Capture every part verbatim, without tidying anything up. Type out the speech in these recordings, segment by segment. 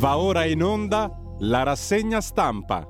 Va ora in onda la rassegna stampa.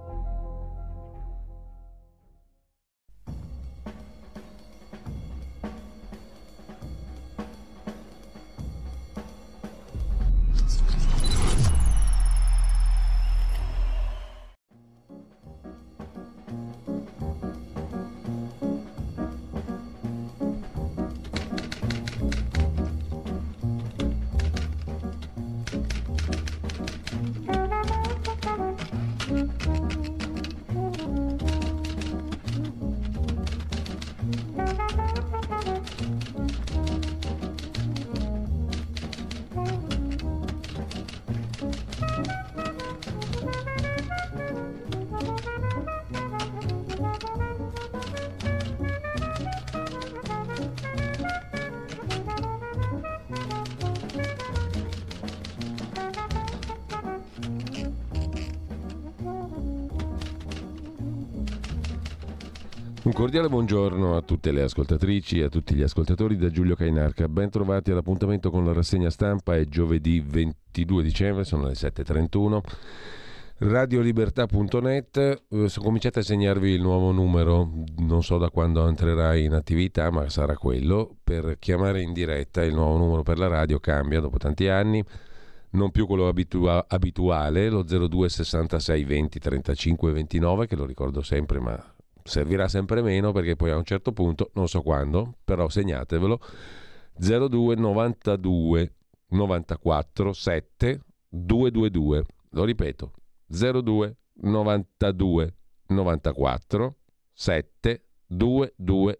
Un cordiale buongiorno a tutte le ascoltatrici e a tutti gli ascoltatori da Giulio Cainarca. Ben trovati all'appuntamento con la rassegna stampa. È giovedì ventidue dicembre, sono le sette e trentuno. radiolibertà punto net. Cominciate a segnarvi il nuovo numero, non so da quando entrerà in attività, ma sarà quello per chiamare in diretta. Il nuovo numero per la radio cambia dopo tanti anni, non più quello abitua- abituale, lo zero due sessantasei venti trentacinque ventinove, che lo ricordo sempre, ma servirà sempre meno perché poi a un certo punto, non so quando, però segnatevelo, zero due novantadue novantaquattro sette duecentoventidue. Lo ripeto, zero due novantadue novantaquattro sette duecentoventidue.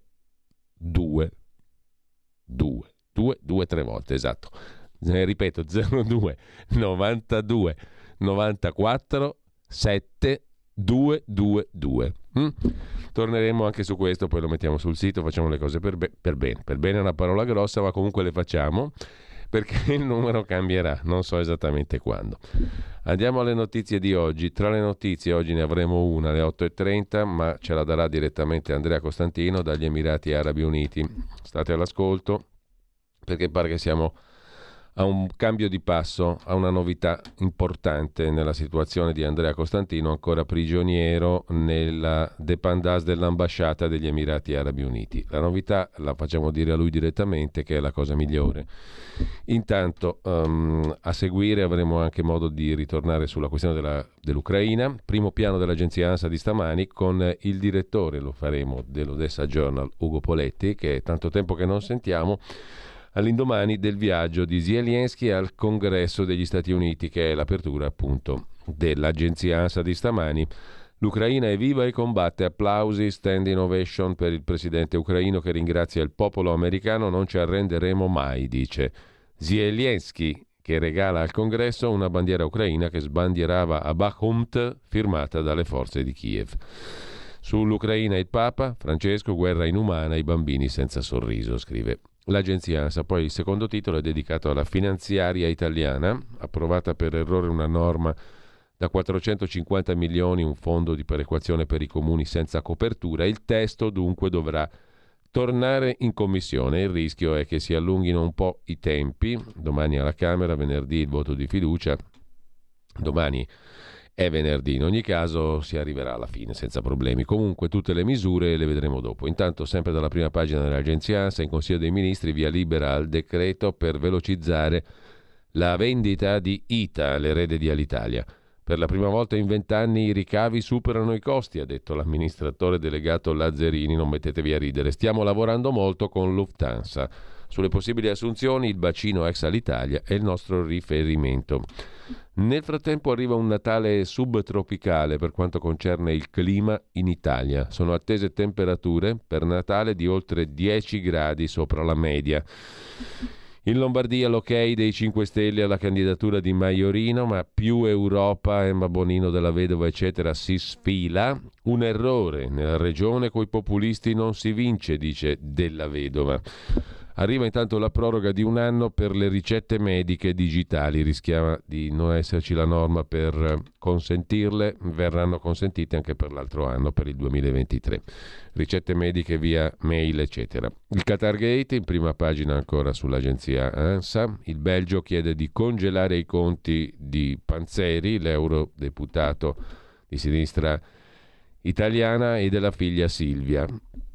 due due due tre volte, esatto. Eh, ripeto, zero due novantadue novantaquattro sette duecentoventidue. Mm? Torneremo anche su questo, poi lo mettiamo sul sito, facciamo le cose per, be- per bene. Per bene è una parola grossa, ma comunque le facciamo perché il numero cambierà, non so esattamente quando. Andiamo alle notizie di oggi. Tra le notizie oggi ne avremo una alle otto e trenta, ma ce la darà direttamente Andrea Costantino dagli Emirati Arabi Uniti. State all'ascolto perché pare che siamo a un cambio di passo, a una novità importante nella situazione di Andrea Costantino, ancora prigioniero nella dépendance dell'ambasciata degli Emirati Arabi Uniti. La novità la facciamo dire a lui direttamente, che è la cosa migliore. Intanto um, a seguire avremo anche modo di ritornare sulla questione della, dell'Ucraina. Primo piano dell'agenzia ANSA di stamani con il direttore, lo faremo, dell'Odessa Journal, Ugo Poletti, che è tanto tempo che non sentiamo, all'indomani del viaggio di Zelensky al Congresso degli Stati Uniti, che è l'apertura appunto dell'agenzia ANSA di stamani. L'Ucraina è viva e combatte, applausi, standing ovation per il presidente ucraino che ringrazia il popolo americano, non ci arrenderemo mai, dice Zelensky, che regala al Congresso una bandiera ucraina che sbandierava a Bakhmut, firmata dalle forze di Kiev. Sull'Ucraina il Papa Francesco, guerra inumana, i bambini senza sorriso, scrive l'agenzia ANSA. Poi il secondo titolo è dedicato alla finanziaria italiana, approvata per errore una norma da quattrocentocinquanta milioni, un fondo di perequazione per i comuni senza copertura. Il testo dunque dovrà tornare in commissione. Il rischio è che si allunghino un po' i tempi. Domani alla Camera, venerdì il voto di fiducia, domani è venerdì, in ogni caso si arriverà alla fine senza problemi. Comunque tutte le misure le vedremo dopo. Intanto, sempre dalla prima pagina dell'agenzia ANSA, in Consiglio dei Ministri via libera al decreto per velocizzare la vendita di I T A, l'erede di Alitalia. Per la prima volta in vent'anni i ricavi superano i costi, ha detto l'amministratore delegato Lazzarini. Non mettetevi a ridere, stiamo lavorando molto con Lufthansa. Sulle possibili assunzioni il bacino ex Alitalia è il nostro riferimento. Nel frattempo arriva un Natale subtropicale per quanto concerne il clima in Italia. Sono attese temperature per Natale di oltre dieci gradi sopra la media. In Lombardia l'ok dei cinque Stelle alla candidatura di Maiorino, ma più Europa, Emma Bonino della Vedova eccetera si sfila. Un errore, nella regione coi populisti non si vince, dice Della Vedova. Arriva intanto la proroga di un anno per le ricette mediche digitali, rischiava di non esserci la norma per consentirle, verranno consentite anche per l'altro anno, per il duemilaventitré. Ricette mediche via mail, eccetera. Il Qatargate, in prima pagina ancora sull'agenzia ANSA, il Belgio chiede di congelare i conti di Panzeri, l'eurodeputato di sinistra italiana, e della figlia Silvia.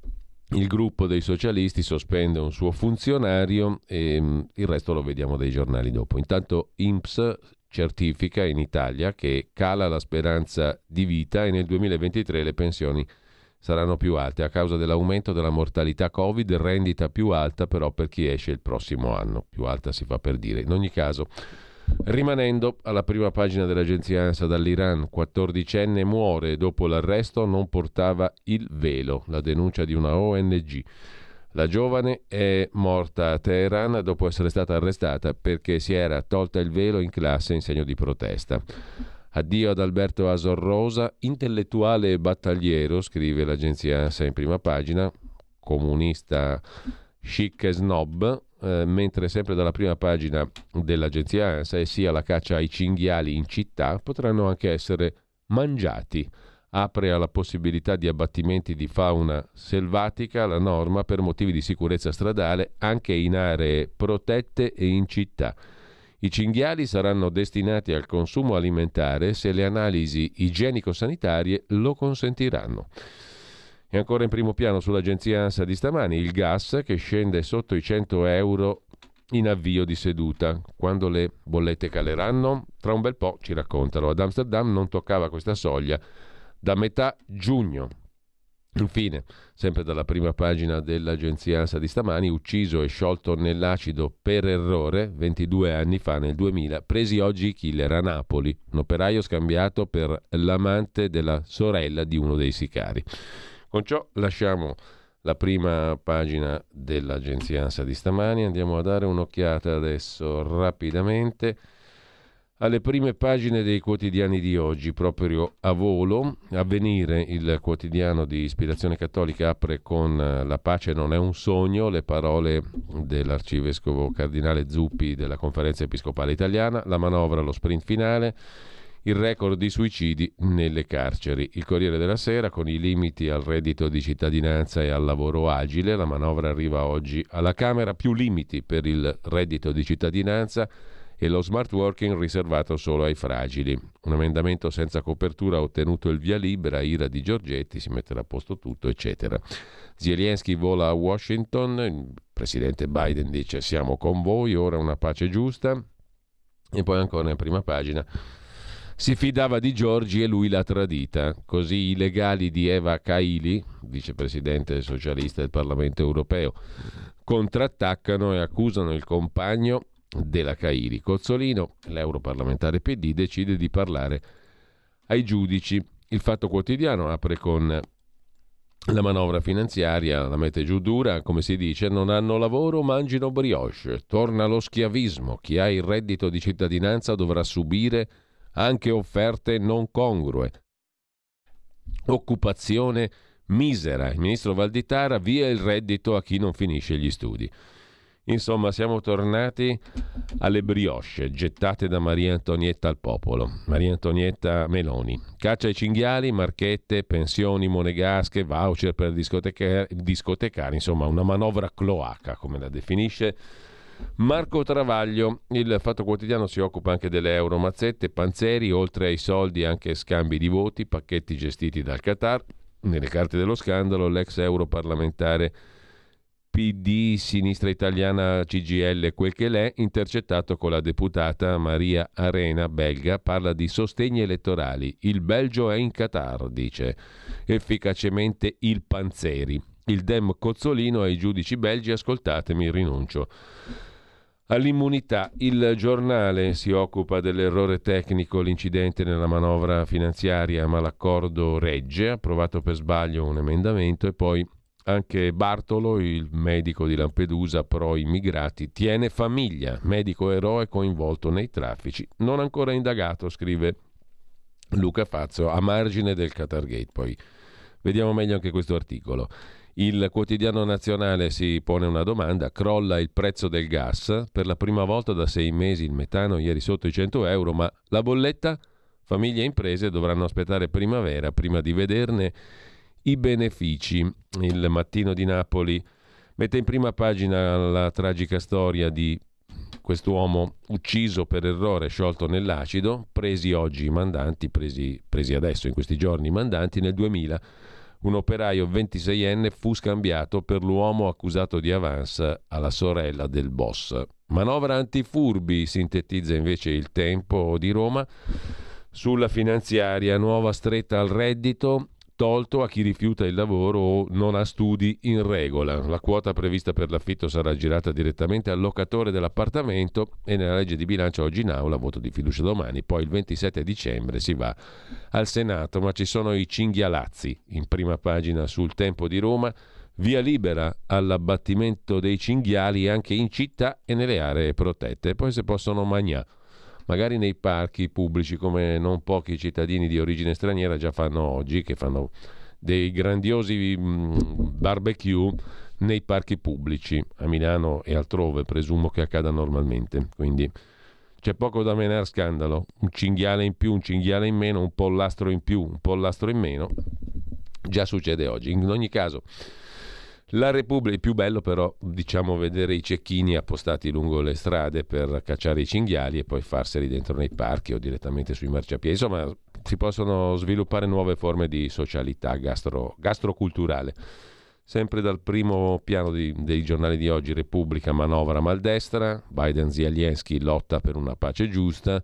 Il gruppo dei socialisti sospende un suo funzionario e mh, il resto lo vediamo dai giornali dopo. Intanto I N P S certifica in Italia che cala la speranza di vita e nel duemilaventitré le pensioni saranno più alte a causa dell'aumento della mortalità Covid, rendita più alta però per chi esce il prossimo anno. Più alta si fa per dire. In ogni caso, rimanendo alla prima pagina dell'agenzia ANSA dall'Iran, quattordicenne muore dopo l'arresto, non portava il velo, la denuncia di una O N G. La giovane è morta a Teheran dopo essere stata arrestata perché si era tolta il velo in classe in segno di protesta. Addio ad Alberto Asor Rosa, intellettuale e battagliero, scrive l'agenzia ANSA in prima pagina, comunista chic e snob. Eh, mentre sempre dalla prima pagina dell'agenzia ANSA, e sia la caccia ai cinghiali in città potranno anche essere mangiati. Apre alla possibilità di abbattimenti di fauna selvatica la norma per motivi di sicurezza stradale anche in aree protette e in città. I cinghiali saranno destinati al consumo alimentare se le analisi igienico-sanitarie lo consentiranno. E ancora in primo piano sull'agenzia ANSA di stamani il gas che scende sotto i cento euro in avvio di seduta. Quando le bollette caleranno? Tra un bel po', ci raccontano. Ad Amsterdam non toccava questa soglia da metà giugno. Infine, sempre dalla prima pagina dell'agenzia ANSA di stamani, ucciso e sciolto nell'acido per errore ventidue anni fa nel duemila, presi oggi i killer a Napoli, un operaio scambiato per l'amante della sorella di uno dei sicari. Con ciò lasciamo la prima pagina dell'agenzia ANSA di stamani, andiamo a dare un'occhiata adesso rapidamente alle prime pagine dei quotidiani di oggi, proprio a volo. Avvenire, il quotidiano di ispirazione cattolica, apre con "La pace non è un sogno", le parole dell'arcivescovo cardinale Zuppi della Conferenza Episcopale Italiana, la manovra, lo sprint finale, il record di suicidi nelle carceri. Il Corriere della Sera, con i limiti al reddito di cittadinanza e al lavoro agile, la manovra arriva oggi alla Camera, più limiti per il reddito di cittadinanza e lo smart working riservato solo ai fragili. Un emendamento senza copertura ha ottenuto il via libera, ira di Giorgetti, si metterà a posto tutto, eccetera. Zelensky vola a Washington, il presidente Biden dice "siamo con voi, ora una pace giusta", e poi ancora in prima pagina "si fidava di Giorgi e lui l'ha tradita". Così i legali di Eva Kaili, vicepresidente socialista del Parlamento europeo, contrattaccano e accusano il compagno della Kaili. Cozzolino, l'europarlamentare P D, decide di parlare ai giudici. Il Fatto Quotidiano apre con la manovra finanziaria, la mette giù dura, come si dice: "non hanno lavoro, mangino brioche, torna lo schiavismo, chi ha il reddito di cittadinanza dovrà subire anche offerte non congrue, occupazione misera, il ministro Valditara, via il reddito a chi non finisce gli studi". Insomma, siamo tornati alle brioche gettate da Maria Antonietta al popolo. Maria Antonietta Meloni. Caccia ai cinghiali, marchette, pensioni monegasche, voucher per discotecari, discotecari, insomma una manovra cloaca, come la definisce Marco Travaglio. Il Fatto Quotidiano si occupa anche delle euromazzette, Panzeri, oltre ai soldi anche scambi di voti, pacchetti gestiti dal Qatar. Nelle carte dello scandalo l'ex europarlamentare P D, Sinistra Italiana, C G I L, quel che l'è, intercettato con la deputata Maria Arena, belga, parla di sostegni elettorali. Il Belgio è in Qatar, dice efficacemente il Panzeri. Il Dem Cozzolino ai giudici belgi: "ascoltatemi, rinuncio all'immunità". Il Giornale si occupa dell'errore tecnico, l'incidente nella manovra finanziaria, ma l'accordo regge, approvato per sbaglio un emendamento. E poi anche Bartolo, il medico di Lampedusa pro immigrati, tiene famiglia, medico eroe coinvolto nei traffici, non ancora indagato, scrive Luca Fazzo a margine del Qatargate. Poi vediamo meglio anche questo articolo. Il Quotidiano Nazionale si pone una domanda: crolla il prezzo del gas, per la prima volta da sei mesi il metano ieri sotto i cento euro, ma la bolletta? Famiglie e imprese dovranno aspettare primavera prima di vederne i benefici. Il Mattino di Napoli mette in prima pagina la tragica storia di quest'uomo ucciso per errore, sciolto nell'acido, presi oggi i mandanti, presi, presi adesso in questi giorni i mandanti. Nel duemila un operaio ventiseienne fu scambiato per l'uomo accusato di avance alla sorella del boss. Manovra antifurbi, sintetizza invece Il Tempo di Roma. Sulla finanziaria, nuova stretta al reddito, tolto a chi rifiuta il lavoro o non ha studi in regola. La quota prevista per l'affitto sarà girata direttamente al locatore dell'appartamento e nella legge di bilancio oggi in aula, voto di fiducia domani, poi il ventisette dicembre si va al Senato, ma ci sono i cinghialazzi in prima pagina sul Tempo di Roma. Via libera all'abbattimento dei cinghiali anche in città e nelle aree protette, poi se possono mangiare. Magari nei parchi pubblici, come non pochi cittadini di origine straniera già fanno oggi, che fanno dei grandiosi mh, barbecue nei parchi pubblici, a Milano e altrove, presumo che accada normalmente. Quindi c'è poco da menare scandalo, un cinghiale in più, un cinghiale in meno, un pollastro in più, un pollastro in meno, già succede oggi. In ogni caso, la Repubblica, è più bello però, diciamo, vedere i cecchini appostati lungo le strade per cacciare i cinghiali e poi farseli dentro nei parchi o direttamente sui marciapiedi. Insomma, si possono sviluppare nuove forme di socialità gastro, gastroculturale. Sempre dal primo piano di, dei giornali di oggi, Repubblica, manovra maldestra, Biden-Zelensky lotta per una pace giusta,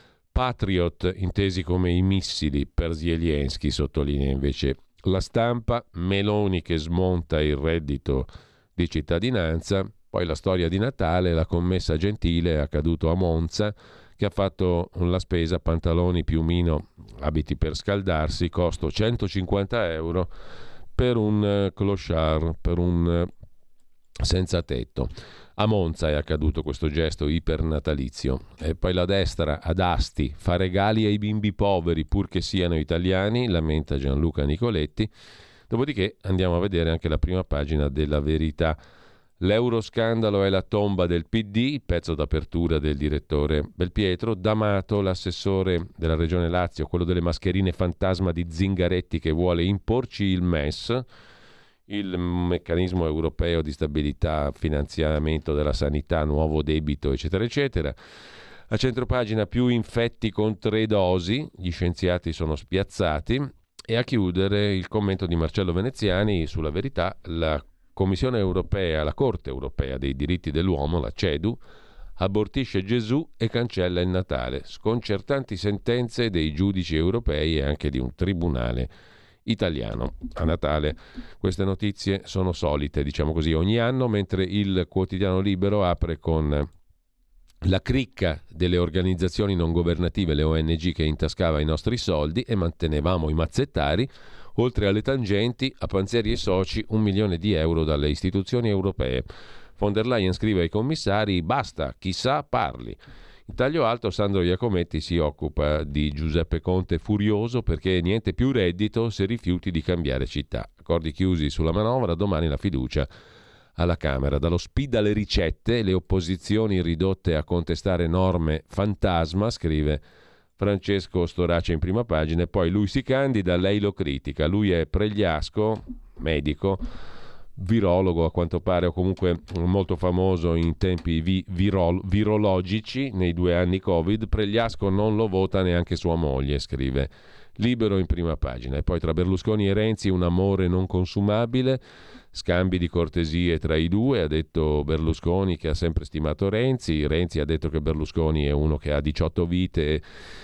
Patriot intesi come i missili per Zelensky, sottolinea invece La Stampa, Meloni che smonta il reddito di cittadinanza, poi la storia di Natale, la commessa gentile accaduto a Monza, che ha fatto la spesa pantaloni, piumino, abiti per scaldarsi, costo centocinquanta euro per un clochard, per un senza tetto. A Monza è accaduto questo gesto ipernatalizio. E poi la destra ad Asti fa regali ai bimbi poveri purché siano italiani, lamenta Gianluca Nicoletti. Dopodiché andiamo a vedere anche la prima pagina della Verità. L'euroscandalo è la tomba del P D, il pezzo d'apertura del direttore Belpietro. D'Amato, l'assessore della Regione Lazio, quello delle mascherine fantasma di Zingaretti che vuole imporci il M E S, il meccanismo europeo di stabilità, finanziamento della sanità, nuovo debito, eccetera, eccetera. A centropagina, più infetti con tre dosi, gli scienziati sono spiazzati. E a chiudere il commento di Marcello Veneziani sulla Verità. La Commissione europea, la Corte europea dei diritti dell'uomo, la CEDU, abortisce Gesù e cancella il Natale. Sconcertanti sentenze dei giudici europei e anche di un tribunale italiano. A Natale queste notizie sono solite, diciamo così, ogni anno, mentre il Quotidiano Libero apre con la cricca delle organizzazioni non governative, le O N G, che intascava i nostri soldi e mantenevamo i mazzettari. Oltre alle tangenti, a Panzeri e soci un milione di euro dalle istituzioni europee. Von der Leyen scrive ai commissari: basta, chissà parli. In taglio alto Sandro Iacometti si occupa di Giuseppe Conte furioso perché niente più reddito se rifiuti di cambiare città. Accordi chiusi sulla manovra, domani la fiducia alla Camera. Dallo S P I D alle ricette, le opposizioni ridotte a contestare norme fantasma, scrive Francesco Storace in prima pagina, e poi lui si candida, lei lo critica. Lui è Pregliasco, medico, virologo a quanto pare, o comunque molto famoso in tempi vi, virol, virologici nei due anni Covid. Pregliasco non lo vota neanche sua moglie, scrive Libero in prima pagina. E poi tra Berlusconi e Renzi un amore non consumabile, scambi di cortesie tra i due. Ha detto Berlusconi che ha sempre stimato Renzi, Renzi ha detto che Berlusconi è uno che ha diciotto vite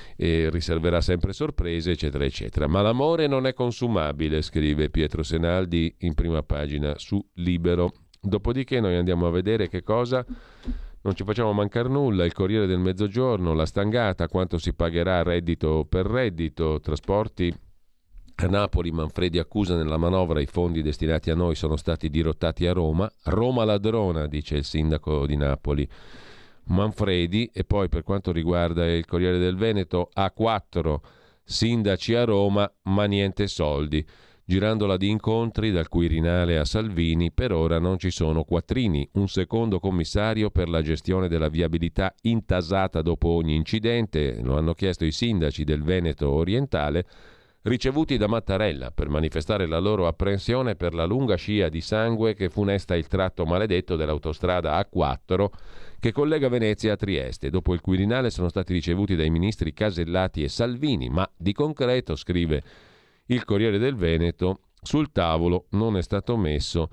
e riserverà sempre sorprese, eccetera, eccetera. Ma l'amore non è consumabile, scrive Pietro Senaldi in prima pagina su Libero. Dopodiché noi andiamo a vedere che cosa, non ci facciamo mancare nulla, il Corriere del Mezzogiorno, la stangata, quanto si pagherà reddito per reddito, trasporti. A Napoli Manfredi accusa nella manovra i fondi destinati a noi sono stati dirottati a Roma. Roma ladrona, dice il sindaco di Napoli Manfredi. E poi per quanto riguarda il Corriere del Veneto, A quattro sindaci a Roma ma niente soldi. Girandola di incontri dal Quirinale a Salvini, per ora non ci sono quattrini, un secondo commissario per la gestione della viabilità intasata dopo ogni incidente, lo hanno chiesto i sindaci del Veneto orientale, ricevuti da Mattarella per manifestare la loro apprensione per la lunga scia di sangue che funesta il tratto maledetto dell'autostrada A quattro che collega Venezia a Trieste. Dopo il Quirinale sono stati ricevuti dai ministri Casellati e Salvini, ma di concreto, scrive il Corriere del Veneto, sul tavolo non è stato messo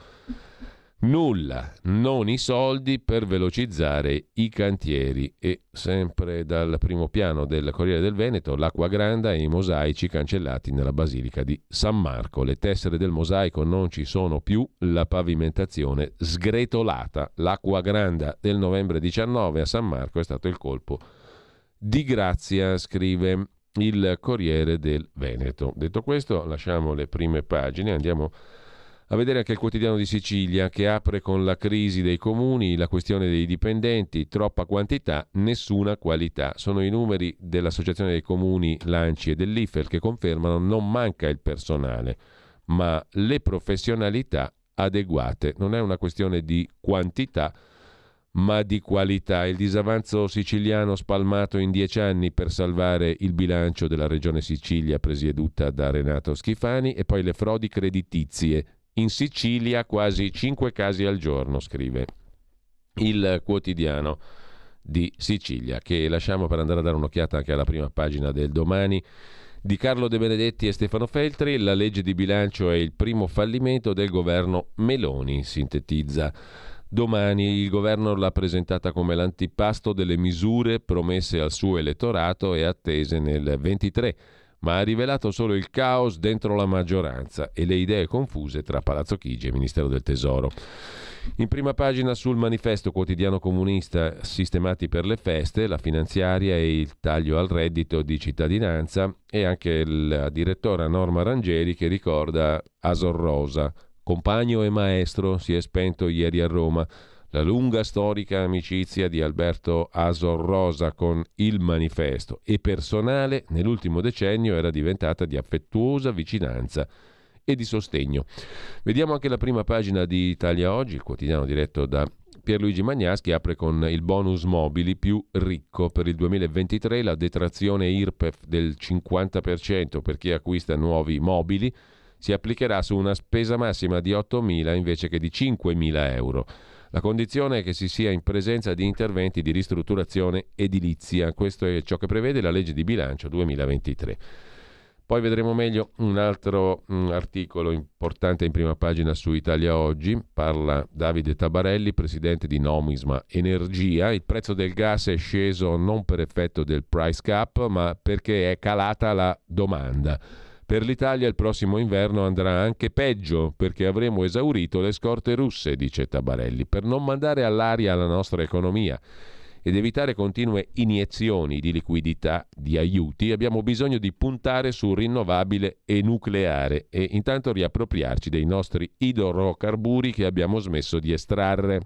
nulla, non i soldi per velocizzare i cantieri. E sempre dal primo piano del Corriere del Veneto, l'acqua granda e i mosaici cancellati nella Basilica di San Marco. Le tessere del mosaico non ci sono più, la pavimentazione sgretolata. L'acqua granda del novembre diciannove a San Marco è stato il colpo di grazia, scrive il Corriere del Veneto. Detto questo, lasciamo le prime pagine, andiamo a vedere anche il Quotidiano di Sicilia, che apre con la crisi dei comuni, la questione dei dipendenti, troppa quantità, nessuna qualità. Sono i numeri dell'Associazione dei Comuni Lanci e dell'I F E L che confermano non manca il personale, ma le professionalità adeguate. Non è una questione di quantità, ma di qualità. Il disavanzo siciliano spalmato in dieci anni per salvare il bilancio della Regione Sicilia presieduta da Renato Schifani, e poi le frodi creditizie. In Sicilia quasi cinque casi al giorno, scrive il Quotidiano di Sicilia, che lasciamo per andare a dare un'occhiata anche alla prima pagina del Domani di Carlo De Benedetti e Stefano Feltri. La legge di bilancio è il primo fallimento del governo Meloni, sintetizza Domani. Il governo l'ha presentata come l'antipasto delle misure promesse al suo elettorato e attese nel ventitré, ma ha rivelato solo il caos dentro la maggioranza e le idee confuse tra Palazzo Chigi e Ministero del Tesoro. In prima pagina sul Manifesto Quotidiano Comunista, sistemati per le feste, la finanziaria e il taglio al reddito di cittadinanza, e anche la direttora Norma Rangeri che ricorda Asor Rosa. Compagno e maestro, si è spento ieri a Roma. La lunga storica amicizia di Alberto Asor Rosa con il Manifesto e personale nell'ultimo decennio era diventata di affettuosa vicinanza e di sostegno. Vediamo anche la prima pagina di Italia Oggi, il quotidiano diretto da Pierluigi Magnaschi, apre con il bonus mobili più ricco. Per il duemilaventitré la detrazione I R P E F del cinquanta per cento per chi acquista nuovi mobili si applicherà su una spesa massima di ottomila invece che di cinquemila euro. La condizione è che si sia in presenza di interventi di ristrutturazione edilizia. Questo è ciò che prevede la legge di bilancio duemilaventitré. Poi vedremo meglio un altro un articolo importante in prima pagina su Italia Oggi. Parla Davide Tabarelli, presidente di Nomisma Energia. Il prezzo del gas è sceso non per effetto del price cap, ma perché è calata la domanda. Per l'Italia il prossimo inverno andrà anche peggio perché avremo esaurito le scorte russe, dice Tabarelli. Per non mandare all'aria la nostra economia ed evitare continue iniezioni di liquidità, di aiuti, abbiamo bisogno di puntare su rinnovabile e nucleare e intanto riappropriarci dei nostri idrocarburi che abbiamo smesso di estrarre.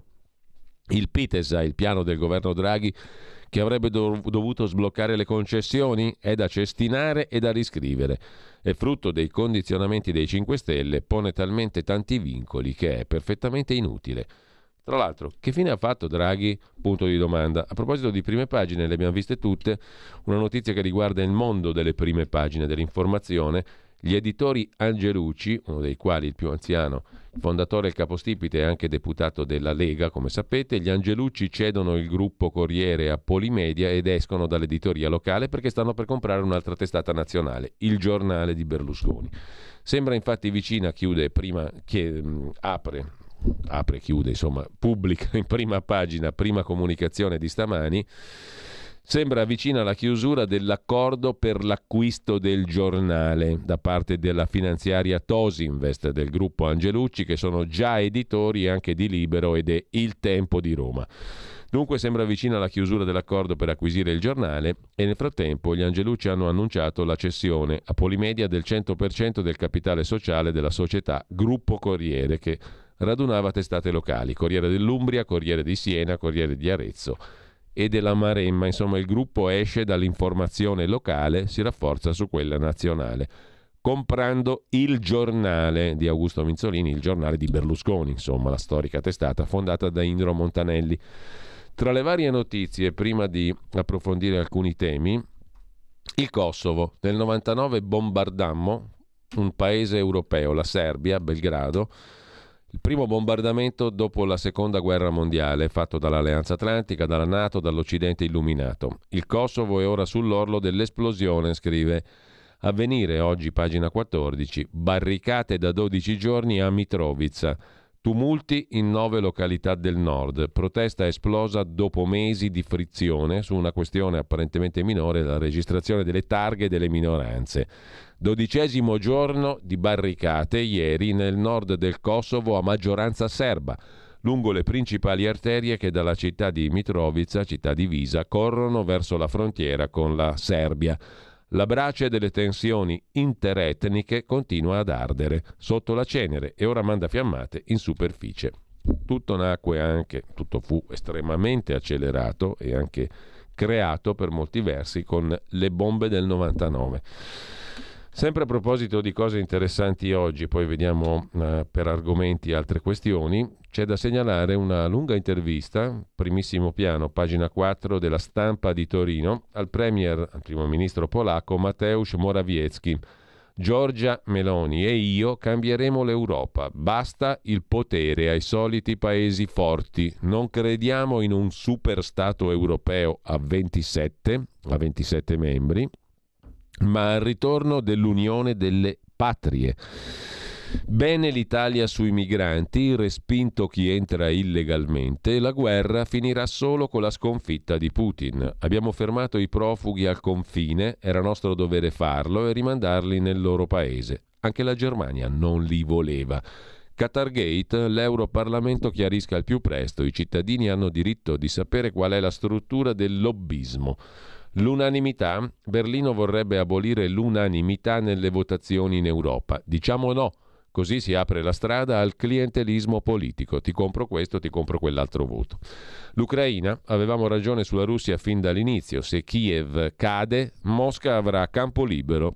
Il PITESA, il piano del governo Draghi, che avrebbe dov- dovuto sbloccare le concessioni, è da cestinare e da riscrivere. È frutto dei condizionamenti dei cinque Stelle, pone talmente tanti vincoli che è perfettamente inutile. Tra l'altro, che fine ha fatto Draghi? Punto di domanda. A proposito di prime pagine, le abbiamo viste tutte, una notizia che riguarda il mondo delle prime pagine dell'informazione. Gli editori Angelucci, uno dei quali il più anziano, il fondatore e il capostipite e anche deputato della Lega, come sapete, gli Angelucci cedono il gruppo Corriere a Polimedia ed escono dall'editoria locale perché stanno per comprare un'altra testata nazionale, Il Giornale di Berlusconi. Sembra infatti vicina, chiude prima, che mh, apre, apre, chiude, insomma, pubblica in prima pagina, prima comunicazione di stamani. Sembra vicina alla chiusura dell'accordo per l'acquisto del giornale da parte della finanziaria Tosinvest del gruppo Angelucci, che sono già editori anche di Libero ed è Il Tempo di Roma. Dunque sembra vicina alla chiusura dell'accordo per acquisire il giornale e nel frattempo gli Angelucci hanno annunciato la cessione a Polimedia del cento per cento del capitale sociale della società Gruppo Corriere, che radunava testate locali, Corriere dell'Umbria, Corriere di Siena, Corriere di Arezzo e della Maremma. Insomma, il gruppo esce dall'informazione locale, si rafforza su quella nazionale. comprando Il Giornale di Augusto Minzolini, il giornale di Berlusconi, insomma, la storica testata fondata da Indro Montanelli. Tra le varie notizie, prima di approfondire alcuni temi, il Kosovo. Nel novantanove bombardammo un paese europeo, la Serbia, Belgrado, il primo bombardamento dopo la seconda guerra mondiale, fatto dall'Alleanza Atlantica, dalla NATO, dall'Occidente illuminato. Il Kosovo è ora sull'orlo dell'esplosione, scrive Avvenire, oggi pagina quattordici, barricate da dodici giorni a Mitrovica, tumulti in nove località del nord, protesta esplosa dopo mesi di frizione su una questione apparentemente minore, la registrazione delle targhe delle minoranze. Dodicesimo giorno di barricate ieri nel nord del Kosovo a maggioranza serba, lungo le principali arterie che dalla città di Mitrovica, città divisa, corrono verso la frontiera con la Serbia. La brace delle tensioni interetniche continua ad ardere sotto la cenere e ora manda fiammate in superficie. Tutto nacque anche, tutto fu estremamente accelerato e anche creato per molti versi con le bombe del novantanove. Sempre a proposito di cose interessanti oggi, poi vediamo uh, per argomenti altre questioni, c'è da segnalare una lunga intervista, primissimo piano, pagina quattro della Stampa di Torino, al premier, al primo ministro polacco Mateusz Morawiecki. Giorgia Meloni e io cambieremo l'Europa, basta il potere ai soliti paesi forti, non crediamo in un superstato europeo a ventisette, a ventisette membri, ma al ritorno dell'unione delle patrie. Bene l'Italia sui migranti, respinto chi entra illegalmente, la guerra finirà solo con la sconfitta di Putin. Abbiamo fermato i profughi al confine, era nostro dovere farlo e rimandarli nel loro paese. Anche la Germania non li voleva. Qatargate, l'Europarlamento chiarisca al più presto, i cittadini hanno diritto di sapere qual è la struttura del lobbismo. L'unanimità, Berlino vorrebbe abolire l'unanimità nelle votazioni in Europa. Diciamo no, così si apre la strada al clientelismo politico. Ti compro questo, ti compro quell'altro voto. L'Ucraina, avevamo ragione sulla Russia fin dall'inizio. Se Kiev cade, Mosca avrà campo libero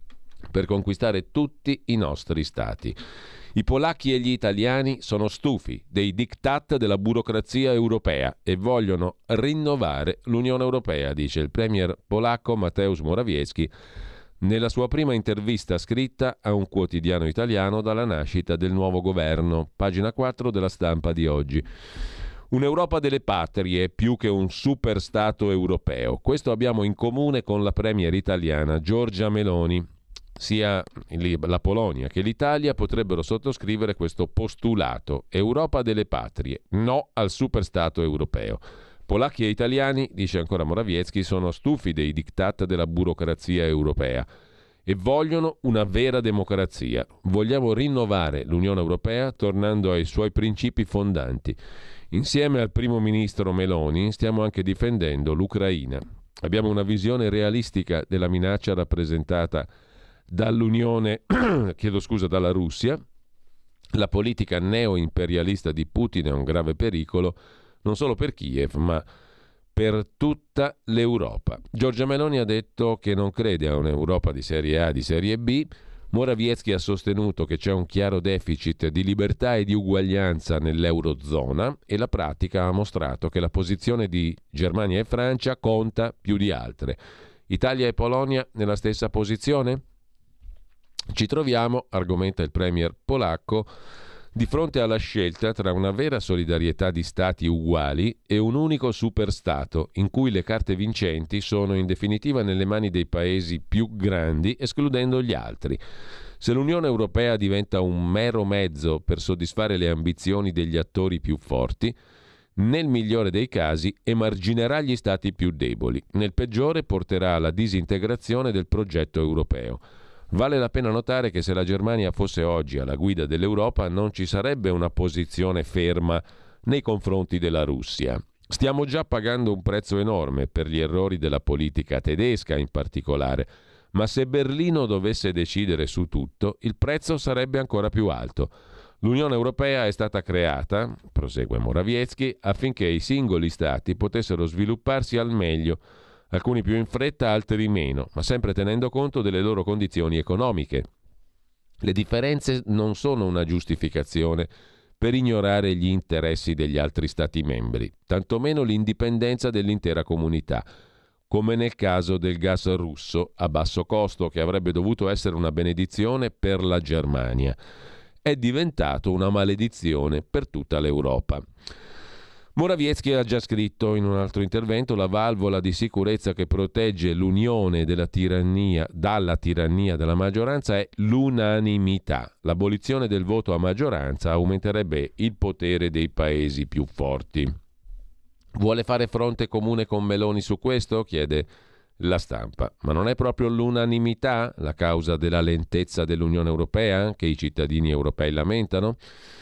per conquistare tutti i nostri stati. I polacchi e gli italiani sono stufi dei diktat della burocrazia europea e vogliono rinnovare l'Unione Europea, dice il premier polacco Mateusz Morawiecki nella sua prima intervista scritta a un quotidiano italiano dalla nascita del nuovo governo, pagina quattro della Stampa di oggi. Un'Europa delle patrie più che un superstato europeo. Questo abbiamo in comune con la premier italiana Giorgia Meloni. Sia la Polonia che l'Italia potrebbero sottoscrivere questo postulato: Europa delle patrie, no al superstato europeo. Polacchi e italiani, dice ancora Morawiecki, sono stufi dei diktat della burocrazia europea e vogliono una vera democrazia. Vogliamo rinnovare l'Unione Europea tornando ai suoi principi fondanti. Insieme al primo ministro Meloni stiamo anche difendendo l'Ucraina. Abbiamo una visione realistica della minaccia rappresentata dall'Unione, chiedo scusa, dalla Russia. La politica neo-imperialista di Putin è un grave pericolo, non solo per Kiev, ma per tutta l'Europa. Giorgia Meloni ha detto che non crede a un'Europa di serie A, di serie B. Morawiecki ha sostenuto che c'è un chiaro deficit di libertà e di uguaglianza nell'Eurozona e la pratica ha mostrato che la posizione di Germania e Francia conta più di altre. Italia e Polonia nella stessa posizione? Ci troviamo, argomenta il premier polacco, di fronte alla scelta tra una vera solidarietà di stati uguali e un unico superstato, in cui le carte vincenti sono in definitiva nelle mani dei paesi più grandi, escludendo gli altri. Se l'Unione Europea diventa un mero mezzo per soddisfare le ambizioni degli attori più forti, nel migliore dei casi emarginerà gli stati più deboli, nel peggiore porterà alla disintegrazione del progetto europeo. Vale la pena notare che se la Germania fosse oggi alla guida dell'Europa non ci sarebbe una posizione ferma nei confronti della Russia. Stiamo già pagando un prezzo enorme per gli errori della politica tedesca in particolare, ma se Berlino dovesse decidere su tutto, il prezzo sarebbe ancora più alto. L'Unione Europea è stata creata, prosegue Morawiecki, affinché i singoli stati potessero svilupparsi al meglio, alcuni più in fretta, altri meno, ma sempre tenendo conto delle loro condizioni economiche. Le differenze non sono una giustificazione per ignorare gli interessi degli altri Stati membri, tantomeno l'indipendenza dell'intera comunità, come nel caso del gas russo a basso costo, che avrebbe dovuto essere una benedizione per la Germania. È diventato una maledizione per tutta l'Europa. Morawiecki ha già scritto in un altro intervento: la valvola di sicurezza che protegge l'unione della tirannia, dalla tirannia della maggioranza è l'unanimità. L'abolizione del voto a maggioranza aumenterebbe il potere dei paesi più forti. Vuole fare fronte comune con Meloni su questo? Chiede La Stampa. Ma non è proprio l'unanimità la causa della lentezza dell'Unione Europea che i cittadini europei lamentano?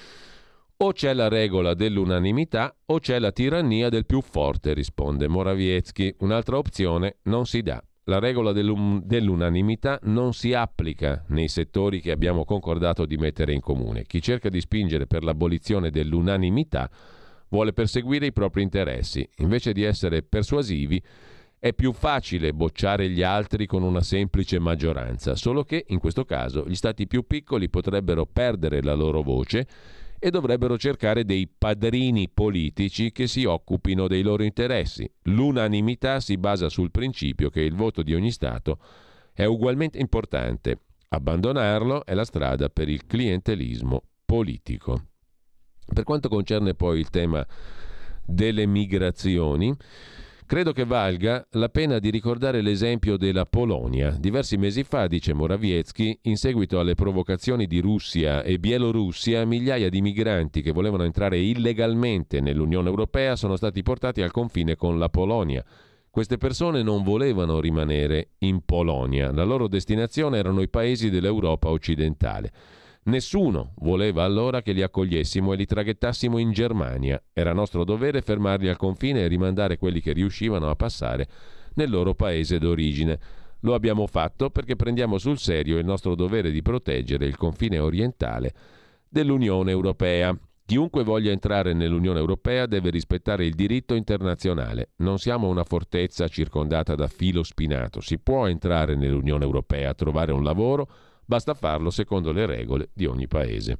O c'è la regola dell'unanimità o c'è la tirannia del più forte, risponde Morawiecki. Un'altra opzione non si dà. La regola dell'un- dell'unanimità non si applica nei settori che abbiamo concordato di mettere in comune. Chi cerca di spingere per l'abolizione dell'unanimità vuole perseguire i propri interessi. Invece di essere persuasivi, è più facile bocciare gli altri con una semplice maggioranza, solo che in questo caso gli stati più piccoli potrebbero perdere la loro voce e dovrebbero cercare dei padrini politici che si occupino dei loro interessi. L'unanimità si basa sul principio che il voto di ogni Stato è ugualmente importante. Abbandonarlo è la strada per il clientelismo politico. Per quanto concerne poi il tema delle migrazioni, credo che valga la pena di ricordare l'esempio della Polonia. Diversi mesi fa, dice Morawiecki, in seguito alle provocazioni di Russia e Bielorussia, migliaia di migranti che volevano entrare illegalmente nell'Unione Europea sono stati portati al confine con la Polonia. Queste persone non volevano rimanere in Polonia, la loro destinazione erano i paesi dell'Europa occidentale. Nessuno voleva allora che li accogliessimo e li traghettassimo in Germania. Era nostro dovere fermarli al confine e rimandare quelli che riuscivano a passare nel loro paese d'origine. Lo abbiamo fatto perché prendiamo sul serio il nostro dovere di proteggere il confine orientale dell'Unione Europea. Chiunque voglia entrare nell'Unione Europea deve rispettare il diritto internazionale. Non siamo una fortezza circondata da filo spinato. Si può entrare nell'Unione Europea, trovare un lavoro, basta farlo secondo le regole di ogni paese.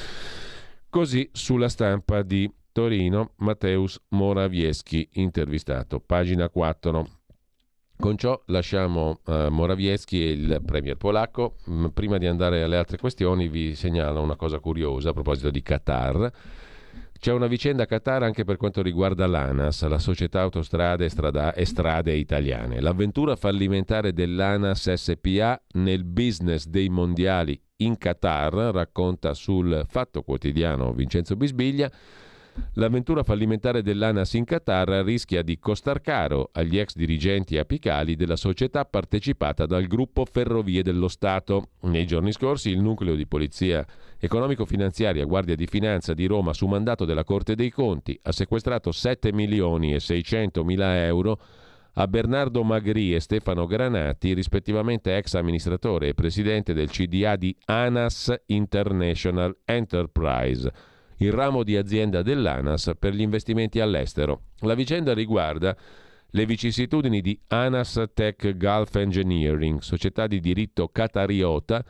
Così sulla Stampa di Torino, Mateusz Morawiecki, intervistato, pagina quattro. Con ciò lasciamo uh, Morawiecki e il premier polacco. Prima di andare alle altre questioni vi segnalo una cosa curiosa a proposito di Qatar. C'è una vicenda a Qatar anche per quanto riguarda l'ANAS, la società autostrade e, strada, e strade italiane. L'avventura fallimentare dell'ANAS S P A nel business dei mondiali in Qatar, racconta sul Fatto Quotidiano Vincenzo Bisbiglia. L'avventura fallimentare dell'ANAS in Qatar rischia di costar caro agli ex dirigenti apicali della società partecipata dal gruppo Ferrovie dello Stato. Nei giorni scorsi il nucleo di polizia economico-finanziaria Guardia di Finanza di Roma, su mandato della Corte dei Conti, ha sequestrato sette milioni e seicento mila euro a Bernardo Magri e Stefano Granati, rispettivamente ex amministratore e presidente del C D A di ANAS International Enterprise, il ramo di azienda dell'ANAS per gli investimenti all'estero. La vicenda riguarda le vicissitudini di ANAS Tech Gulf Engineering, società di diritto qatariota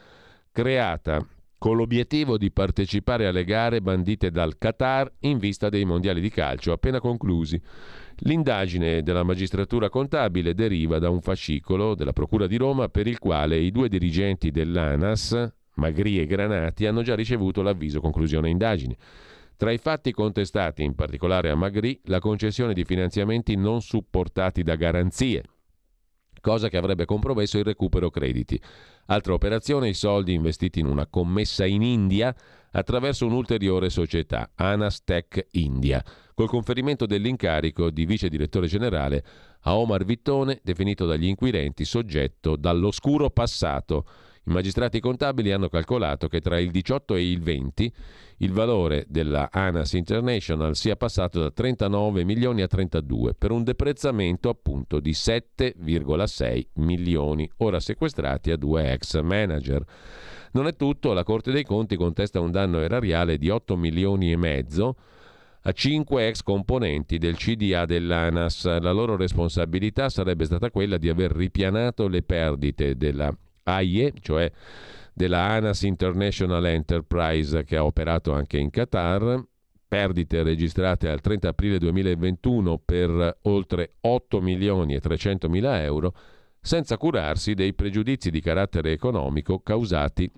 creata con l'obiettivo di partecipare alle gare bandite dal Qatar in vista dei mondiali di calcio appena conclusi. L'indagine della magistratura contabile deriva da un fascicolo della Procura di Roma per il quale i due dirigenti dell'ANAS, Magri e Granati, hanno già ricevuto l'avviso conclusione indagini. Tra i fatti contestati, in particolare a Magri, la concessione di finanziamenti non supportati da garanzie, cosa che avrebbe compromesso il recupero crediti. Altra operazione, i soldi investiti in una commessa in India attraverso un'ulteriore società, ANAS Tech India, col conferimento dell'incarico di vice direttore generale a Omar Vittone, definito dagli inquirenti soggetto dall'oscuro passato. I magistrati contabili hanno calcolato che tra il diciotto e il venti il valore della ANAS International sia passato da trentanove milioni a trentadue, per un deprezzamento appunto di sette virgola sei milioni, ora sequestrati a due ex manager. Non è tutto, la Corte dei Conti contesta un danno erariale di otto milioni e mezzo a cinque ex componenti del C D A dell'ANAS. La loro responsabilità sarebbe stata quella di aver ripianato le perdite della A I E, cioè della ANAS International Enterprise, che ha operato anche in Qatar, perdite registrate al trenta aprile duemilaventuno per oltre otto milioni e trecentomila euro, senza curarsi dei pregiudizi di carattere economico causati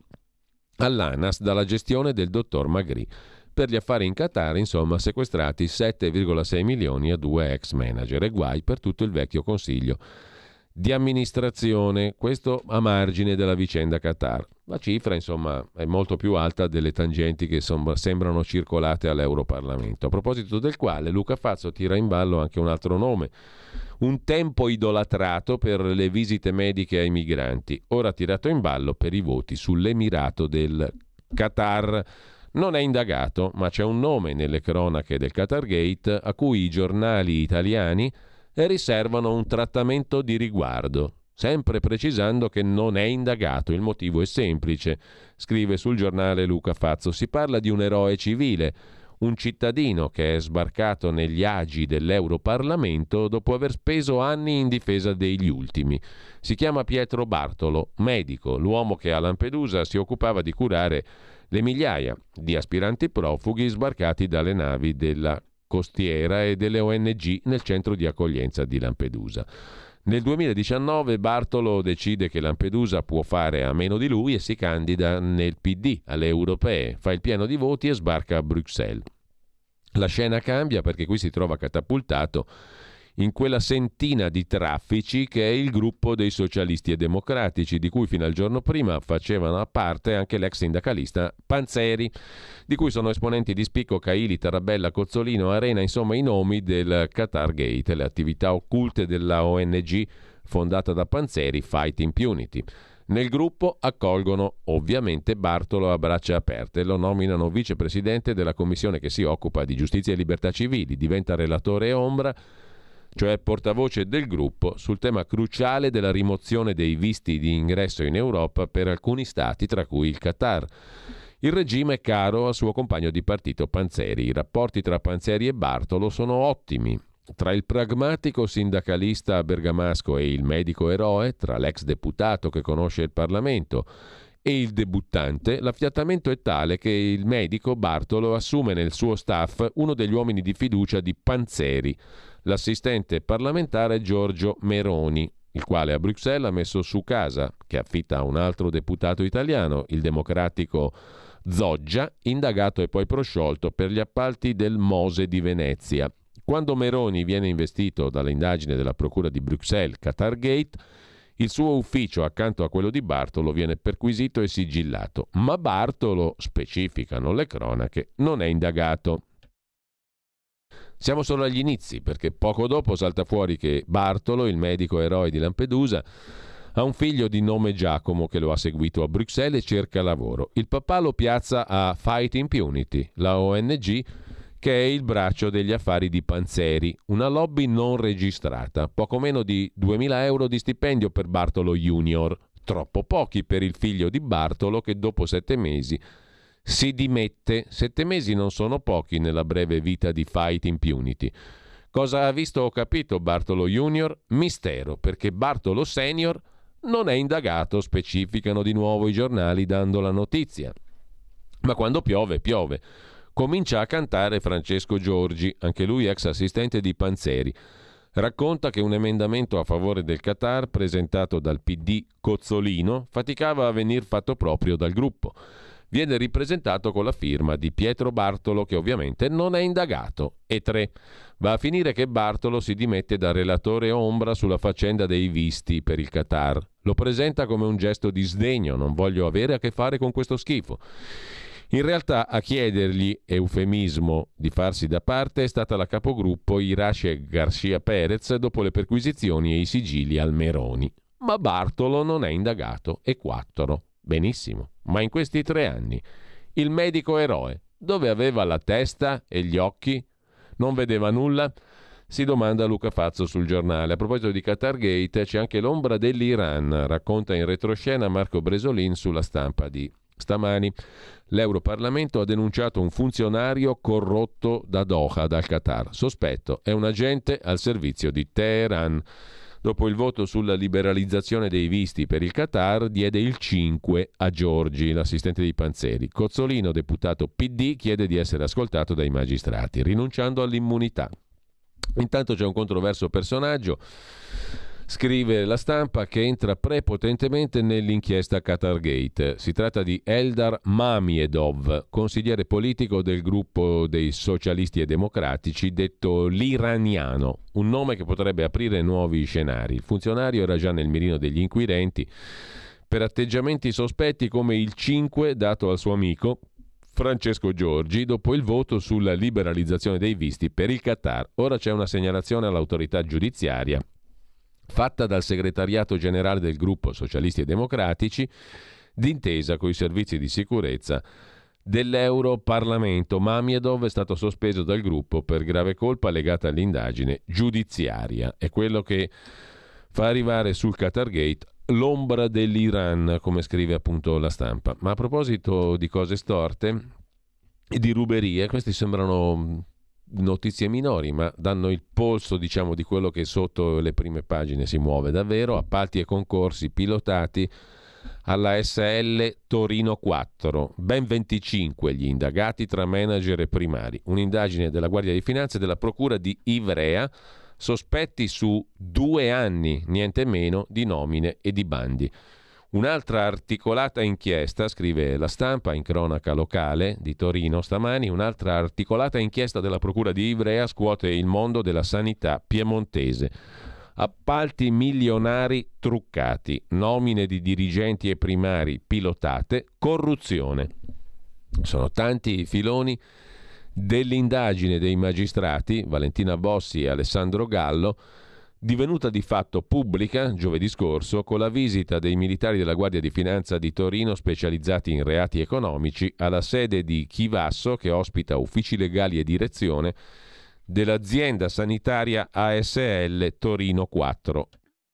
all'ANAS dalla gestione del dottor Magri. Per gli affari in Qatar, insomma, sequestrati sette virgola sei milioni a due ex manager, e guai per tutto il vecchio consiglio di amministrazione, questo a margine della vicenda Qatar. La cifra, insomma, è molto più alta delle tangenti che som- sembrano circolate all'Europarlamento, a proposito del quale Luca Fazzo tira in ballo anche un altro nome, un tempo idolatrato per le visite mediche ai migranti, ora tirato in ballo per i voti sull'Emirato del Qatar. Non è indagato, ma c'è un nome nelle cronache del Qatargate a cui i giornali italiani riservano un trattamento di riguardo, sempre precisando che non è indagato. Il motivo è semplice, scrive sul giornale Luca Fazzo. Si parla di un eroe civile, un cittadino che è sbarcato negli agi dell'Europarlamento dopo aver speso anni in difesa degli ultimi. Si chiama Pietro Bartolo, medico, l'uomo che a Lampedusa si occupava di curare le migliaia di aspiranti profughi sbarcati dalle navi della costiera e delle O N G nel centro di accoglienza di Lampedusa. Nel duemiladiciannove Bartolo decide che Lampedusa può fare a meno di lui e si candida nel P D alle europee, fa il pieno di voti e sbarca a Bruxelles. La scena cambia perché qui si trova catapultato in quella sentina di traffici che è il gruppo dei socialisti e democratici, di cui fino al giorno prima facevano parte anche l'ex sindacalista Panzeri, di cui sono esponenti di spicco Caili, Tarabella, Cozzolino, Arena, insomma i nomi del Qatargate, le attività occulte della O N G fondata da Panzeri, Fight Impunity. Nel gruppo accolgono ovviamente Bartolo a braccia aperte, lo nominano vicepresidente della commissione che si occupa di giustizia e libertà civili, diventa relatore ombra, cioè portavoce del gruppo sul tema cruciale della rimozione dei visti di ingresso in Europa per alcuni stati, tra cui il Qatar. Il regime è caro al suo compagno di partito Panzeri. I rapporti tra Panzeri e Bartolo sono ottimi. Tra il pragmatico sindacalista bergamasco e il medico eroe, tra l'ex deputato che conosce il Parlamento e il debuttante, l'affiatamento è tale che il medico Bartolo assume nel suo staff uno degli uomini di fiducia di Panzeri, l'assistente parlamentare Giorgio Meroni, il quale a Bruxelles ha messo su casa, che affitta a un altro deputato italiano, il democratico Zoggia, indagato e poi prosciolto per gli appalti del Mose di Venezia. Quando Meroni viene investito dall'indagine della Procura di Bruxelles, Qatargate, il suo ufficio accanto a quello di Bartolo viene perquisito e sigillato, ma Bartolo, specificano le cronache, non è indagato. Siamo solo agli inizi, perché poco dopo salta fuori che Bartolo, il medico eroe di Lampedusa, ha un figlio di nome Giacomo che lo ha seguito a Bruxelles e cerca lavoro. Il papà lo piazza a Fight Impunity, la O N G che è il braccio degli affari di Panzeri, una lobby non registrata, poco meno di duemila euro di stipendio per Bartolo Junior, troppo pochi per il figlio di Bartolo che dopo sette mesi si dimette. Sette mesi non sono pochi nella breve vita di Fight Impunity. Cosa ha visto o capito Bartolo Junior? Mistero, perché Bartolo Senior non è indagato, specificano di nuovo i giornali dando la notizia. Ma quando piove, piove. Comincia a cantare Francesco Giorgi, anche lui ex assistente di Panzeri. Racconta che un emendamento a favore del Qatar presentato dal P D Cozzolino faticava a venir fatto proprio dal gruppo. Viene ripresentato con la firma di Pietro Bartolo, che ovviamente non è indagato. E tre. Va a finire che Bartolo si dimette da relatore ombra sulla faccenda dei visti per il Qatar. Lo presenta come un gesto di sdegno, non voglio avere a che fare con questo schifo. In realtà a chiedergli, eufemismo, di farsi da parte è stata la capogruppo Irache Garcia Perez dopo le perquisizioni e i sigilli al Meroni. Ma Bartolo non è indagato. E quattro. Benissimo. Ma in questi tre anni il medico eroe dove aveva la testa e gli occhi? Non vedeva nulla? Si domanda Luca Fazzo sul giornale. A proposito di Qatargate c'è anche l'ombra dell'Iran, racconta in retroscena Marco Bresolin sulla Stampa di Stamani l'Europarlamento ha denunciato un funzionario corrotto da Doha, dal Qatar. Sospetto è un agente al servizio di Teheran. Dopo il voto sulla liberalizzazione dei visti per il Qatar, diede il cinque a Giorgi, l'assistente di Panzeri. Cozzolino, deputato P D, chiede di essere ascoltato dai magistrati, rinunciando all'immunità. Intanto c'è un controverso personaggio, scrive La Stampa, che entra prepotentemente nell'inchiesta Qatargate. Si tratta di Eldar Mamiedov, consigliere politico del gruppo dei socialisti e democratici, detto l'iraniano, un nome che potrebbe aprire nuovi scenari. Il funzionario era già nel mirino degli inquirenti per atteggiamenti sospetti come il cinque dato al suo amico Francesco Giorgi dopo il voto sulla liberalizzazione dei visti per il Qatar. Ora c'è una segnalazione all'autorità giudiziaria fatta dal segretariato generale del gruppo Socialisti e Democratici, d'intesa con i servizi di sicurezza dell'Europarlamento. Mamiedov è stato sospeso dal gruppo per grave colpa legata all'indagine giudiziaria. È quello che fa arrivare sul Qatargate l'ombra dell'Iran, come scrive appunto La Stampa. Ma a proposito di cose storte e di ruberie, questi sembrano notizie minori, ma danno il polso, diciamo, di quello che sotto le prime pagine si muove davvero. Appalti e concorsi pilotati alla S L Torino quattro, ben venticinque gli indagati tra manager e primari. Un'indagine della Guardia di Finanza e della Procura di Ivrea, sospetti su due anni, niente meno, di nomine e di bandi. Un'altra articolata inchiesta, scrive La Stampa in cronaca locale di Torino stamani, un'altra articolata inchiesta della Procura di Ivrea scuote il mondo della sanità piemontese. Appalti milionari truccati, nomine di dirigenti e primari pilotate, corruzione. Sono tanti i filoni dell'indagine dei magistrati Valentina Bossi e Alessandro Gallo, divenuta di fatto pubblica giovedì scorso con la visita dei militari della Guardia di Finanza di Torino specializzati in reati economici alla sede di Chivasso, che ospita uffici legali e direzione dell'azienda sanitaria A S L Torino quattro,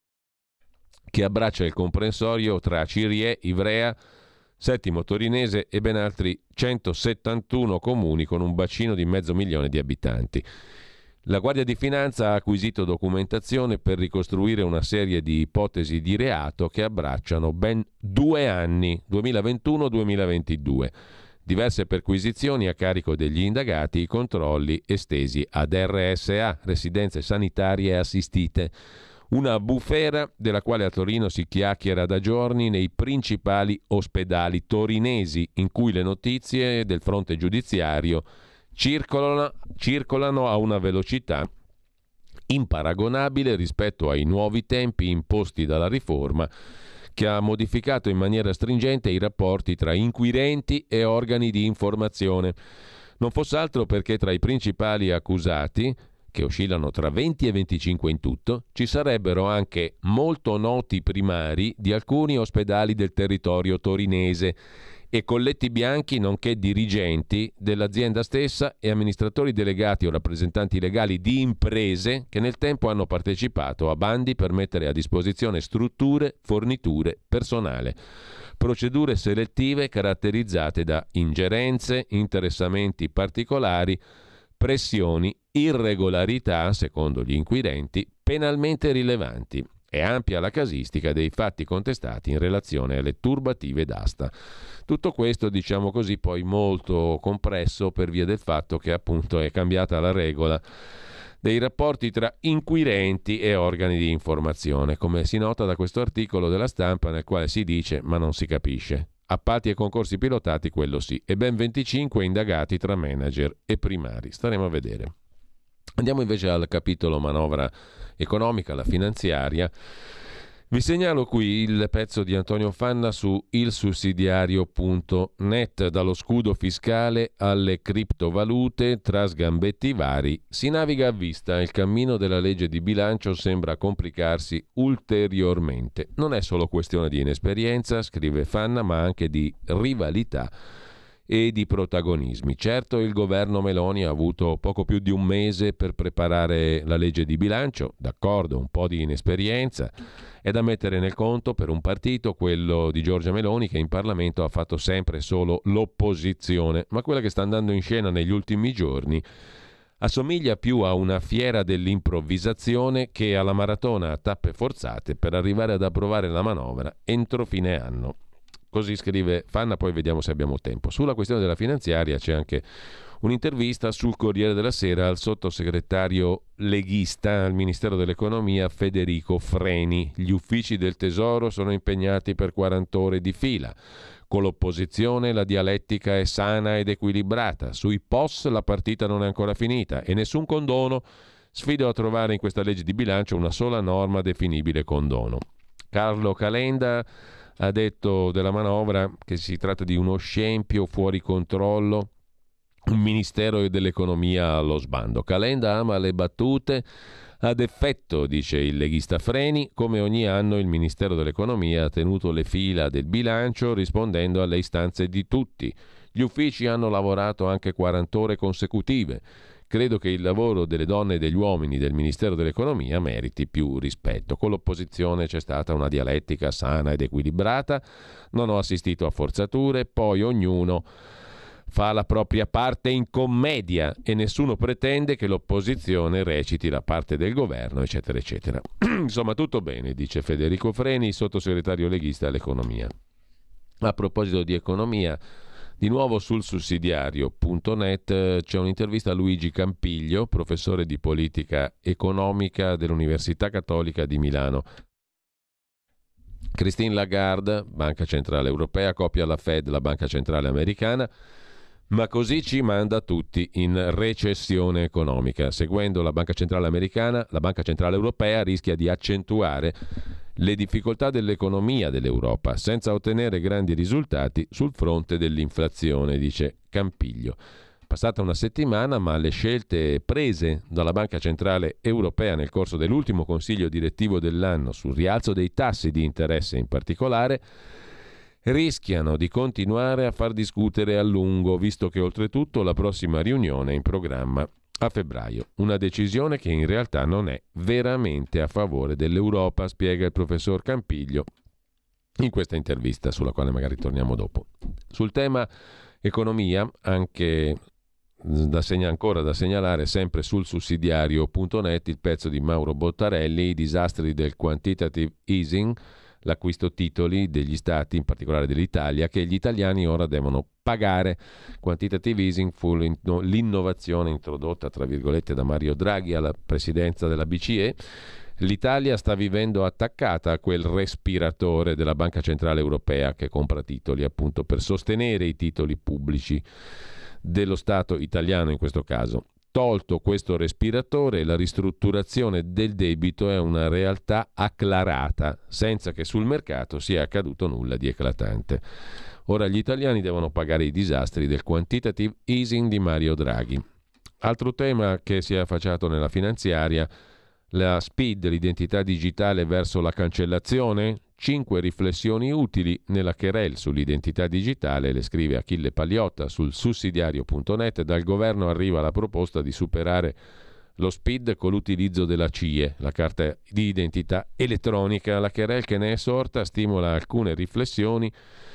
che abbraccia il comprensorio tra Cirie, Ivrea, Settimo Torinese e ben altri centosettantuno comuni con un bacino di mezzo milione di abitanti. La Guardia di Finanza ha acquisito documentazione per ricostruire una serie di ipotesi di reato che abbracciano ben due anni, duemilaventuno duemilaventidue. Diverse perquisizioni a carico degli indagati, i controlli estesi ad R S A, residenze sanitarie assistite. Una bufera della quale a Torino si chiacchiera da giorni nei principali ospedali torinesi, in cui le notizie del fronte giudiziario circolano, circolano a una velocità imparagonabile rispetto ai nuovi tempi imposti dalla riforma, che ha modificato in maniera stringente i rapporti tra inquirenti e organi di informazione. Non fosse altro perché tra i principali accusati, che oscillano tra venti e venticinque in tutto, ci sarebbero anche molto noti primari di alcuni ospedali del territorio torinese e colletti bianchi nonché dirigenti dell'azienda stessa e amministratori delegati o rappresentanti legali di imprese che nel tempo hanno partecipato a bandi per mettere a disposizione strutture, forniture, personale. Procedure selettive caratterizzate da ingerenze, interessamenti particolari, pressioni, irregolarità, secondo gli inquirenti, penalmente rilevanti. È ampia la casistica dei fatti contestati in relazione alle turbative d'asta. Tutto questo, diciamo così, poi molto compresso per via del fatto che appunto è cambiata la regola dei rapporti tra inquirenti e organi di informazione, come si nota da questo articolo della Stampa nel quale si dice ma non si capisce. Appalti e concorsi pilotati, quello sì, e ben venticinque indagati tra manager e primari. Staremo a vedere. Andiamo invece al capitolo manovra economica, la finanziaria. Vi segnalo qui il pezzo di Antonio Fanna su il sussidiario punto net. Dallo scudo fiscale alle criptovalute, tra sgambetti vari, si naviga a vista. Il cammino della legge di bilancio sembra complicarsi ulteriormente. Non è solo questione di inesperienza, scrive Fanna, ma anche di rivalità e di protagonismi. Certo, il governo Meloni ha avuto poco più di un mese per preparare la legge di bilancio, d'accordo, un po' di inesperienza, è da mettere nel conto per un partito, quello di Giorgia Meloni, che in Parlamento ha fatto sempre solo l'opposizione, ma quella che sta andando in scena negli ultimi giorni assomiglia più a una fiera dell'improvvisazione che alla maratona a tappe forzate per arrivare ad approvare la manovra entro fine anno. Così scrive Fanna, poi vediamo se abbiamo tempo. Sulla questione della finanziaria c'è anche un'intervista sul Corriere della Sera al sottosegretario leghista al Ministero dell'Economia Federico Freni. Gli uffici del Tesoro sono impegnati per quaranta ore di fila. Con l'opposizione la dialettica è sana ed equilibrata. Sui P O S la partita non è ancora finita e nessun condono. Sfido a trovare in questa legge di bilancio una sola norma definibile condono. Carlo Calenda ha detto della manovra che si tratta di uno scempio fuori controllo, un ministero dell'economia allo sbando. Calenda ama le battute ad effetto, dice il leghista Freni. Come ogni anno il Ministero dell'Economia ha tenuto le fila del bilancio rispondendo alle istanze di tutti. Gli uffici hanno lavorato anche quaranta ore consecutive. Credo che il lavoro delle donne e degli uomini del Ministero dell'Economia meriti più rispetto. Con l'opposizione c'è stata una dialettica sana ed equilibrata, non ho assistito a forzature, poi ognuno fa la propria parte in commedia e nessuno pretende che l'opposizione reciti la parte del governo, eccetera, eccetera. Insomma, tutto bene, dice Federico Freni, sottosegretario leghista all'economia. A proposito di economia, di nuovo sul sussidiario punto net c'è un'intervista a Luigi Campiglio, professore di politica economica dell'Università Cattolica di Milano. Christine Lagarde, Banca Centrale Europea, copia la Fed, la Banca Centrale Americana, ma così ci manda tutti in recessione economica. Seguendo la Banca Centrale Americana, la Banca Centrale Europea rischia di accentuare le difficoltà dell'economia dell'Europa senza ottenere grandi risultati sul fronte dell'inflazione, dice Campiglio. Passata una settimana, ma le scelte prese dalla Banca Centrale Europea nel corso dell'ultimo consiglio direttivo dell'anno sul rialzo dei tassi di interesse in particolare rischiano di continuare a far discutere a lungo, visto che oltretutto la prossima riunione è in programma a febbraio. Una decisione che in realtà non è veramente a favore dell'Europa, spiega il professor Campiglio in questa intervista, sulla quale magari torniamo dopo. Sul tema economia, anche da segna, ancora da segnalare, sempre sul sussidiario punto net, il pezzo di Mauro Bottarelli, i disastri del quantitative easing, l'acquisto titoli degli stati, in particolare dell'Italia, che gli italiani ora devono pagare. Quantitative easing fu l'innovazione introdotta, tra virgolette, da Mario Draghi alla presidenza della B C E. L'Italia sta vivendo attaccata a quel respiratore della Banca Centrale Europea che compra titoli appunto per sostenere i titoli pubblici dello Stato italiano in questo caso. Tolto questo respiratore, la ristrutturazione del debito è una realtà acclarata, senza che sul mercato sia accaduto nulla di eclatante. Ora gli italiani devono pagare i disastri del quantitative easing di Mario Draghi. Altro tema che si è affacciato nella finanziaria, la S P I D, l'identità digitale verso la cancellazione. Cinque riflessioni utili nella querel sull'identità digitale, le scrive Achille Pagliotta sul sussidiario punto net. Dal governo arriva la proposta di superare lo S P I D con l'utilizzo della C I E, la carta di identità elettronica. La querel che ne è sorta stimola alcune riflessioni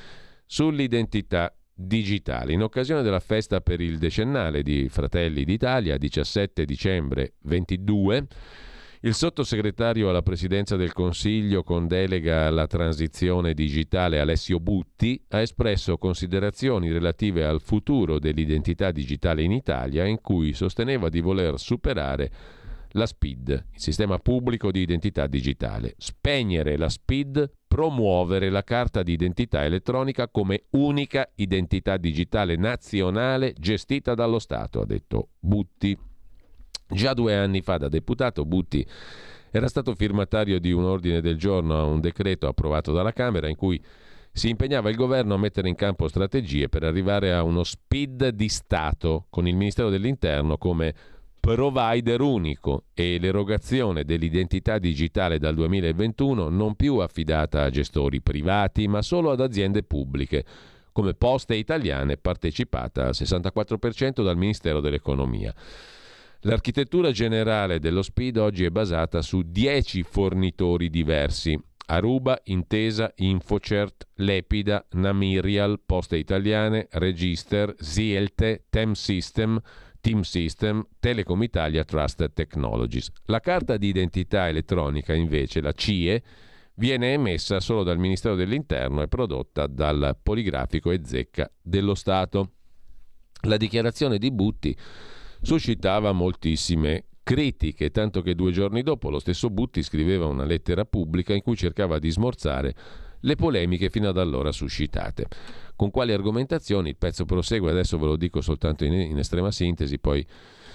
sull'identità digitale. In occasione della festa per il decennale di Fratelli d'Italia, diciassette dicembre ventidue, il sottosegretario alla presidenza del Consiglio con delega alla transizione digitale Alessio Butti ha espresso considerazioni relative al futuro dell'identità digitale in Italia, in cui sosteneva di voler superare la S P I D, il sistema pubblico di identità digitale, spegnere la S P I D, promuovere la carta di identità elettronica come unica identità digitale nazionale gestita dallo Stato, ha detto Butti. Già due anni fa, da deputato, Butti era stato firmatario di un ordine del giorno a un decreto approvato dalla Camera in cui si impegnava il governo a mettere in campo strategie per arrivare a uno S P I D di Stato, con il Ministero dell'Interno come provider unico e l'erogazione dell'identità digitale dal duemilaventuno non più affidata a gestori privati, ma solo ad aziende pubbliche, come Poste Italiane, partecipata al sessantaquattro per cento dal Ministero dell'Economia. L'architettura generale dello S P I D oggi è basata su dieci fornitori diversi: Aruba, Intesa, Infocert, Lepida, Namirial, Poste Italiane, Register, Zielte, Tem System, Team System, Telecom Italia, Trusted Technologies. La carta di identità elettronica, invece, la C I E, viene emessa solo dal Ministero dell'Interno e prodotta dal Poligrafico e Zecca dello Stato. La dichiarazione di Butti suscitava moltissime critiche, tanto che due giorni dopo lo stesso Butti scriveva una lettera pubblica in cui cercava di smorzare le polemiche fino ad allora suscitate. Con quali argomentazioni? Il pezzo prosegue, adesso ve lo dico soltanto in, in estrema sintesi, poi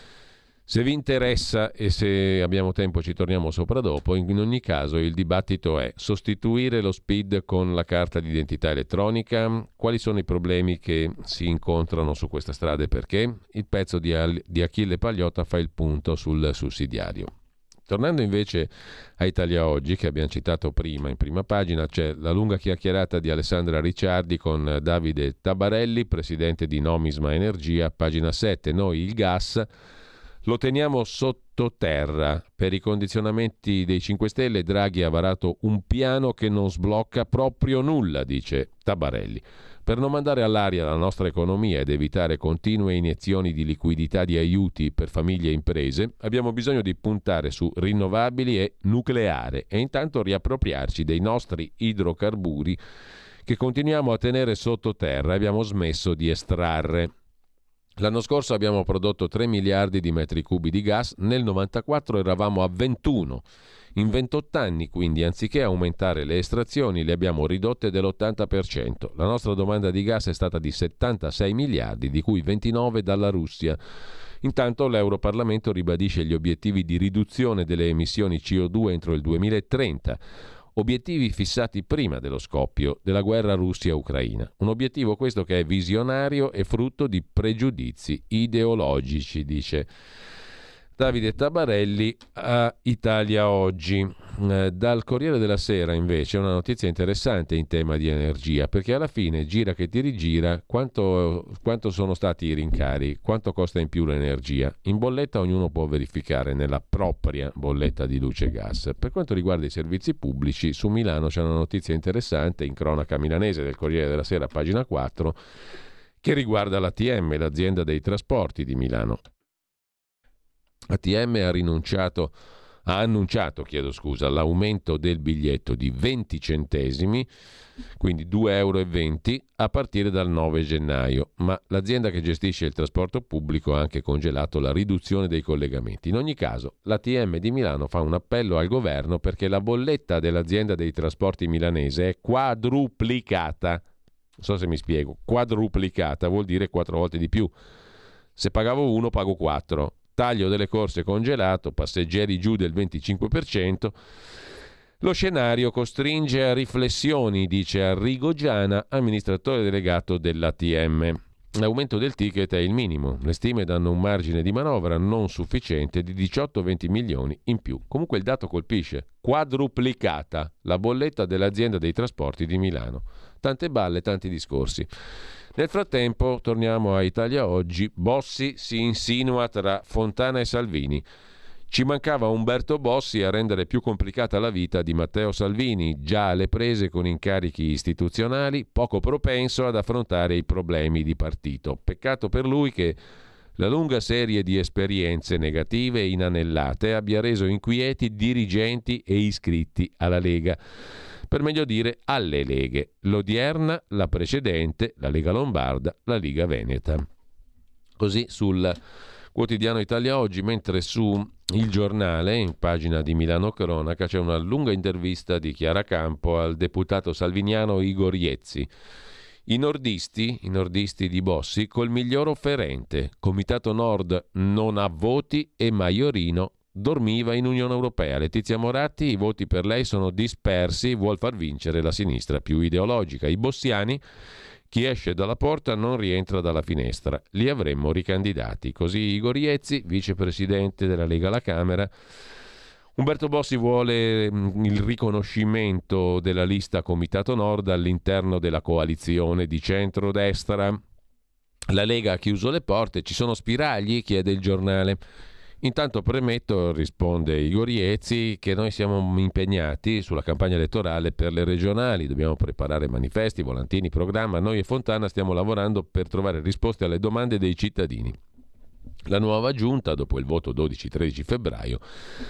se vi interessa e se abbiamo tempo ci torniamo sopra dopo. In ogni caso il dibattito è: sostituire lo S P I D con la carta di identità elettronica? Quali sono i problemi che si incontrano su questa strada e perché? Il pezzo di, Al- di Achille Pagliotta fa il punto sul sussidiario. Tornando invece a Italia Oggi, che abbiamo citato prima in prima pagina, c'è la lunga chiacchierata di Alessandra Ricciardi con Davide Tabarelli, presidente di Nomisma Energia, pagina sette. Noi il gas lo teniamo sottoterra. Per i condizionamenti dei cinque Stelle Draghi ha varato un piano che non sblocca proprio nulla, dice Tabarelli. Per non mandare all'aria la nostra economia ed evitare continue iniezioni di liquidità di aiuti per famiglie e imprese, abbiamo bisogno di puntare su rinnovabili e nucleare e intanto riappropriarci dei nostri idrocarburi che continuiamo a tenere sottoterra e abbiamo smesso di estrarre. L'anno scorso abbiamo prodotto tre miliardi di metri cubi di gas, nel novantaquattro eravamo a ventuno. In ventotto anni, quindi, anziché aumentare le estrazioni, le abbiamo ridotte dell'ottanta per cento. La nostra domanda di gas è stata di settantasei miliardi, di cui ventinove dalla Russia. Intanto l'Europarlamento ribadisce gli obiettivi di riduzione delle emissioni C O due entro il duemilatrenta. Obiettivi fissati prima dello scoppio della guerra Russia-Ucraina. Un obiettivo questo che è visionario e frutto di pregiudizi ideologici, dice Davide Tabarelli a Italia Oggi. Eh, dal Corriere della Sera invece una notizia interessante in tema di energia, perché alla fine gira che ti rigira quanto, quanto sono stati i rincari, quanto costa in più l'energia. In bolletta ognuno può verificare nella propria bolletta di luce e gas. Per quanto riguarda i servizi pubblici, su Milano c'è una notizia interessante in cronaca milanese del Corriere della Sera, pagina quattro, che riguarda l'A T M, l'azienda dei trasporti di Milano. A T M ha rinunciato, ha annunciato, chiedo scusa, l'aumento del biglietto di venti centesimi, quindi due euro e venti, a partire dal nove gennaio, ma l'azienda che gestisce il trasporto pubblico ha anche congelato la riduzione dei collegamenti. In ogni caso, l'A T M di Milano fa un appello al governo perché la bolletta dell'azienda dei trasporti milanese è quadruplicata. Non so se mi spiego, quadruplicata vuol dire quattro volte di più. Se pagavo uno, pago quattro. Taglio delle corse congelato, passeggeri giù del venticinque per cento. Lo scenario costringe a riflessioni, dice Arrigo Giana, amministratore delegato dell'A T M. L'aumento del ticket è il minimo. Le stime danno un margine di manovra non sufficiente di diciotto venti milioni in più. Comunque il dato colpisce. Quadruplicata la bolletta dell'azienda dei trasporti di Milano. Tante balle, tanti discorsi. Nel frattempo, torniamo a Italia Oggi. Bossi si insinua tra Fontana e Salvini. Ci mancava Umberto Bossi a rendere più complicata la vita di Matteo Salvini, già alle prese con incarichi istituzionali, poco propenso ad affrontare i problemi di partito. Peccato per lui che la lunga serie di esperienze negative e inanellate abbia reso inquieti dirigenti e iscritti alla Lega. Per meglio dire alle leghe, l'odierna, la precedente, la Lega Lombarda, la Lega Veneta. Così sul quotidiano Italia Oggi, mentre su Il Giornale, in pagina di Milano Cronaca, c'è una lunga intervista di Chiara Campo al deputato salviniano Igor Iezzi. I nordisti, i nordisti di Bossi, col miglior offerente. Comitato Nord non ha voti e Maiorino dormiva in Unione Europea. Letizia Moratti, i voti per lei sono dispersi, vuol far vincere la sinistra più ideologica. I bossiani, chi esce dalla porta non rientra dalla finestra, li avremmo ricandidati. Così Igor Iezzi, vicepresidente della Lega alla Camera. Umberto Bossi vuole il riconoscimento della lista Comitato Nord all'interno della coalizione di centrodestra. La Lega ha chiuso le porte, ci sono spiragli, chiede il Giornale. Intanto premetto, risponde Igor Iezzi, che noi siamo impegnati sulla campagna elettorale per le regionali, dobbiamo preparare manifesti, volantini, programma. Noi e Fontana stiamo lavorando per trovare risposte alle domande dei cittadini. La nuova giunta, dopo il voto dodici tredici febbraio,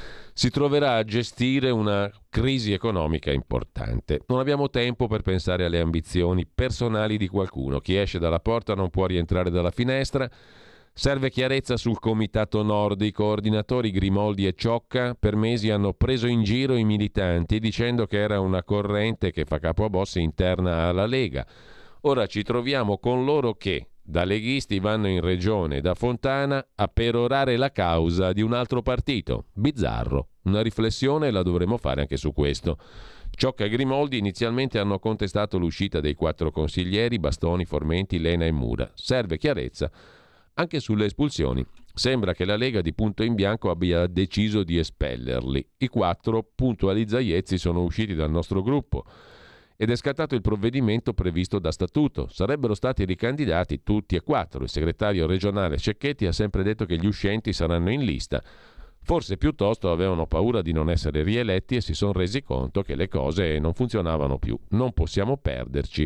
si troverà a gestire una crisi economica importante. Non abbiamo tempo per pensare alle ambizioni personali di qualcuno. Chi esce dalla porta non può rientrare dalla finestra. Serve chiarezza sul Comitato Nord. I coordinatori Grimoldi e Ciocca per mesi hanno preso in giro i militanti dicendo che era una corrente che fa capo a Bossi interna alla Lega. Ora ci troviamo con loro che da leghisti vanno in regione da Fontana a perorare la causa di un altro partito. Bizzarro. Una riflessione la dovremo fare anche su questo. Ciocca e Grimoldi inizialmente hanno contestato l'uscita dei quattro consiglieri Bastoni, Formenti, Lena e Mura. Serve chiarezza anche sulle espulsioni. Sembra che la Lega di punto in bianco abbia deciso di espellerli. I quattro, puntualizza Iezzi, sono usciti dal nostro gruppo ed è scattato il provvedimento previsto da statuto. Sarebbero stati ricandidati tutti e quattro. Il segretario regionale Cecchetti ha sempre detto che gli uscenti saranno in lista. Forse piuttosto avevano paura di non essere rieletti e si sono resi conto che le cose non funzionavano più. Non possiamo perderci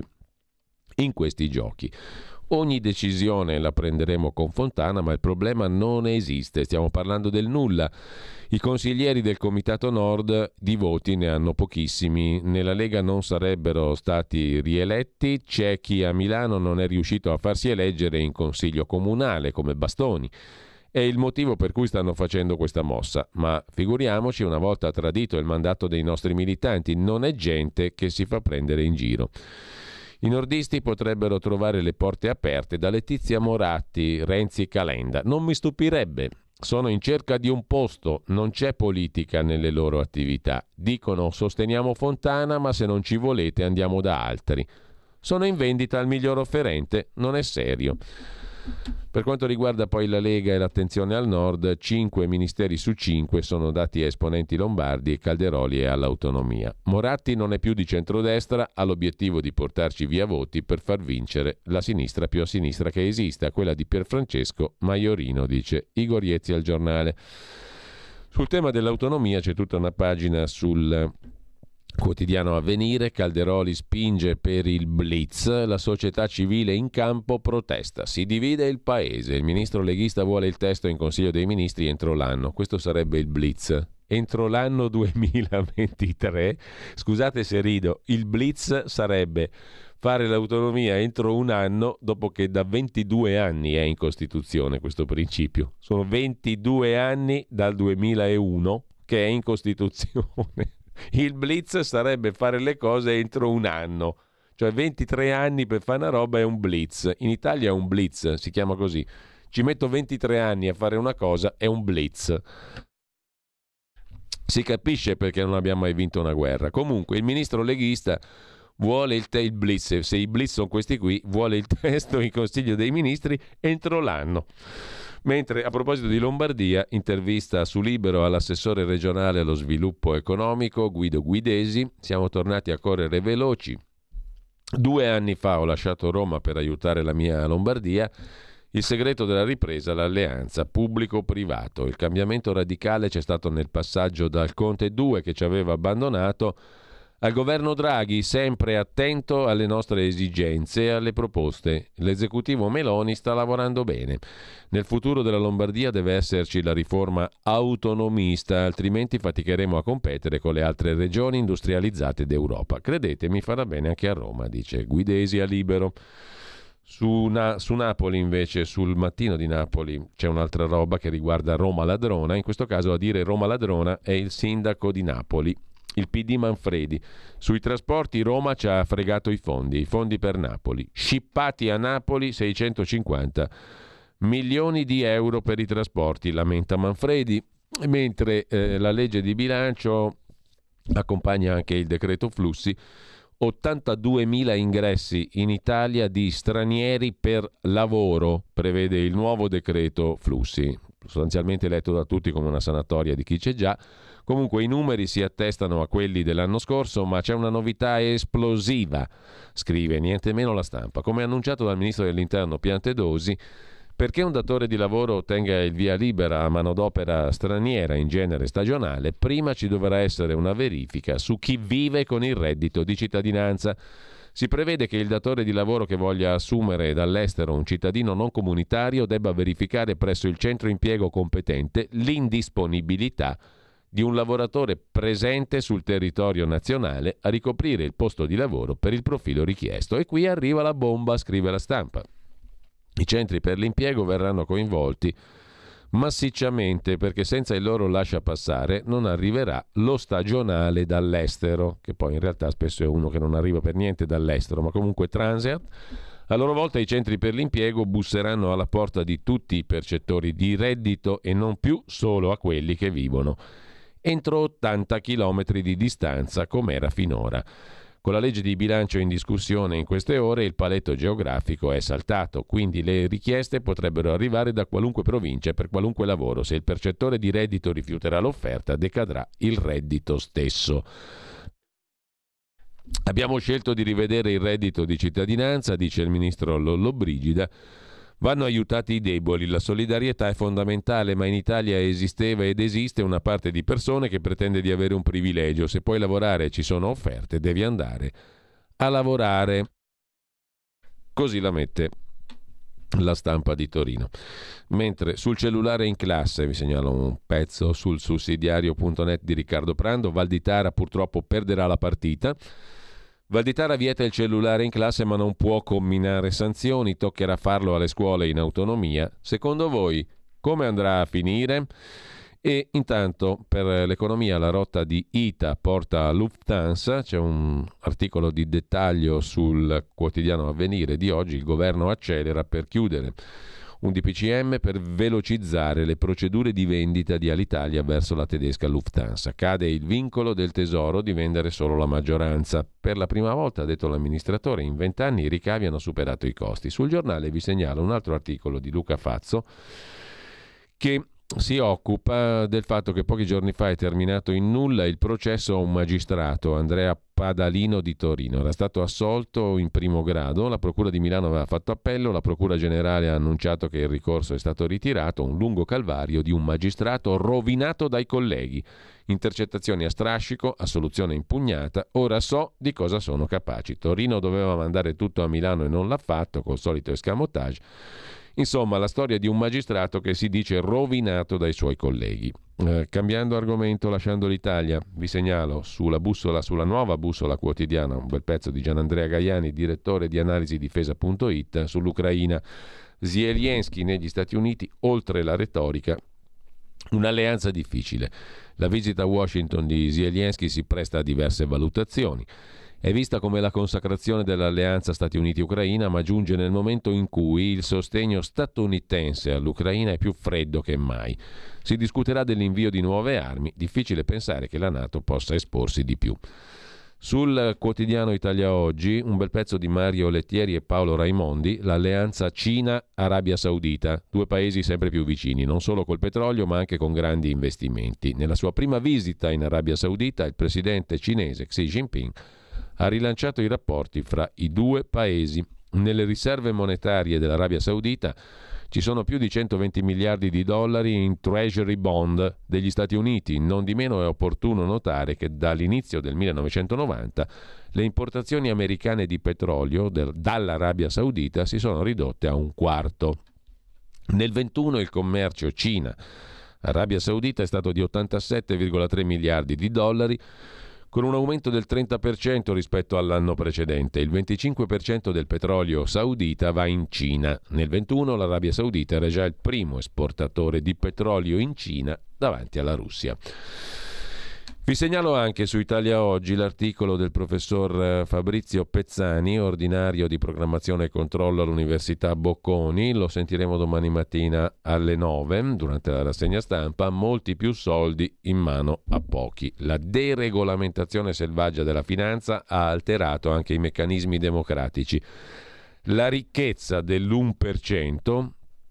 in questi giochi. Ogni decisione la prenderemo con Fontana, ma il problema non esiste, stiamo parlando del nulla. I consiglieri del Comitato Nord di voti ne hanno pochissimi, nella Lega non sarebbero stati rieletti, c'è chi a Milano non è riuscito a farsi eleggere in consiglio comunale come Bastoni. È il motivo per cui stanno facendo questa mossa, ma figuriamoci, una volta tradito il mandato dei nostri militanti, non è gente che si fa prendere in giro. I nordisti potrebbero trovare le porte aperte da Letizia Moratti, Renzi Calenda. Non mi stupirebbe. Sono in cerca di un posto, non c'è politica nelle loro attività. Dicono sosteniamo Fontana, ma se non ci volete andiamo da altri. Sono in vendita al miglior offerente, non è serio. Per quanto riguarda poi la Lega e l'attenzione al nord, cinque ministeri su cinque sono dati a esponenti lombardi, Calderoli e all'autonomia. Moratti non è più di centrodestra, ha l'obiettivo di portarci via voti per far vincere la sinistra più a sinistra che esista, quella di Pierfrancesco Maiorino, dice Igor Iezzi al Giornale. Sul tema dell'autonomia c'è tutta una pagina sul quotidiano Avvenire. Calderoli spinge per il blitz, la società civile in campo protesta, si divide il paese, il ministro leghista vuole il testo in Consiglio dei Ministri entro l'anno, questo sarebbe il blitz, entro l'anno duemilaventitré, scusate se rido, il blitz sarebbe fare l'autonomia entro un anno dopo che da ventidue anni è in Costituzione questo principio, sono ventidue anni dal duemilauno che è in Costituzione. Il blitz sarebbe fare le cose entro un anno, cioè ventitré anni per fare una roba è un blitz. In Italia è un blitz, si chiama così. Ci metto ventitré anni a fare una cosa, è un blitz. Si capisce perché non abbiamo mai vinto una guerra. Comunque il ministro leghista vuole il, te- il blitz, se i blitz sono questi qui, vuole il testo in Consiglio dei Ministri entro l'anno. Mentre a proposito di Lombardia, intervista su Libero all'assessore regionale allo sviluppo economico Guido Guidesi, siamo tornati a correre veloci. Due anni fa ho lasciato Roma per aiutare la mia Lombardia. Il segreto della ripresa, l'alleanza pubblico-privato. Il cambiamento radicale c'è stato nel passaggio dal Conte due che ci aveva abbandonato al governo Draghi, sempre attento alle nostre esigenze e alle proposte. L'esecutivo Meloni sta lavorando bene. Nel futuro della Lombardia deve esserci la riforma autonomista, altrimenti faticheremo a competere con le altre regioni industrializzate d'Europa. Credetemi, farà bene anche a Roma, dice Guidesi a Libero. Su, Na- su Napoli invece, sul Mattino di Napoli, c'è un'altra roba che riguarda Roma Ladrona. In questo caso a dire Roma Ladrona è il sindaco di Napoli, il P D Manfredi. Sui trasporti Roma ci ha fregato i fondi, i fondi per Napoli. Scippati a Napoli seicentocinquanta milioni di euro per i trasporti, lamenta Manfredi, mentre eh, la legge di bilancio accompagna anche il decreto flussi. ottantaduemila ingressi in Italia di stranieri per lavoro, prevede il nuovo decreto flussi. sostanzialmente letto da tutti come una sanatoria di chi c'è già. Comunque i numeri si attestano a quelli dell'anno scorso, ma c'è una novità esplosiva, scrive niente meno La Stampa. Come annunciato dal ministro dell'Interno Piantedosi, perché un datore di lavoro ottenga il via libera a manodopera straniera, in genere stagionale, prima ci dovrà essere una verifica su chi vive con il reddito di cittadinanza. Si prevede che il datore di lavoro che voglia assumere dall'estero un cittadino non comunitario debba verificare presso il centro impiego competente l'indisponibilità di un lavoratore presente sul territorio nazionale a ricoprire il posto di lavoro per il profilo richiesto. E qui arriva la bomba, scrive La Stampa. I centri per l'impiego verranno coinvolti massicciamente perché senza il loro lasciapassare non arriverà lo stagionale dall'estero, che poi in realtà spesso è uno che non arriva per niente dall'estero, ma comunque transient. A loro volta i centri per l'impiego busseranno alla porta di tutti i percettori di reddito e non più solo a quelli che vivono entro ottanta chilometri di distanza, come era finora. Con la legge di bilancio in discussione in queste ore il paletto geografico è saltato, quindi le richieste potrebbero arrivare da qualunque provincia per qualunque lavoro. Se il percettore di reddito rifiuterà l'offerta, decadrà il reddito stesso. Abbiamo scelto di rivedere il reddito di cittadinanza, dice il ministro Lollobrigida. Vanno aiutati i deboli, la solidarietà è fondamentale, ma in Italia esisteva ed esiste una parte di persone che pretende di avere un privilegio. Se puoi lavorare e ci sono offerte, devi andare a lavorare. Così la mette La Stampa di Torino. Mentre sul cellulare in classe, vi segnalo un pezzo sul sussidiario punto net di Riccardo Prando, Valditara purtroppo perderà la partita. Valditara vieta il cellulare in classe ma non può comminare sanzioni, toccherà farlo alle scuole in autonomia. Secondo voi come andrà a finire? E intanto per l'economia la rotta di I T A porta a Lufthansa, c'è un articolo di dettaglio sul quotidiano Avvenire di oggi, il governo accelera per chiudere un D P C M per velocizzare le procedure di vendita di Alitalia verso la tedesca Lufthansa. Cade il vincolo del Tesoro di vendere solo la maggioranza. Per la prima volta, ha detto l'amministratore, in vent'anni i ricavi hanno superato i costi. Sul giornale vi segnalo un altro articolo di Luca Fazzo che si occupa del fatto che pochi giorni fa è terminato in nulla il processo a un magistrato, Andrea Padalino di Torino. Era stato assolto in primo grado, la Procura di Milano aveva fatto appello, la Procura Generale ha annunciato che il ricorso è stato ritirato, un lungo calvario di un magistrato rovinato dai colleghi. Intercettazioni a strascico, assoluzione impugnata, ora so di cosa sono capaci. Torino doveva mandare tutto a Milano e non l'ha fatto, col solito escamotage. Insomma, la storia di un magistrato che si dice rovinato dai suoi colleghi. Eh, cambiando argomento, lasciando l'Italia, vi segnalo sulla bussola, sulla nuova bussola quotidiana, un bel pezzo di Gianandrea Gaiani, direttore di analisi difesa punto it, sull'Ucraina. Zelensky negli Stati Uniti, oltre la retorica, un'alleanza difficile. La visita a Washington di Zelensky si presta a diverse valutazioni. È vista come la consacrazione dell'alleanza Stati Uniti-Ucraina, ma giunge nel momento in cui il sostegno statunitense all'Ucraina è più freddo che mai. Si discuterà dell'invio di nuove armi, difficile pensare che la NATO possa esporsi di più. Sul quotidiano Italia Oggi, un bel pezzo di Mario Lettieri e Paolo Raimondi, l'alleanza Cina-Arabia Saudita, due paesi sempre più vicini, non solo col petrolio ma anche con grandi investimenti. Nella sua prima visita in Arabia Saudita, il presidente cinese Xi Jinping ha rilanciato i rapporti fra i due paesi. Nelle riserve monetarie dell'Arabia Saudita ci sono più di centoventi miliardi di dollari in treasury bond degli Stati Uniti. Non di meno è opportuno notare che dall'inizio del millenovecentonovanta le importazioni americane di petrolio del, dall'Arabia Saudita si sono ridotte a un quarto. Nel ventuno il commercio Cina-Arabia Saudita è stato di ottantasette virgola tre miliardi di dollari, con un aumento del trenta per cento rispetto all'anno precedente. Il venticinque per cento del petrolio saudita va in Cina. Nel ventuno l'Arabia Saudita era già il primo esportatore di petrolio in Cina davanti alla Russia. Vi segnalo anche su Italia Oggi l'articolo del professor Fabrizio Pezzani, ordinario di programmazione e controllo all'Università Bocconi. Lo sentiremo domani mattina alle nove durante la rassegna stampa. Molti più soldi in mano a pochi. La deregolamentazione selvaggia della finanza ha alterato anche i meccanismi democratici. La ricchezza dell'uno per cento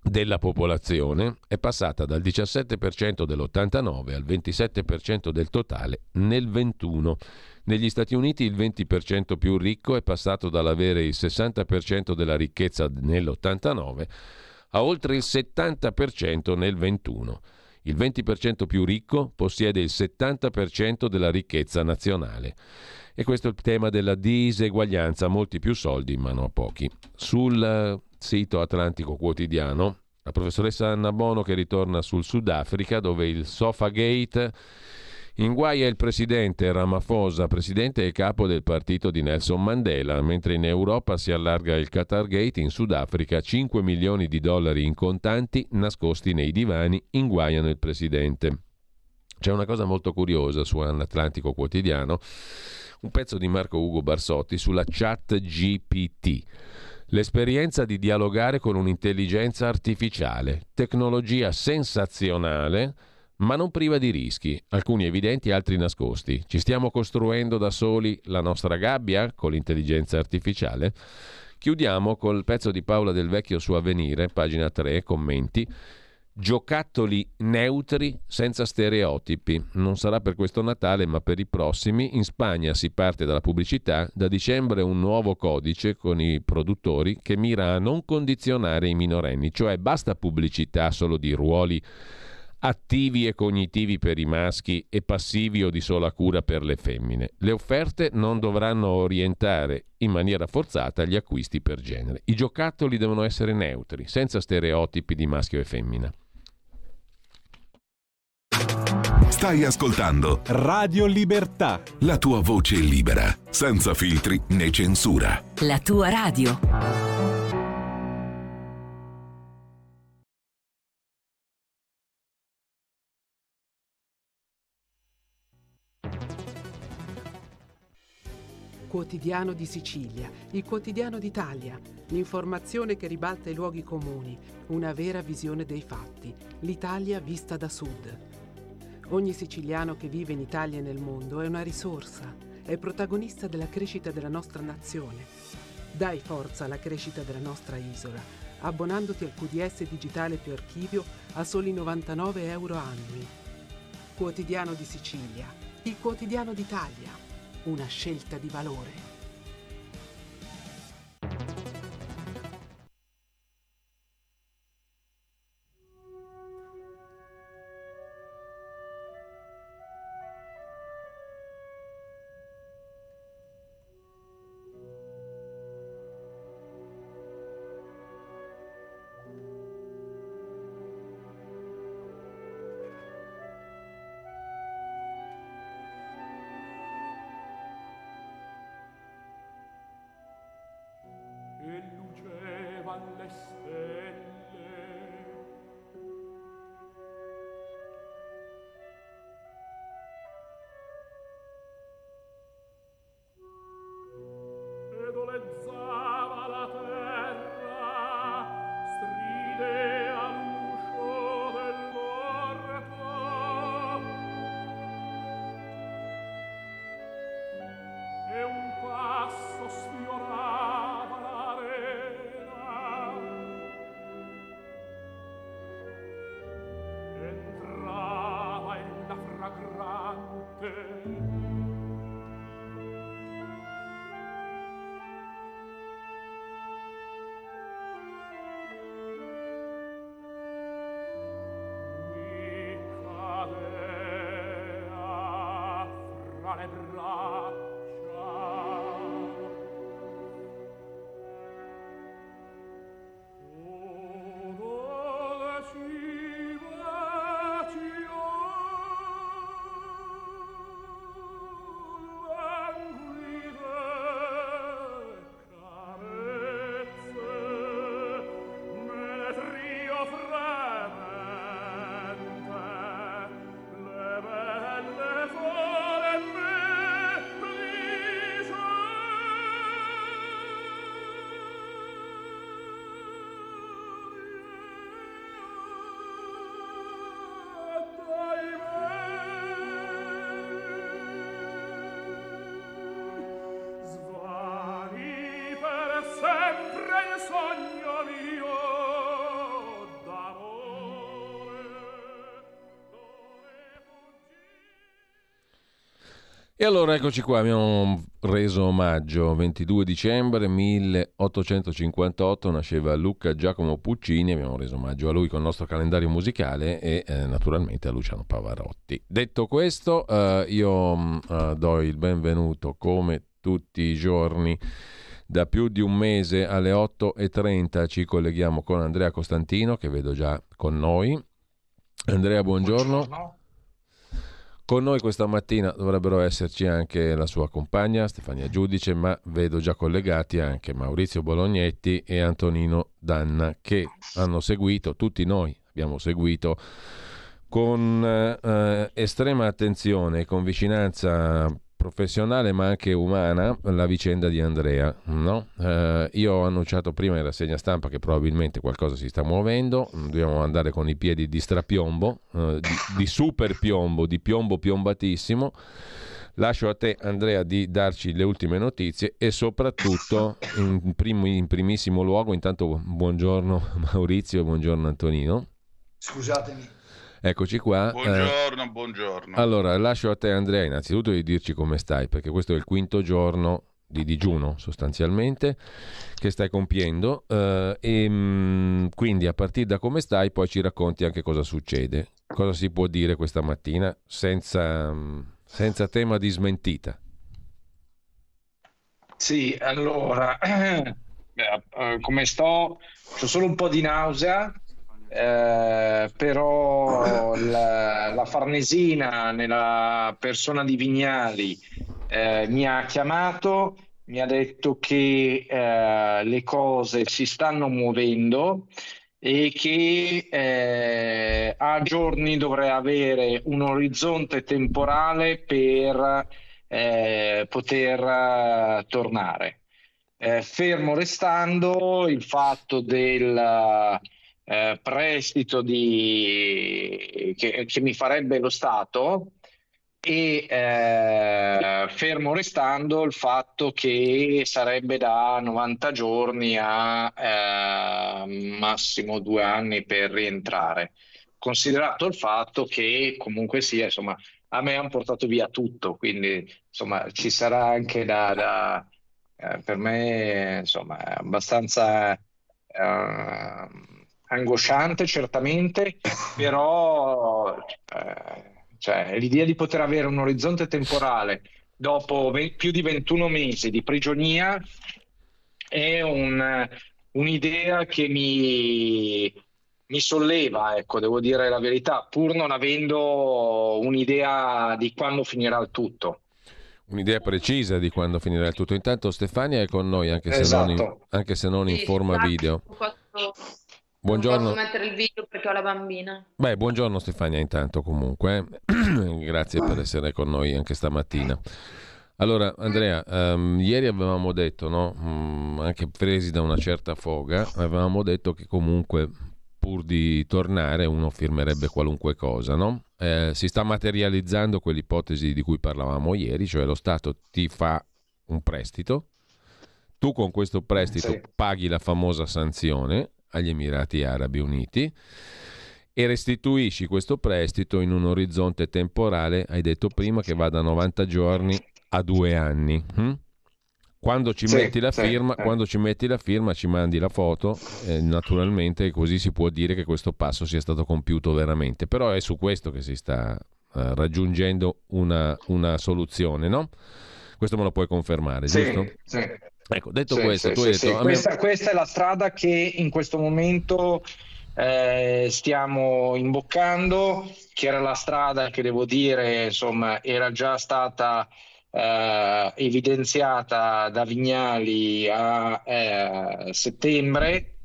della popolazione è passata dal diciassette per cento dell'ottantanove al ventisette per cento del totale nel ventuno. Negli Stati Uniti il venti per cento più ricco è passato dall'avere il sessanta per cento della ricchezza nell'ottantanove a oltre il settanta per cento nel ventuno. Il venti per cento più ricco possiede il settanta per cento della ricchezza nazionale. E questo è il tema della diseguaglianza, molti più soldi in mano a pochi. Sul sito Atlantico Quotidiano, la professoressa Anna Bono che ritorna sul Sudafrica, dove il Sofagate inguaia il presidente Ramaphosa, presidente e capo del partito di Nelson Mandela, mentre in Europa si allarga il Qatargate. In Sudafrica cinque milioni di dollari in contanti nascosti nei divani inguaiano il presidente. C'è una cosa molto curiosa su Atlantico Quotidiano, un pezzo di Marco Ugo Barsotti sulla Chat G P T. L'esperienza di dialogare con un'intelligenza artificiale, tecnologia sensazionale, ma non priva di rischi, alcuni evidenti, altri nascosti. Ci stiamo costruendo da soli la nostra gabbia con l'intelligenza artificiale? Chiudiamo col pezzo di Paola Del Vecchio su Avvenire, pagina tre, commenti. Giocattoli neutri senza stereotipi. Non sarà per questo Natale, ma per i prossimi. In Spagna si parte dalla pubblicità. Da dicembre un nuovo codice con i produttori che mira a non condizionare i minorenni, cioè basta pubblicità solo di ruoli attivi e cognitivi per i maschi e passivi o di sola cura per le femmine. Le offerte non dovranno orientare in maniera forzata gli acquisti per genere. I giocattoli devono essere neutri, senza stereotipi di maschio e femmina. Stai ascoltando Radio Libertà, la tua voce libera, senza filtri né censura. La tua radio. Quotidiano di Sicilia, il quotidiano d'Italia, l'informazione che ribalta i luoghi comuni, una vera visione dei fatti, l'Italia vista da sud. Ogni siciliano che vive in Italia e nel mondo è una risorsa, è protagonista della crescita della nostra nazione. Dai forza alla crescita della nostra isola, abbonandoti al Q D S digitale più archivio a soli novantanove euro annui. Quotidiano di Sicilia, il quotidiano d'Italia, una scelta di valore. alle stelle. E dolezzava la terra, stride all'uscio dell'orto, e un passo sfiorava l'arena, entrava ella fragrante. Le braccia, o dolci baci, languide carezze, menetrio fremente, le belle sole sempre il sogno mio E allora eccoci qua, abbiamo reso omaggio. Ventidue dicembre milleottocentocinquantotto nasceva Luca Giacomo Puccini, abbiamo reso omaggio a lui con il nostro calendario musicale e eh, naturalmente a Luciano Pavarotti. Detto questo, eh, io eh, do il benvenuto come tutti i giorni. Da più di un mese alle otto e trenta ci colleghiamo con Andrea Costantino, che vedo già con noi. Andrea, buongiorno. Buongiorno. Con noi questa mattina dovrebbero esserci anche la sua compagna Stefania Giudice, ma vedo già collegati anche Maurizio Bolognetti e Antonino Danna, che hanno seguito, tutti noi abbiamo seguito con eh, estrema attenzione e con vicinanza professionale ma anche umana la vicenda di Andrea, no? Eh, io ho annunciato prima in rassegna stampa che probabilmente qualcosa si sta muovendo, dobbiamo andare con i piedi di strapiombo, eh, di, di super piombo, di piombo piombatissimo. Lascio a te, Andrea, di darci le ultime notizie e soprattutto in, primo, in primissimo luogo, intanto buongiorno Maurizio e buongiorno Antonino. Scusatemi. Eccoci qua. Buongiorno, eh, buongiorno. Allora, lascio a te, Andrea, innanzitutto di dirci come stai, perché questo è il quinto giorno di digiuno, sostanzialmente, che stai compiendo, eh, e mh, quindi a partire da come stai poi ci racconti anche cosa succede. Cosa si può dire questa mattina senza, senza tema di smentita? Sì, allora, eh, come sto? Ho solo un po' di nausea. Eh, però la, la Farnesina nella persona di Vignali eh, mi ha chiamato, mi ha detto che eh, le cose si stanno muovendo e che eh, a giorni dovrei avere un orizzonte temporale per eh, poter eh, tornare, eh, fermo restando il fatto del Eh, prestito di, che, che mi farebbe lo Stato e eh, fermo restando il fatto che sarebbe da novanta giorni a eh, massimo due anni per rientrare, considerato il fatto che comunque sia, insomma, a me hanno portato via tutto, quindi insomma ci sarà anche da, da eh, per me insomma è abbastanza eh, angosciante certamente, però eh, cioè, l'idea di poter avere un orizzonte temporale dopo ve- più di ventuno mesi di prigionia è un, un'idea che mi, mi solleva, ecco, devo dire la verità, pur non avendo un'idea di quando finirà il tutto. Un'idea precisa di quando finirà il tutto. Intanto Stefania è con noi, anche se Esatto. non in, anche se non in forma video. Buongiorno. Non posso mettere il video perché ho la bambina. Beh, buongiorno Stefania intanto comunque. Grazie per essere con noi anche stamattina. Allora Andrea, um, ieri avevamo detto, no? um, anche presi da una certa foga, avevamo detto che comunque pur di tornare uno firmerebbe qualunque cosa, no? Eh, si sta materializzando quell'ipotesi di cui parlavamo ieri, cioè lo Stato ti fa un prestito, tu con questo prestito sì. paghi la famosa sanzione agli Emirati Arabi Uniti e restituisci questo prestito in un orizzonte temporale, hai detto prima, che va da novanta giorni a due anni. Hm? Quando ci sì, metti la firma, sì, quando ci metti la firma ci mandi la foto, eh, naturalmente così si può dire che questo passo sia stato compiuto veramente, però è su questo che si sta uh, raggiungendo una, una soluzione, no? Questo me lo puoi confermare, sì, giusto? Sì. Ecco, detto sì, questo, sì, tu sì, hai detto, sì. me... questa, questa è la strada che in questo momento eh, stiamo imboccando, che era la strada che devo dire, insomma, era già stata eh, evidenziata da Vignali a eh, settembre,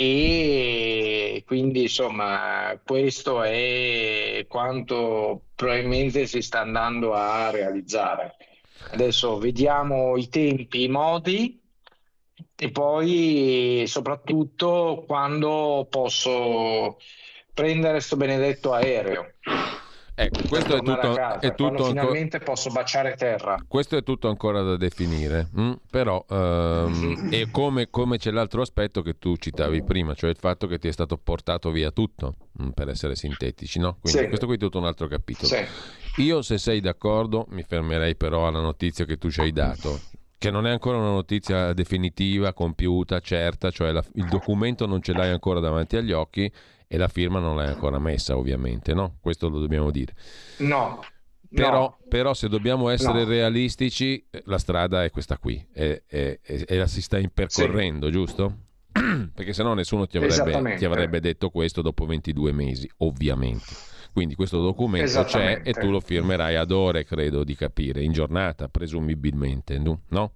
e quindi insomma questo è quanto probabilmente si sta andando a realizzare. Adesso vediamo i tempi, i modi e poi soprattutto quando posso prendere sto benedetto aereo. Ecco, questo è tutto, casa, è tutto ancora... finalmente posso baciare terra. Questo è tutto ancora da definire, hm? Però ehm, e come, come c'è l'altro aspetto che tu citavi prima, cioè il fatto che ti è stato portato via tutto, hm, per essere sintetici, no? Quindi sì. questo qui è tutto un altro capitolo. Sì. Io, se sei d'accordo, mi fermerei però alla notizia che tu ci hai dato, che non è ancora una notizia definitiva, compiuta, certa, cioè la, il documento non ce l'hai ancora davanti agli occhi e la firma non l'hai ancora messa, ovviamente, no? Questo lo dobbiamo dire. No. Però, no. però se dobbiamo essere No. realistici, la strada è questa qui e, e, e- e la si sta impercorrendo, giusto? Perché sennò nessuno ti avrebbe, Esattamente. ti avrebbe detto questo dopo ventidue mesi, ovviamente. Quindi questo documento c'è Esattamente. e tu lo firmerai ad ore, credo di capire, in giornata, presumibilmente, no? No?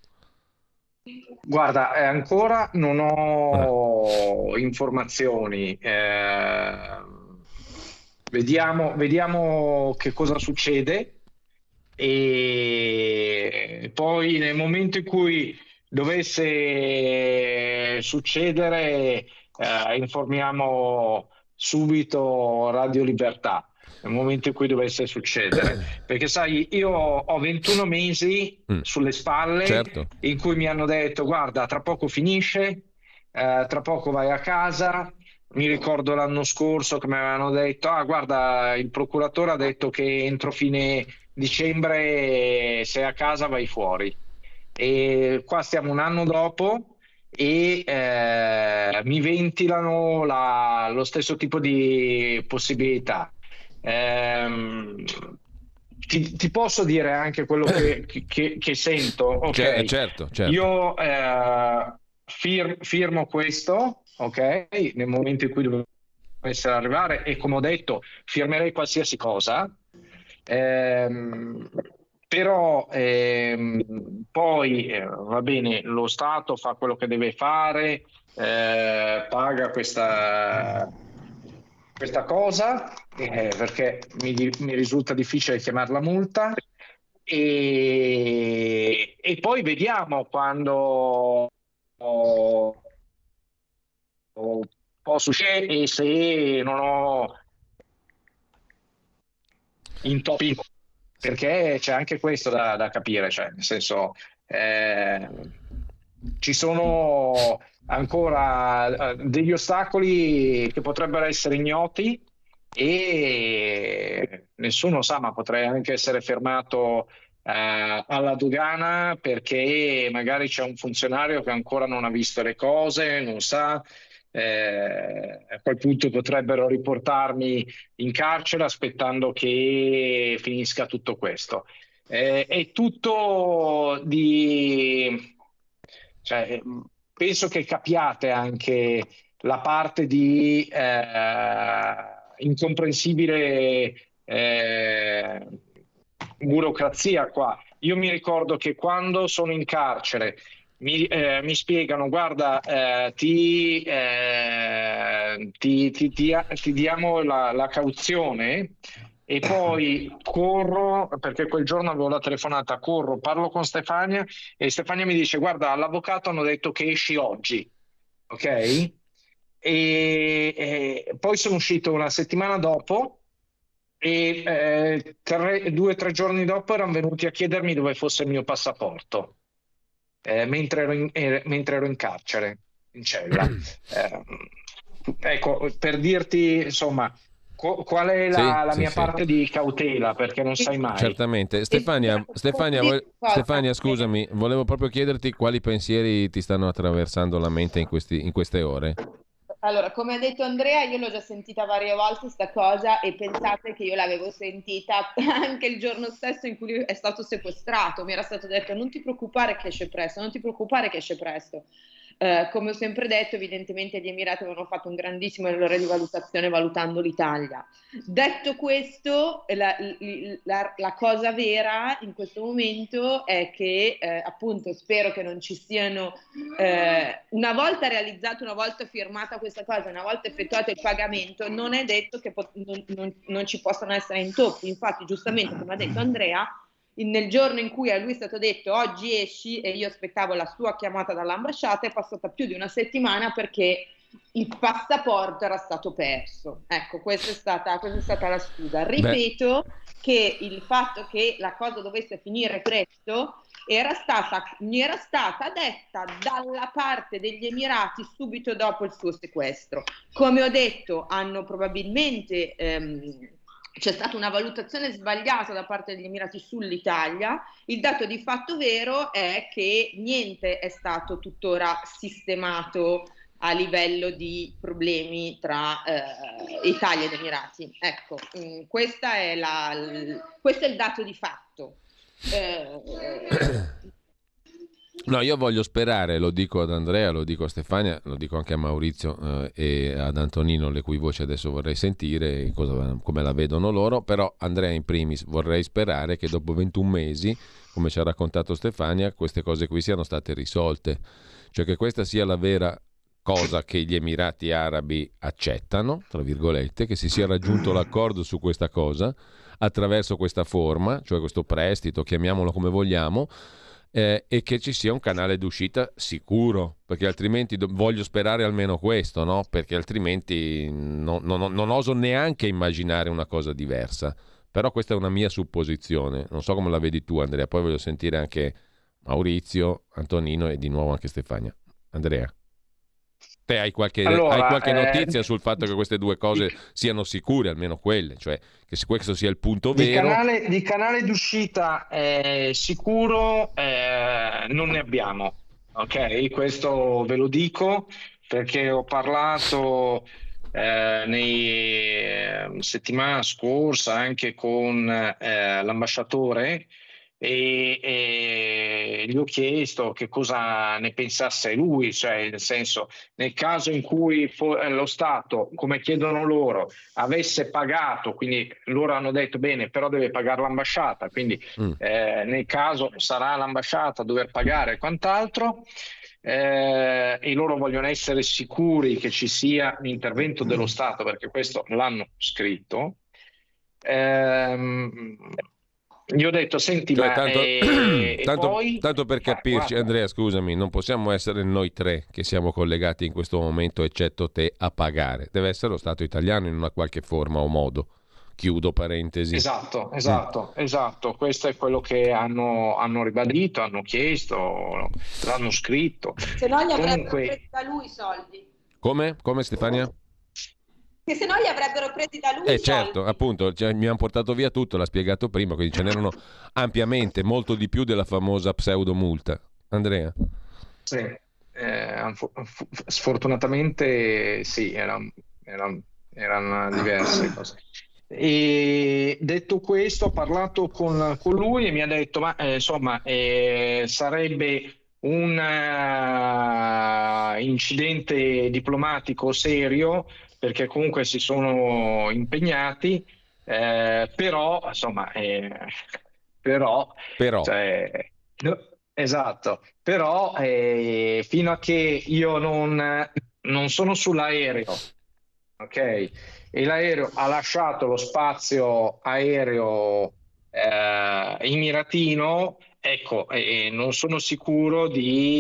Guarda, eh, ancora non ho informazioni. eh, vediamo, vediamo che cosa succede e poi nel momento in cui dovesse succedere, eh, informiamo subito Radio Libertà. Nel momento in cui dovesse succedere, perché sai, io ho ventuno mesi Mm. sulle spalle Certo. in cui mi hanno detto: guarda, tra poco finisce, eh, tra poco vai a casa. Mi ricordo l'anno scorso che mi avevano detto: ah, guarda, il procuratore ha detto che entro fine dicembre sei a casa, vai fuori. E qua stiamo un anno dopo e eh, mi ventilano la- lo stesso tipo di possibilità. Ehm, ti, ti posso dire anche quello che, che- che sento, ok? Cioè, certo, certo. Io eh, fir- firmo questo, ok? Nel momento in cui dovesse arrivare, e come ho detto, firmerei qualsiasi cosa. Ehm, però ehm, poi eh, va bene, lo Stato fa quello che deve fare, eh, paga questa, questa cosa, eh, perché mi, mi risulta difficile chiamarla multa, e, e poi vediamo quando oh, oh, può succedere e se non ho intoppi, perché c'è anche questo da, da capire, cioè nel senso eh, ci sono ancora eh, degli ostacoli che potrebbero essere ignoti e nessuno sa, ma potrei anche essere fermato eh, alla dogana perché magari c'è un funzionario che ancora non ha visto le cose, non sa. Eh, a quel punto potrebbero riportarmi in carcere aspettando che finisca tutto questo. Eh, è tutto di... cioè, penso che capiate anche la parte di eh, incomprensibile eh, burocrazia qua. Io mi ricordo che quando sono in carcere mi, eh, mi spiegano: guarda, eh, ti, eh, ti, ti- ti- ti diamo la, la cauzione e poi corro, perché quel giorno avevo la telefonata, corro, parlo con Stefania e Stefania mi dice: guarda, all'avvocato hanno detto che esci oggi, ok? E, e poi sono uscito una settimana dopo e eh, tre- due o tre giorni dopo erano venuti a chiedermi dove fosse il mio passaporto, eh, mentre ero in, eh, mentre ero in carcere, in cella. Eh, ecco, per dirti, insomma, qu- qual è Sì, la, la sì, mia sì. parte di cautela, perché non sai mai. Certamente. Stefania, Stefania, posso vo- dire cosa? Stefania, scusami, volevo proprio chiederti quali pensieri ti stanno attraversando la mente in, questi- in queste ore. Allora, come ha detto Andrea, io l'ho già sentita varie volte sta cosa e pensate che io l'avevo sentita anche il giorno stesso in cui lui è stato sequestrato. Mi era stato detto: non ti preoccupare che esce presto, non ti preoccupare che esce presto. Eh, come ho sempre detto, evidentemente gli Emirati avevano fatto un grandissimo errore di valutazione valutando l'Italia. Detto questo, la, la- la cosa vera in questo momento è che eh, appunto spero che non ci siano, eh, una volta realizzata, una volta firmata questa cosa, una volta effettuato il pagamento, non è detto che pot- non, non- non ci possano essere intoppi. Infatti, giustamente come ha detto Andrea, in- nel giorno in cui a lui è stato detto oggi esci e io aspettavo la sua chiamata dall'ambasciata, è passata più di una settimana perché il passaporto era stato perso. Ecco, questa è stata, questa è stata la scusa. Ripeto che il fatto che la cosa dovesse finire presto era stata, mi era stata detta dalla parte degli Emirati subito dopo il suo sequestro. Come ho detto, hanno probabilmente ehm, c'è stata una valutazione sbagliata da parte degli Emirati sull'Italia. Il dato di fatto vero è che niente è stato tuttora sistemato a livello di problemi tra eh, Italia ed Emirati. Ecco, mh, questa è la, l, questo è il dato di fatto. Eh, No, io voglio sperare, lo dico ad Andrea, lo dico a Stefania, lo dico anche a Maurizio eh, e ad Antonino, le cui voci adesso vorrei sentire, cosa, come la vedono loro, però Andrea in primis vorrei sperare che dopo ventuno mesi, come ci ha raccontato Stefania, queste cose qui siano state risolte, cioè che questa sia la vera cosa che gli Emirati Arabi accettano, tra virgolette, che si sia raggiunto l'accordo su questa cosa attraverso questa forma, cioè questo prestito, chiamiamolo come vogliamo, Eh, e che ci sia un canale d'uscita sicuro, perché altrimenti do- voglio sperare almeno questo, no? Perché altrimenti no, no, no, non oso neanche immaginare una cosa diversa. Però questa è una mia supposizione, non so come la vedi tu, Andrea, poi voglio sentire anche Maurizio, Antonino e di nuovo anche Stefania. Andrea, te hai qualche, Allora, hai qualche eh, notizia sul fatto che queste due cose siano sicure, almeno quelle, cioè che questo sia il punto Di vero? canale, di canale d'uscita eh, sicuro eh, non ne abbiamo, ok? Questo ve lo dico perché ho parlato eh, nei eh, settimana scorsa anche con eh, l'ambasciatore e, e gli ho chiesto che cosa ne pensasse lui, cioè nel senso, nel caso in cui fo- lo Stato, come chiedono loro, avesse pagato, quindi loro hanno detto bene, però deve pagare l'ambasciata, quindi Mm. eh, nel caso sarà l'ambasciata a dover pagare e quant'altro, eh, e loro vogliono essere sicuri che ci sia l'intervento dello Stato, perché questo l'hanno scritto. Ehm, gli ho detto, senti, Cioè, ma tanto, eh, e tanto, poi tanto per Eh, capirci, guarda, Andrea, scusami, non possiamo essere noi tre che siamo collegati in questo momento, eccetto te, a pagare. Deve essere lo Stato italiano in una qualche forma o modo. Chiudo parentesi. esatto, esatto, esatto. Questo è quello che hanno, hanno ribadito, hanno chiesto, l'hanno scritto. se no gli avrebbero Comunque, presi da lui i soldi. Come? Come Stefania? Che se no gli avrebbero presi da lui Eh i certo, soldi. appunto, cioè, mi hanno portato via tutto, l'ha spiegato prima, quindi ce n'erano ampiamente, molto di più della famosa pseudomulta. Andrea? sì, eh, fu- fu- sfortunatamente sì, erano, erano, erano diverse cose. E detto questo, ho parlato con, con lui e mi ha detto, ma eh, insomma, eh, sarebbe un eh, incidente diplomatico serio, perché comunque si sono impegnati, eh, però, insomma, eh, però, Però, cioè, no, esatto, però eh, fino a che io non, non sono sull'aereo, ok? E l'aereo ha lasciato lo spazio aereo eh, emiratino, ecco, e non sono sicuro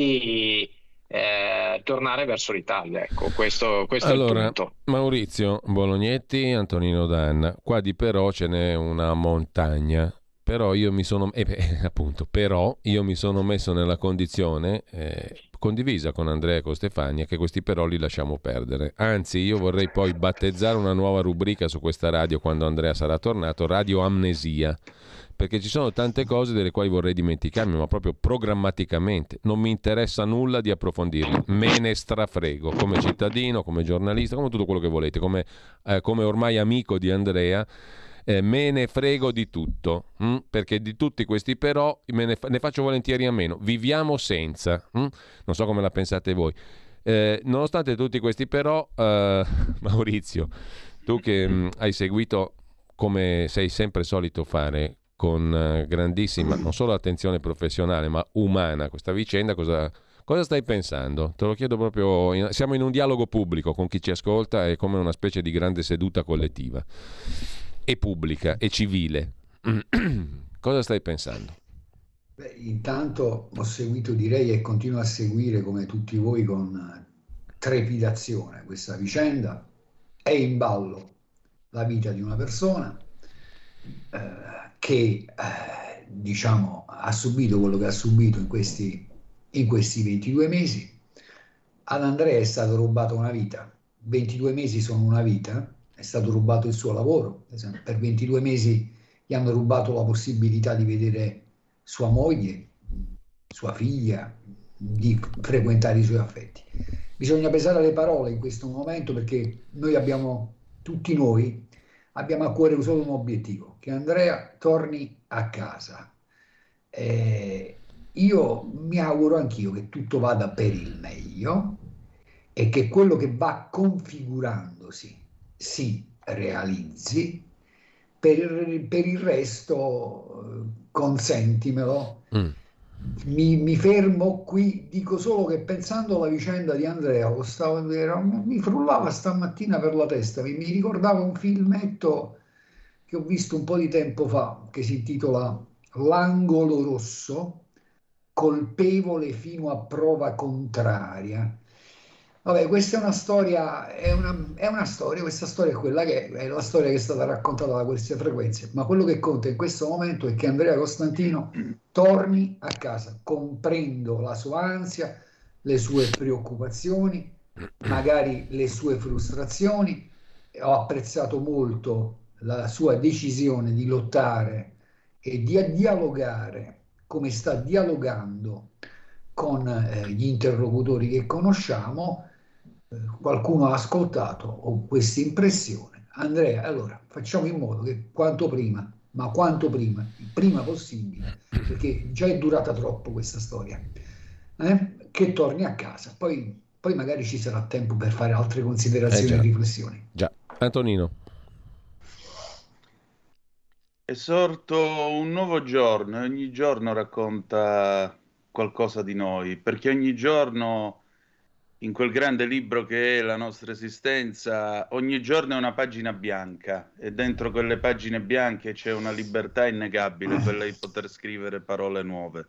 di eh, tornare verso l'Italia. Ecco, questo, questo è il allora, punto. Maurizio Bolognetti, Antonino Danna, qua di però ce n'è una montagna. Però io mi sono, eh beh, appunto, però io mi sono messo nella condizione eh, condivisa con Andrea e con Stefania che questi però li lasciamo perdere. Anzi, io vorrei poi battezzare una nuova rubrica su questa radio quando Andrea sarà tornato, Radio Amnesia, perché ci sono tante cose delle quali vorrei dimenticarmi, ma proprio programmaticamente. Non mi interessa nulla di approfondirli, me ne strafrego, come cittadino, come giornalista, come tutto quello che volete, come, eh, come ormai amico di Andrea. Eh, me ne frego di tutto, hm? Perché di tutti questi però me ne, fa- ne faccio volentieri a meno. Viviamo senza, hm? Non so come la pensate voi. Eh, nonostante tutti questi però, eh, Maurizio, tu che mh, hai seguito come sei sempre solito fare con eh, grandissima, non solo attenzione professionale, ma umana questa vicenda, cosa, cosa stai pensando? Te lo chiedo proprio, in- siamo in un dialogo pubblico con chi ci ascolta, è come una specie di grande seduta collettiva. E pubblica e civile. Cosa stai pensando? Beh, intanto ho seguito, direi, e continuo a seguire come tutti voi con trepidazione questa vicenda. È in ballo la vita di una persona eh, che eh, diciamo ha subito quello che ha subito in questi, in questi ventidue mesi. Ad Andrea è stato rubato una vita. ventidue mesi sono una vita. è stato rubato il suo lavoro, per esempio. Per ventidue mesi gli hanno rubato la possibilità di vedere sua moglie, sua figlia, di frequentare i suoi affetti. Bisogna pesare le parole in questo momento, perché noi abbiamo, tutti noi, abbiamo a cuore solo un obiettivo, che Andrea torni a casa. Eh, io mi auguro anch'io che tutto vada per il meglio e che quello che va configurandosi si realizzi. Per, per il resto, consentimelo, mm. mi, mi fermo qui, dico solo che pensando alla vicenda di Andrea, lo stavo, era, mi frullava stamattina per la testa, mi, mi ricordava un filmetto che ho visto un po' di tempo fa, che si intitola L'angolo rosso, colpevole fino a prova contraria. Vabbè, questa è una storia, è una, è una storia, questa storia è quella che è, è la storia che è stata raccontata da queste frequenze, ma quello che conta in questo momento è che Andrea Costantino torni a casa. Comprendo la sua ansia, le sue preoccupazioni, magari le sue frustrazioni. Ho apprezzato molto la sua decisione di lottare e di dialogare come sta dialogando con eh, gli interlocutori che conosciamo. Eh, qualcuno ha ascoltato, ho questa impressione. Andrea, allora facciamo in modo che quanto prima, ma quanto prima, il prima possibile, perché già è durata troppo questa storia, eh, che torni a casa. Poi, poi magari ci sarà tempo per fare altre considerazioni eh e riflessioni. Già, Antonino. È sorto un nuovo giorno e ogni giorno racconta qualcosa di noi, perché ogni giorno in quel grande libro che è la nostra esistenza, ogni giorno è una pagina bianca e dentro quelle pagine bianche c'è una libertà innegabile, quella di poter scrivere parole nuove.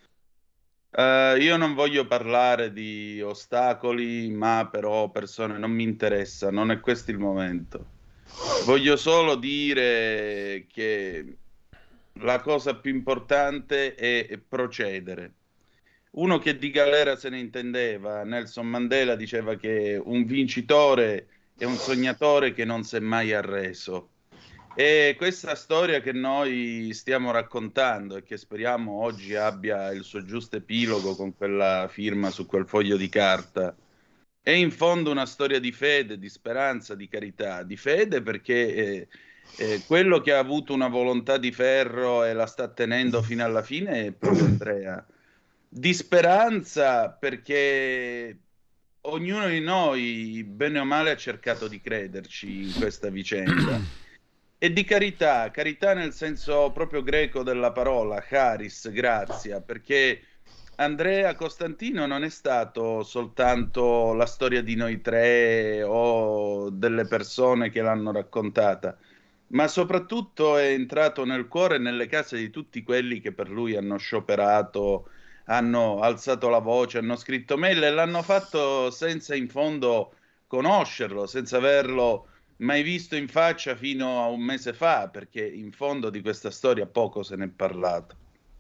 Uh, io non voglio parlare di ostacoli, ma però persone, non mi interessa, non è questo il momento. Voglio solo dire che la cosa più importante è procedere. Uno che di galera se ne intendeva, Nelson Mandela, diceva che un vincitore è un sognatore che non si è mai arreso. E questa storia che noi stiamo raccontando e che speriamo oggi abbia il suo giusto epilogo con quella firma su quel foglio di carta, è in fondo una storia di fede, di speranza, di carità. Di fede perché eh, eh, quello che ha avuto una volontà di ferro e la sta tenendo fino alla fine è proprio Andrea. Di speranza perché ognuno di noi, bene o male, ha cercato di crederci in questa vicenda. E di carità, carità nel senso proprio greco della parola, charis, grazia, perché Andrea Costantino non è stato soltanto la storia di noi tre o delle persone che l'hanno raccontata, ma soprattutto è entrato nel cuore e nelle case di tutti quelli che per lui hanno scioperato, hanno alzato la voce, hanno scritto mail e l'hanno fatto senza in fondo conoscerlo, senza averlo mai visto in faccia fino a un mese fa, perché in fondo di questa storia poco se ne è parlato.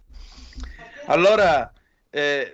Allora, eh,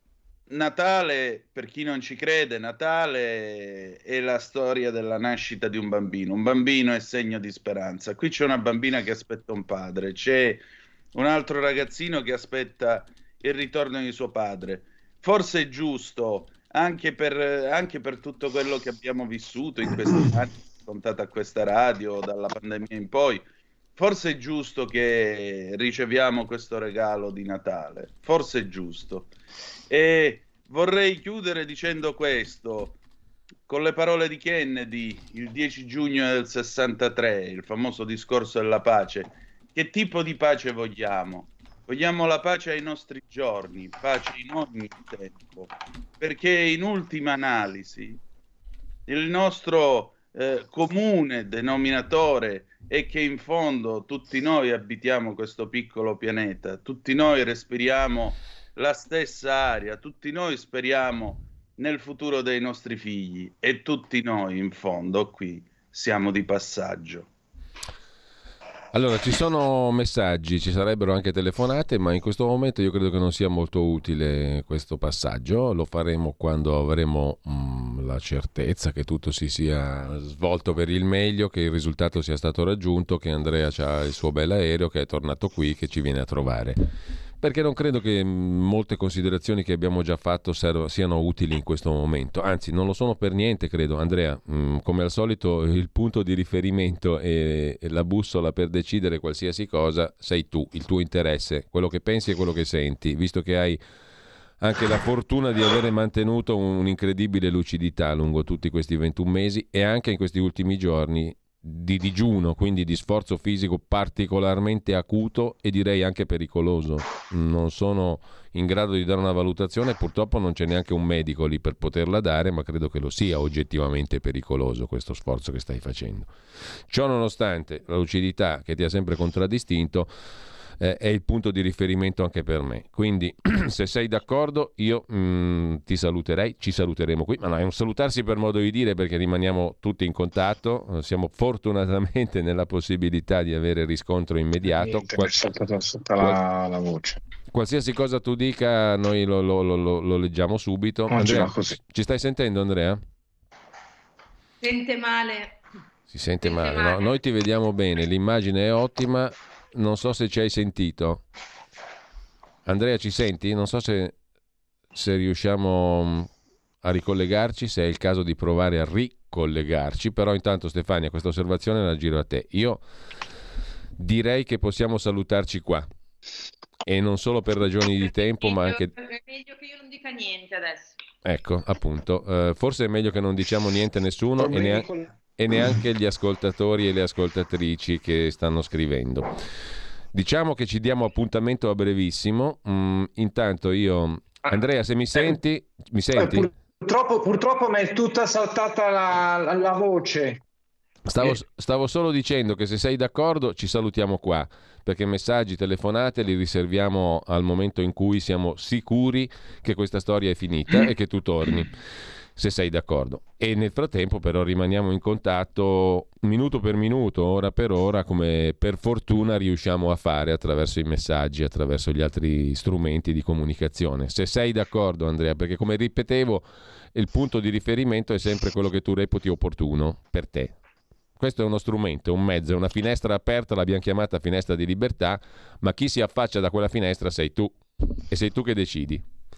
Natale, per chi non ci crede, Natale è la storia della nascita di un bambino. Un bambino è segno di speranza. Qui c'è una bambina che aspetta un padre, c'è un altro ragazzino che aspetta il ritorno di suo padre. Forse è giusto, anche per, anche per tutto quello che abbiamo vissuto in questi anni, contata a questa radio, dalla pandemia in poi, forse è giusto che riceviamo questo regalo di Natale, forse è giusto. E vorrei chiudere dicendo questo, con le parole di Kennedy, il dieci giugno del sessantatré, il famoso discorso della pace. Che tipo di pace vogliamo? Vogliamo la pace ai nostri giorni, pace in ogni tempo, perché in ultima analisi il nostro eh, comune denominatore è che in fondo tutti noi abitiamo questo piccolo pianeta, tutti noi respiriamo la stessa aria, tutti noi speriamo nel futuro dei nostri figli e tutti noi in fondo qui siamo di passaggio. Allora, ci sono messaggi, ci sarebbero anche telefonate, ma in questo momento io credo che non sia molto utile questo passaggio. Lo faremo quando avremo mh, la certezza che tutto si sia svolto per il meglio, che il risultato sia stato raggiunto, che Andrea ha il suo bel aereo, che è tornato qui, che ci viene a trovare. Perché non credo che molte considerazioni che abbiamo già fatto serv- siano utili in questo momento, anzi non lo sono per niente, credo. Andrea, mh, come al solito il punto di riferimento e, e la bussola per decidere qualsiasi cosa sei tu, il tuo interesse, quello che pensi e quello che senti, visto che hai anche la fortuna di avere mantenuto un'incredibile lucidità lungo tutti questi ventuno mesi e anche in questi ultimi giorni di digiuno, quindi di sforzo fisico particolarmente acuto e direi anche pericoloso. Non sono in grado di dare una valutazione, purtroppo non c'è neanche un medico lì per poterla dare, ma credo che lo sia oggettivamente pericoloso questo sforzo che stai facendo. Ciò nonostante, la lucidità che ti ha sempre contraddistinto eh, è il punto di riferimento anche per me, quindi se sei d'accordo io mh, ti saluterei, ci saluteremo qui, ma no, è un salutarsi per modo di dire, perché rimaniamo tutti in contatto, siamo fortunatamente nella possibilità di avere riscontro immediato. Niente, Qual- mi è saltata sotto la, la voce. Qualsiasi cosa tu dica noi lo, lo, lo, lo, lo leggiamo subito. Non Andrea, così. ci stai sentendo, Andrea? Sente male. Si sente Sente male, male. no? Noi ti vediamo bene, l'immagine è ottima, non so se ci hai sentito. Andrea, ci senti? Non so se, se riusciamo a ricollegarci, se è il caso di provare a ricollegarci, però intanto Stefania questa osservazione la giro a te. Io direi che possiamo salutarci qua, e non solo per ragioni di tempo, ma anche... È meglio che io non dica niente adesso. Ecco, appunto, eh, forse è meglio che non diciamo niente a nessuno e, nea- e neanche gli ascoltatori e le ascoltatrici che stanno scrivendo. Diciamo che ci diamo appuntamento a brevissimo. Mm, intanto io... Andrea, se mi senti... Mi senti? Eh, purtroppo, purtroppo mi è tutta saltata la, la, la voce. Stavo, stavo solo dicendo che se sei d'accordo ci salutiamo qua, perché messaggi, telefonate li riserviamo al momento in cui siamo sicuri che questa storia è finita e che tu torni, se sei d'accordo. E nel frattempo però rimaniamo in contatto minuto per minuto, ora per ora, come per fortuna riusciamo a fare attraverso i messaggi, attraverso gli altri strumenti di comunicazione. Se sei d'accordo, Andrea, perché come ripetevo il punto di riferimento è sempre quello che tu reputi opportuno per te. Questo è uno strumento, un mezzo, è una finestra aperta, l'abbiamo chiamata finestra di libertà, ma chi si affaccia da quella finestra sei tu, e sei tu che decidi.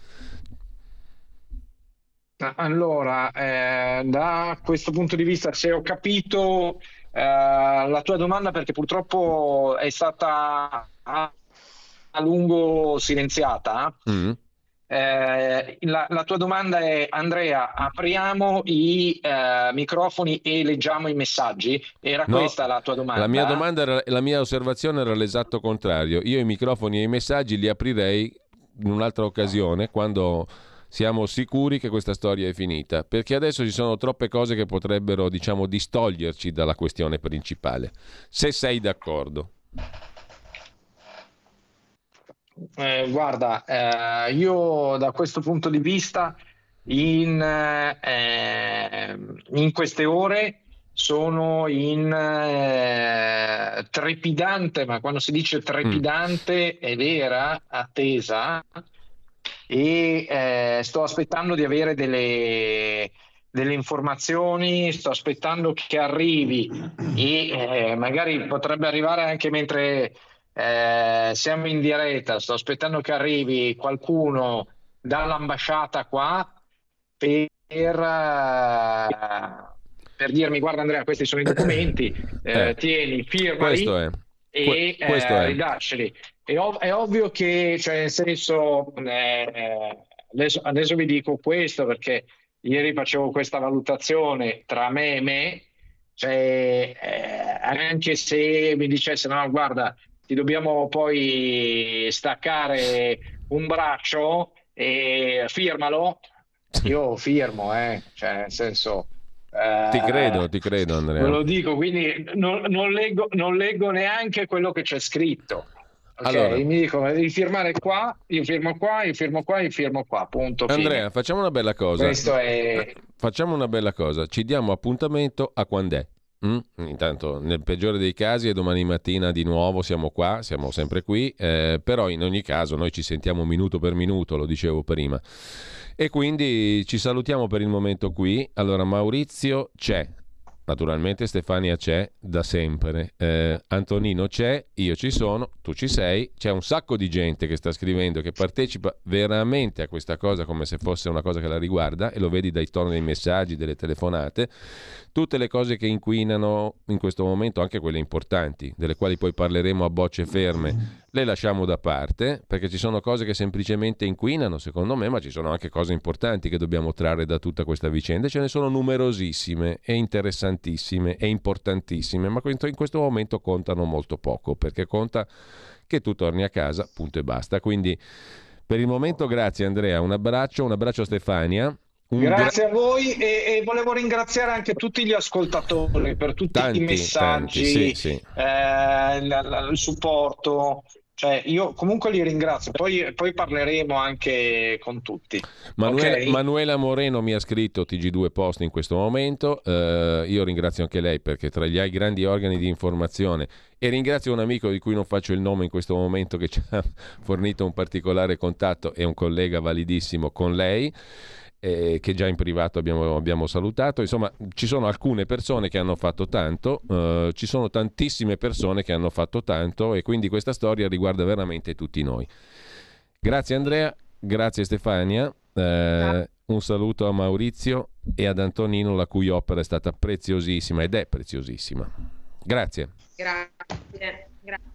Allora, eh, da questo punto di vista, se ho capito eh, la tua domanda, perché purtroppo è stata a, a lungo silenziata, Mm. eh, la, la tua domanda è: Andrea, apriamo i eh, microfoni e leggiamo i messaggi? Era No, questa la tua domanda? La mia domanda era, la mia osservazione era l'esatto contrario. Io i microfoni e i messaggi li aprirei in un'altra occasione, quando siamo sicuri che questa storia è finita, perché adesso ci sono troppe cose che potrebbero, diciamo, distoglierci dalla questione principale. Se sei d'accordo. Eh, guarda, eh, io da questo punto di vista in, eh, in queste ore sono in eh, trepidante, ma quando si dice trepidante è vera, attesa, e eh, sto aspettando di avere delle, delle informazioni, sto aspettando che arrivi e eh, magari potrebbe arrivare anche mentre eh, siamo in diretta, sto aspettando che arrivi qualcuno dall'ambasciata qua per, eh, per dirmi: guarda Andrea, questi sono i documenti, eh, Eh, tieni, firmali questo è. e Que- questo eh, è. ridacceli. È, ov- è ovvio che, cioè, nel senso, eh, adesso, adesso vi dico questo perché ieri facevo questa valutazione tra me e me, cioè, eh, anche se mi dicesse: no, guarda, ti dobbiamo poi staccare un braccio e firmalo, io firmo, eh, cioè, nel senso. eh, Ti credo, ti credo, Andrea. Ve lo dico, quindi non, non leggo, non leggo neanche quello che c'è scritto. Ok, Allora. mi dicono devi firmare qua, io firmo qua, io firmo qua, io firmo qua, punto. fine. Andrea, facciamo una bella cosa. Questo è Facciamo una bella cosa. Ci diamo appuntamento a quand'è. Mm? Intanto nel peggiore dei casi e domani mattina di nuovo siamo qua, siamo sempre qui, eh, però in ogni caso noi ci sentiamo minuto per minuto, lo dicevo prima, e quindi ci salutiamo per il momento qui. Allora Maurizio c'è, naturalmente Stefania c'è da sempre, eh, Antonino c'è, io ci sono, tu ci sei, c'è un sacco di gente che sta scrivendo, che partecipa veramente a questa cosa come se fosse una cosa che la riguarda, e lo vedi dai toni dei messaggi, delle telefonate. Tutte le cose che inquinano in questo momento, anche quelle importanti, delle quali poi parleremo a bocce ferme, le lasciamo da parte, perché ci sono cose che semplicemente inquinano, secondo me, ma ci sono anche cose importanti che dobbiamo trarre da tutta questa vicenda. Ce ne sono numerosissime e interessantissime e importantissime, ma in questo momento contano molto poco, perché conta che tu torni a casa, punto e basta. Quindi per il momento grazie Andrea, un abbraccio, un abbraccio a Stefania. Un Grazie gra- a voi e, e volevo ringraziare anche tutti gli ascoltatori per tutti tanti, i messaggi, tanti, sì, sì. eh, l- l- il supporto. Cioè, io comunque li ringrazio, poi, poi parleremo anche con tutti. Manuela, Ok? Manuela Moreno mi ha scritto T G due Post in questo momento, eh, io ringrazio anche lei perché tra gli grandi organi di informazione, e ringrazio un amico di cui non faccio il nome in questo momento che ci ha fornito un particolare contatto, e un collega validissimo con lei, eh, che già in privato abbiamo, abbiamo salutato. Insomma, ci sono alcune persone che hanno fatto tanto, eh, ci sono tantissime persone che hanno fatto tanto, e quindi questa storia riguarda veramente tutti noi. Grazie Andrea, grazie Stefania, eh, un saluto a Maurizio e ad Antonino, la cui opera è stata preziosissima ed è preziosissima. Grazie. Grazie. Grazie.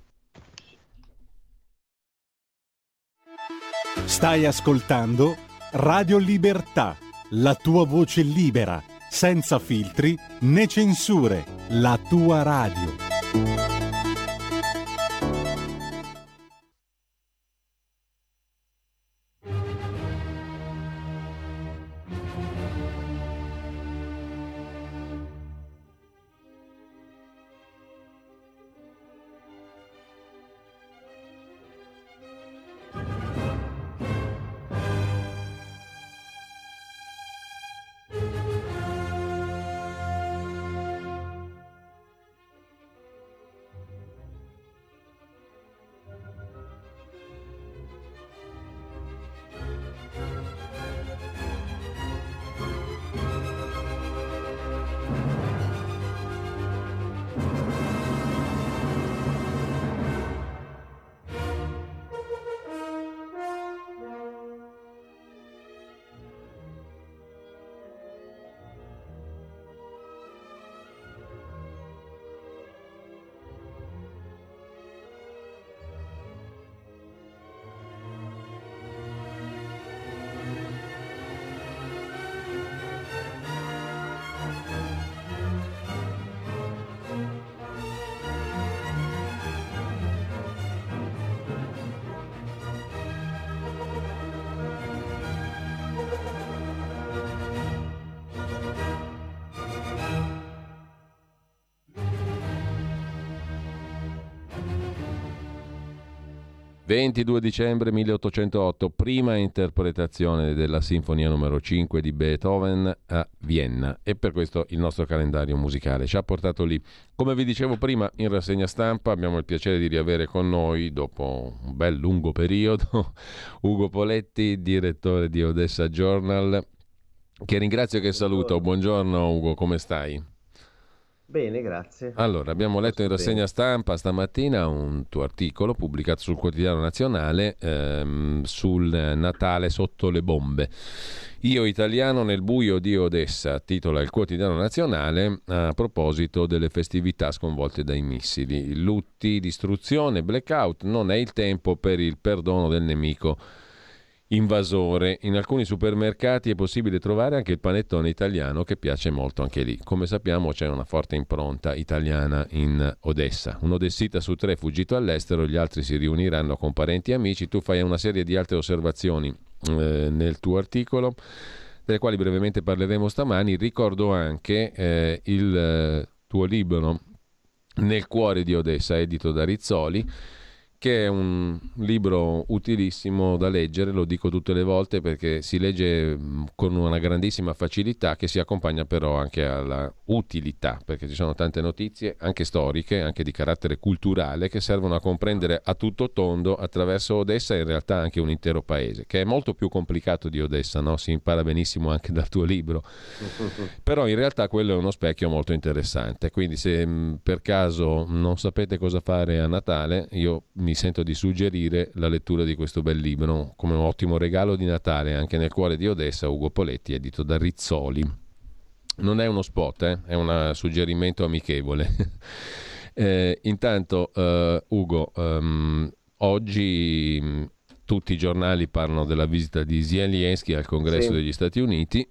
Stai ascoltando Radio Libertà, la tua voce libera, senza filtri né censure, la tua radio. ventidue dicembre milleottocentootto, prima interpretazione della Sinfonia numero cinque di Beethoven a Vienna, e per questo il nostro calendario musicale ci ha portato lì. Come vi dicevo prima, in rassegna stampa abbiamo il piacere di riavere con noi, dopo un bel lungo periodo, Ugo Poletti, direttore di Odessa Journal, che ringrazio e che saluto. Buongiorno Ugo, come stai? Bene, grazie. Allora, abbiamo letto in rassegna stampa stamattina un tuo articolo pubblicato sul Quotidiano Nazionale ehm, sul Natale sotto le bombe. Io italiano nel buio di Odessa, titola il Quotidiano Nazionale a proposito delle festività sconvolte dai missili. Lutti, distruzione, blackout, non è il tempo per il perdono del nemico invasore. In alcuni supermercati è possibile trovare anche il panettone italiano, che piace molto anche lì. Come sappiamo c'è una forte impronta italiana in Odessa. Un odessita su tre fuggito all'estero, gli altri si riuniranno con parenti e amici. Tu fai una serie di altre osservazioni eh, nel tuo articolo, delle quali brevemente parleremo stamani. Ricordo anche eh, il eh, tuo libro Nel cuore di Odessa, edito da Rizzoli, che è un libro utilissimo da leggere, lo dico tutte le volte perché si legge con una grandissima facilità che si accompagna però anche alla utilità, perché ci sono tante notizie, anche storiche, anche di carattere culturale, che servono a comprendere a tutto tondo attraverso Odessa e in realtà anche un intero paese, che è molto più complicato di Odessa, no? Si impara benissimo anche dal tuo libro, però in realtà quello è uno specchio molto interessante, quindi se mh, per caso non sapete cosa fare a Natale, io mi mi sento di suggerire la lettura di questo bel libro come un ottimo regalo di Natale anche nel cuore di Odessa. Ugo Poletti, edito da Rizzoli. Non è uno spot, eh? È un suggerimento amichevole. eh, intanto uh, Ugo, um, oggi mh, tutti i giornali parlano della visita di Zelensky al Congresso sì. degli Stati Uniti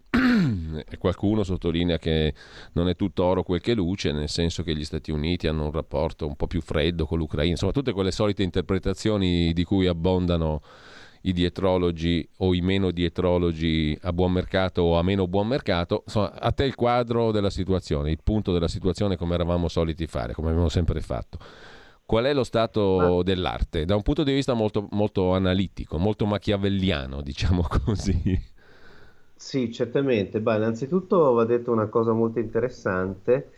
e qualcuno sottolinea che non è tutto oro quel che luce, nel senso che gli Stati Uniti hanno un rapporto un po' più freddo con l'Ucraina, insomma tutte quelle solite interpretazioni di cui abbondano i dietrologi o i meno dietrologi a buon mercato o a meno buon mercato. Insomma, a te il quadro della situazione, il punto della situazione come eravamo soliti fare, come abbiamo sempre fatto. Qual è lo stato Ma... dell'arte? Da un punto di vista molto, molto analitico, molto machiavelliano, diciamo così. Sì, certamente. Beh, innanzitutto va detto una cosa molto interessante.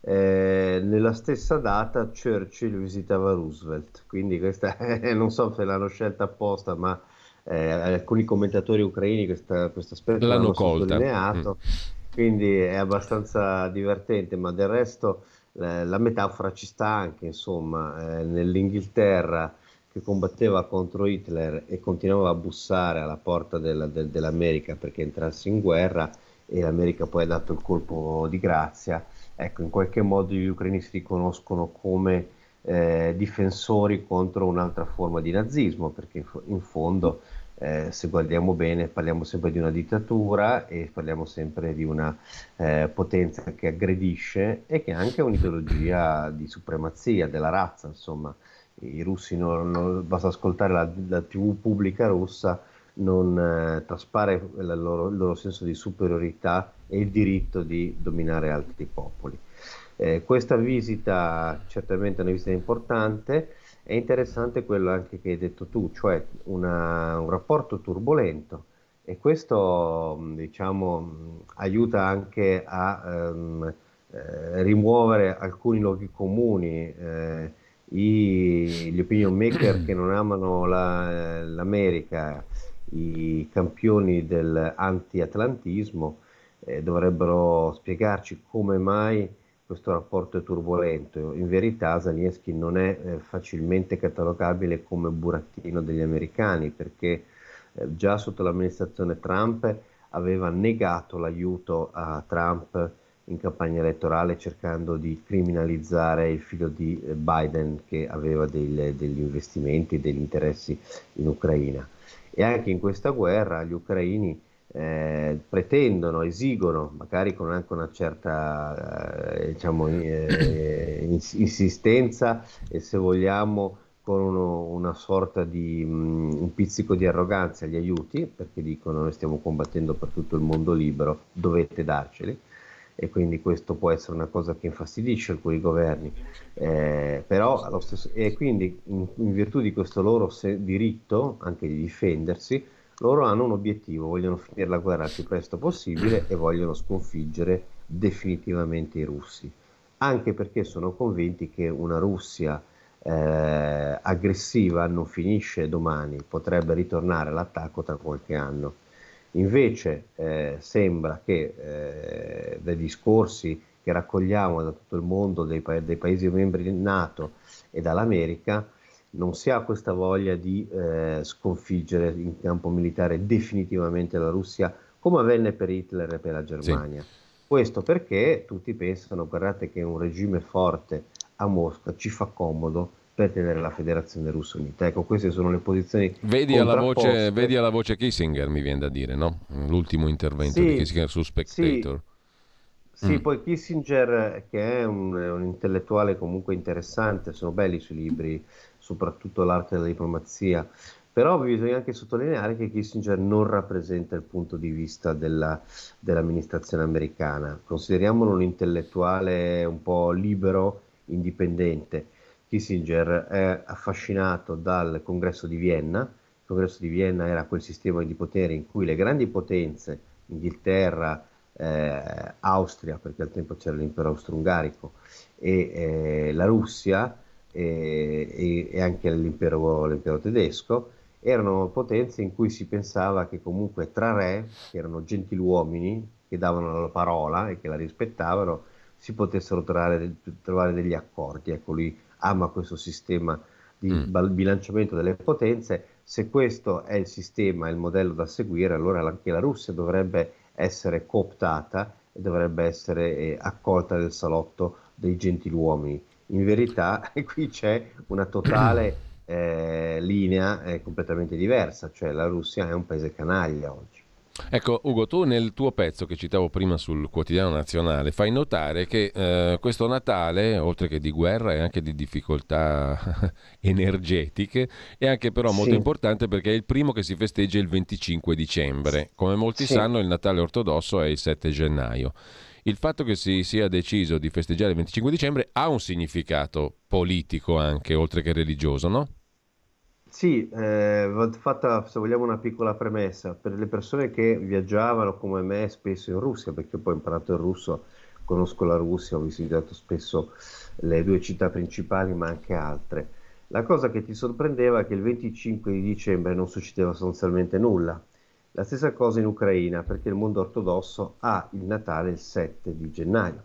Eh, nella stessa data Churchill visitava Roosevelt, quindi questa non so se l'hanno scelta apposta, ma eh, alcuni commentatori ucraini questa, questo aspetto l'hanno, l'hanno sottolineato, mm. quindi è abbastanza divertente, ma del resto eh, la metafora ci sta anche, insomma, eh, nell'Inghilterra che combatteva contro Hitler e continuava a bussare alla porta del, del, dell'America perché entrasse in guerra, e l'America poi ha dato il colpo di grazia. Ecco, in qualche modo gli ucraini si riconoscono come eh, difensori contro un'altra forma di nazismo, perché in, in fondo, eh, se guardiamo bene, parliamo sempre di una dittatura e parliamo sempre di una eh, potenza che aggredisce e che ha anche un'ideologia di supremazia della razza, insomma. I russi, non, non, basta ascoltare la, la tivù pubblica russa, non eh, traspare il loro, il loro senso di superiorità e il diritto di dominare altri popoli. Eh, questa visita certamente è una visita importante. È interessante quello anche che hai detto tu, cioè una, un rapporto turbolento, e questo diciamo aiuta anche a ehm, eh, rimuovere alcuni luoghi comuni. Eh, I, gli opinion maker che non amano la, l'America, i campioni dell'anti-atlantismo, eh, dovrebbero spiegarci come mai questo rapporto è turbolento. In verità Zelensky non è eh, facilmente catalogabile come burattino degli americani, perché eh, già sotto l'amministrazione Trump aveva negato l'aiuto a Trump in campagna elettorale, cercando di criminalizzare il figlio di Biden che aveva dei, degli investimenti, degli interessi in Ucraina. E anche in questa guerra gli ucraini eh, pretendono, esigono, magari con anche una certa eh, diciamo, eh, insistenza e, se vogliamo, con uno, una sorta di um, un pizzico di arroganza agli aiuti, perché dicono: noi stiamo combattendo per tutto il mondo libero, dovete darceli. E quindi questo può essere una cosa che infastidisce alcuni governi, eh, però allo stesso, e quindi in, in virtù di questo loro se, diritto anche di difendersi, loro hanno un obiettivo: vogliono finire la guerra il più presto possibile e vogliono sconfiggere definitivamente i russi, anche perché sono convinti che una Russia eh, aggressiva non finisce domani, potrebbe ritornare all'attacco tra qualche anno. Invece eh, sembra che eh, dai discorsi che raccogliamo da tutto il mondo, dei, pa- dei paesi membri NATO e dall'America, non si ha questa voglia di eh, sconfiggere in campo militare definitivamente la Russia, come avvenne per Hitler e per la Germania. Sì. Questo perché tutti pensano: guardate che un regime forte a Mosca ci fa comodo per tenere la Federazione Russa unita. Ecco, queste sono le posizioni vedi alla voce vedi alla voce Kissinger, mi viene da dire, no? L'ultimo intervento sì, di Kissinger su Spectator. Sì, sì mm. Poi Kissinger, che è un, un intellettuale comunque interessante, sono belli i suoi libri, soprattutto L'arte della diplomazia, però bisogna anche sottolineare che Kissinger non rappresenta il punto di vista della, dell'amministrazione americana. Consideriamolo un intellettuale un po' libero, indipendente. Kissinger è affascinato dal congresso di Vienna. Il congresso di Vienna era quel sistema di potere in cui le grandi potenze, Inghilterra, eh, Austria, perché al tempo c'era l'impero austro-ungarico, e eh, la Russia e, e, e anche l'impero, l'impero tedesco, erano potenze in cui si pensava che comunque tra re, che erano gentiluomini, che davano la parola e che la rispettavano, si potessero trovare, trovare degli accordi. Ecco, lui ama questo sistema di mm. bilanciamento delle potenze. Se questo è il sistema, il modello da seguire, allora anche la Russia dovrebbe essere cooptata e dovrebbe essere eh, accolta nel salotto dei gentiluomini. In verità qui c'è una totale eh, linea eh, completamente diversa, cioè la Russia è un paese canaglia oggi. Ecco Ugo, tu nel tuo pezzo che citavo prima sul Quotidiano Nazionale fai notare che eh, questo Natale, oltre che di guerra e anche di difficoltà energetiche, è anche però molto Sì. importante perché è il primo che si festeggia il venticinque dicembre. Come molti Sì. sanno, il Natale ortodosso è il sette gennaio. Il fatto che si sia deciso di festeggiare il venticinque dicembre ha un significato politico anche, oltre che religioso, no? Sì, eh, va fatta, se vogliamo, una piccola premessa per le persone che viaggiavano come me spesso in Russia, perché poi ho imparato il russo, conosco la Russia, ho visitato spesso le due città principali, ma anche altre. La cosa che ti sorprendeva è che il venticinque di dicembre non succedeva sostanzialmente nulla. La stessa cosa in Ucraina, perché il mondo ortodosso ha il Natale il sette di gennaio.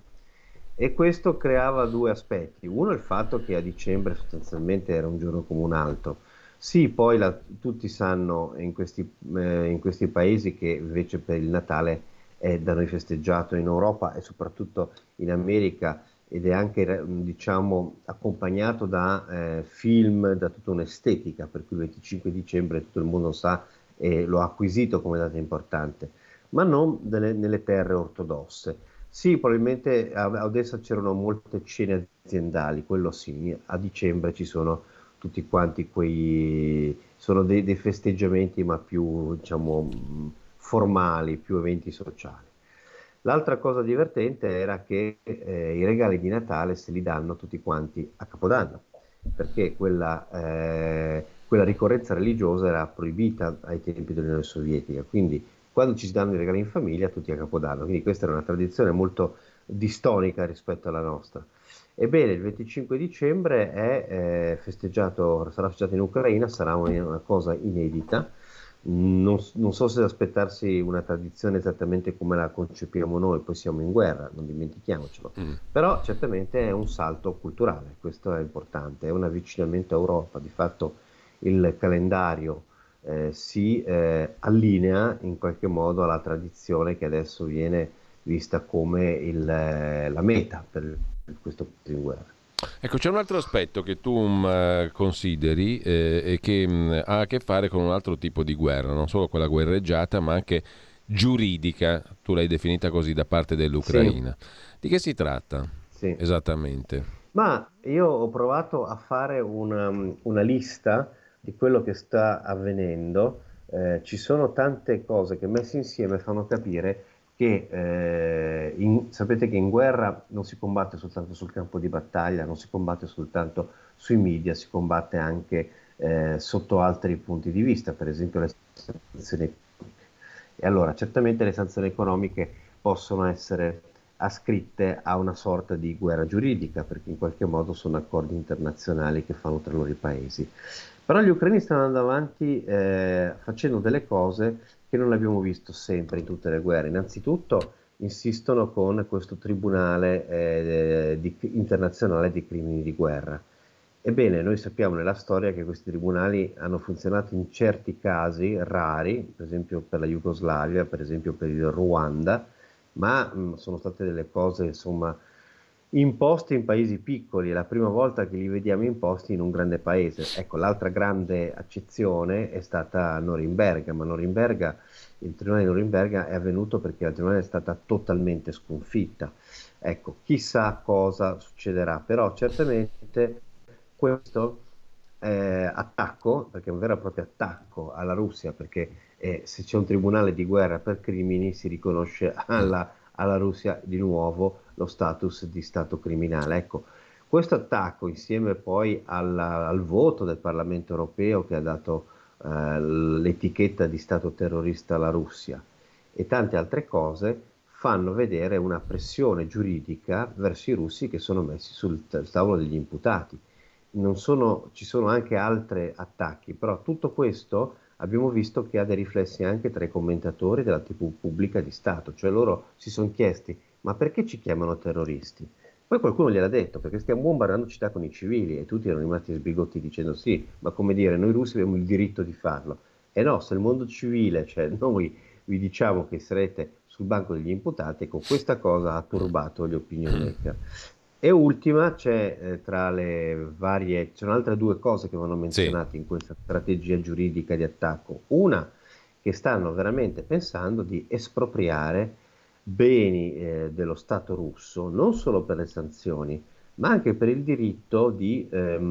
E questo creava due aspetti. Uno, il fatto che a dicembre sostanzialmente era un giorno come un altro. Sì, poi la, tutti sanno in questi, eh, in questi paesi che invece per il Natale è da noi festeggiato in Europa e soprattutto in America, ed è anche, diciamo, accompagnato da eh, film, da tutta un'estetica, per cui il venticinque dicembre tutto il mondo sa e lo ha acquisito come data importante, ma non delle, nelle terre ortodosse. Sì, probabilmente a Odessa c'erano molte cene aziendali, quello sì, a dicembre ci sono tutti quanti quei, sono dei, dei festeggiamenti ma più, diciamo, formali, più eventi sociali. L'altra cosa divertente era che eh, i regali di Natale se li danno tutti quanti a Capodanno, perché quella, eh, quella ricorrenza religiosa era proibita ai tempi dell'Unione Sovietica, quindi quando ci si danno i regali in famiglia tutti a Capodanno, quindi questa era una tradizione molto distonica rispetto alla nostra. Ebbene, il venticinque dicembre è eh, festeggiato, sarà festeggiato in Ucraina, sarà una, una cosa inedita. Non, non so se aspettarsi una tradizione esattamente come la concepiamo noi, poi siamo in guerra, non dimentichiamocelo, mm. però certamente è un salto culturale, questo è importante, è un avvicinamento a Europa, di fatto il calendario eh, si eh, allinea in qualche modo alla tradizione che adesso viene vista come il, la meta per questo punto in guerra. Ecco, c'è un altro aspetto che tu um, consideri eh, e che um, ha a che fare con un altro tipo di guerra, non solo quella guerreggiata, ma anche giuridica, tu l'hai definita così, da parte dell'Ucraina. Sì. Di che si tratta? Sì. Esattamente. Ma io ho provato a fare una, una lista di quello che sta avvenendo. Eh, ci sono tante cose che messe insieme fanno capire che eh, in, sapete che in guerra non si combatte soltanto sul campo di battaglia, non si combatte soltanto sui media, si combatte anche eh, sotto altri punti di vista, per esempio le sanzioni economiche. E allora certamente le sanzioni economiche possono essere ascritte a una sorta di guerra giuridica, perché in qualche modo sono accordi internazionali che fanno tra loro i paesi. Però gli ucraini stanno andando avanti eh, facendo delle cose che non abbiamo visto sempre in tutte le guerre. Innanzitutto insistono con questo tribunale eh, di, internazionale di crimini di guerra. Ebbene, noi sappiamo nella storia che questi tribunali hanno funzionato in certi casi rari, per esempio per la Jugoslavia, per esempio per il Ruanda, ma mh, sono state delle cose, insomma, imposti in paesi piccoli, è la prima volta che li vediamo imposti in un grande paese. Ecco, l'altra grande accezione è stata a Norimberga, ma Norimberga, il tribunale di Norimberga è avvenuto perché la tribunale è stata totalmente sconfitta. Ecco, chissà cosa succederà, però certamente questo eh, attacco, perché è un vero e proprio attacco alla Russia, perché eh, se c'è un tribunale di guerra per crimini si riconosce alla alla Russia di nuovo lo status di stato criminale. Ecco, Questo attacco, insieme poi alla, al voto del Parlamento europeo che ha dato eh, l'etichetta di Stato terrorista alla Russia e tante altre cose, fanno vedere una pressione giuridica verso i russi che sono messi sul tavolo degli imputati. Non sono, ci sono anche altri attacchi, però tutto questo abbiamo visto che ha dei riflessi anche tra i commentatori della tivù pubblica di Stato, cioè loro si sono chiesti ma perché ci chiamano terroristi? Poi qualcuno gliel'ha detto, perché stiamo bombardando città con i civili, e tutti erano rimasti sbigotti dicendo sì, ma come dire, noi russi abbiamo il diritto di farlo. E no, se il mondo civile, cioè noi vi diciamo che sarete sul banco degli imputati, ecco, questa cosa ha turbato gli opinion maker. E ultima, c'è eh, tra le varie, c'è un'altra due cose che vanno menzionate sì. in questa strategia giuridica di attacco. Una, che stanno veramente pensando di espropriare beni eh, dello Stato russo, non solo per le sanzioni, ma anche per il diritto di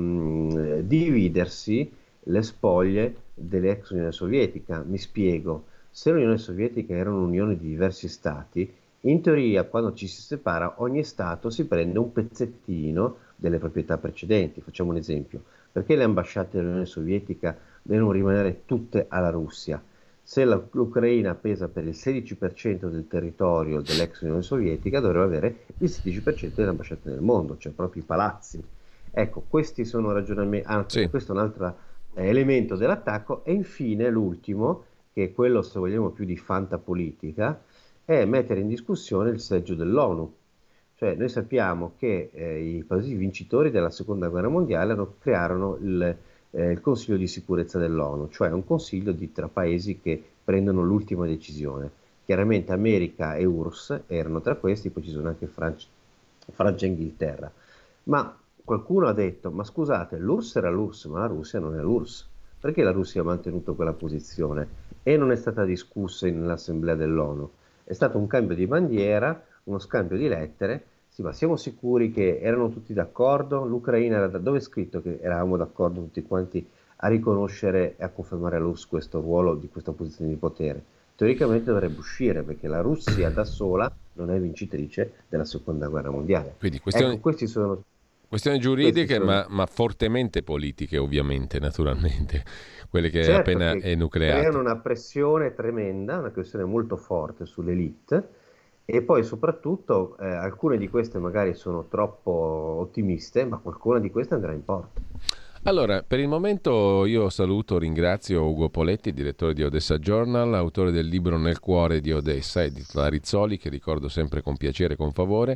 ehm, dividersi le spoglie dell'ex Unione Sovietica. Mi spiego, se l'Unione Sovietica era un'unione di diversi stati, in teoria quando ci si separa ogni stato si prende un pezzettino delle proprietà precedenti. Facciamo un esempio, perché le ambasciate dell'Unione Sovietica devono rimanere tutte alla Russia? Se la, l'Ucraina pesa per il sedici per cento del territorio dell'ex Unione Sovietica, dovrebbe avere il sedici per cento delle ambasciate nel mondo, cioè proprio i palazzi. Ecco, questi sono ragionamenti, anzi, sì. questo è un altro eh, elemento dell'attacco. E infine l'ultimo, che è quello, se vogliamo, più di fantapolitica, è mettere in discussione il seggio dell'ONU. Cioè noi sappiamo che eh, i paesi vincitori della seconda guerra mondiale crearono il Eh, il Consiglio di sicurezza dell'ONU, cioè un consiglio di tra paesi che prendono l'ultima decisione. Chiaramente America e U R S S erano tra questi, poi ci sono anche Francia, Francia e Inghilterra. Ma qualcuno ha detto, ma scusate, l'U R S S era l'U R S S, ma la Russia non è l'U R S S. Perché la Russia ha mantenuto quella posizione e non è stata discussa nell'Assemblea dell'ONU? È stato un cambio di bandiera, uno scambio di lettere. Sì, ma siamo sicuri che erano tutti d'accordo? L'Ucraina era da... dove è scritto che eravamo d'accordo tutti quanti a riconoscere e a confermare all'U R S S questo ruolo di questa posizione di potere? Teoricamente dovrebbe uscire, perché la Russia da sola non è vincitrice della seconda guerra mondiale. Quindi questioni, ecco, questi sono questioni giuridiche, sono... Ma, ma fortemente politiche, ovviamente, naturalmente, quelle che certo, appena che enucleate. Creano una pressione tremenda, una questione molto forte sull'elite. E poi soprattutto eh, alcune di queste magari sono troppo ottimiste, ma qualcuna di queste andrà in porto. Allora, per il momento io saluto, ringrazio Ugo Poletti, direttore di Odessa Journal, autore del libro Nel cuore di Odessa, edito da Rizzoli, che ricordo sempre con piacere e con favore.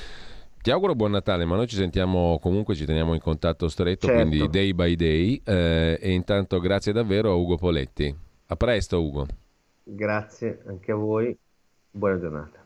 Ti auguro buon Natale, ma noi ci sentiamo comunque, ci teniamo in contatto stretto, certo. Quindi day by day. Eh, e intanto grazie davvero a Ugo Poletti. A presto, Ugo. Grazie anche a voi, buona giornata.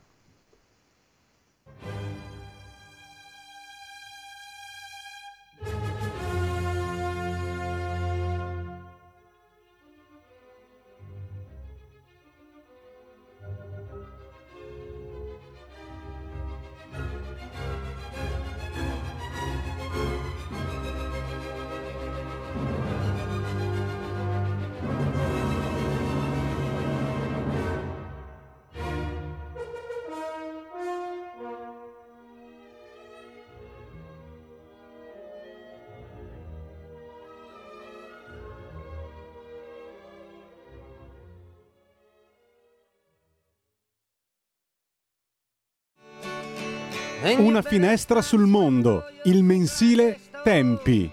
Una finestra sul mondo, il mensile Tempi.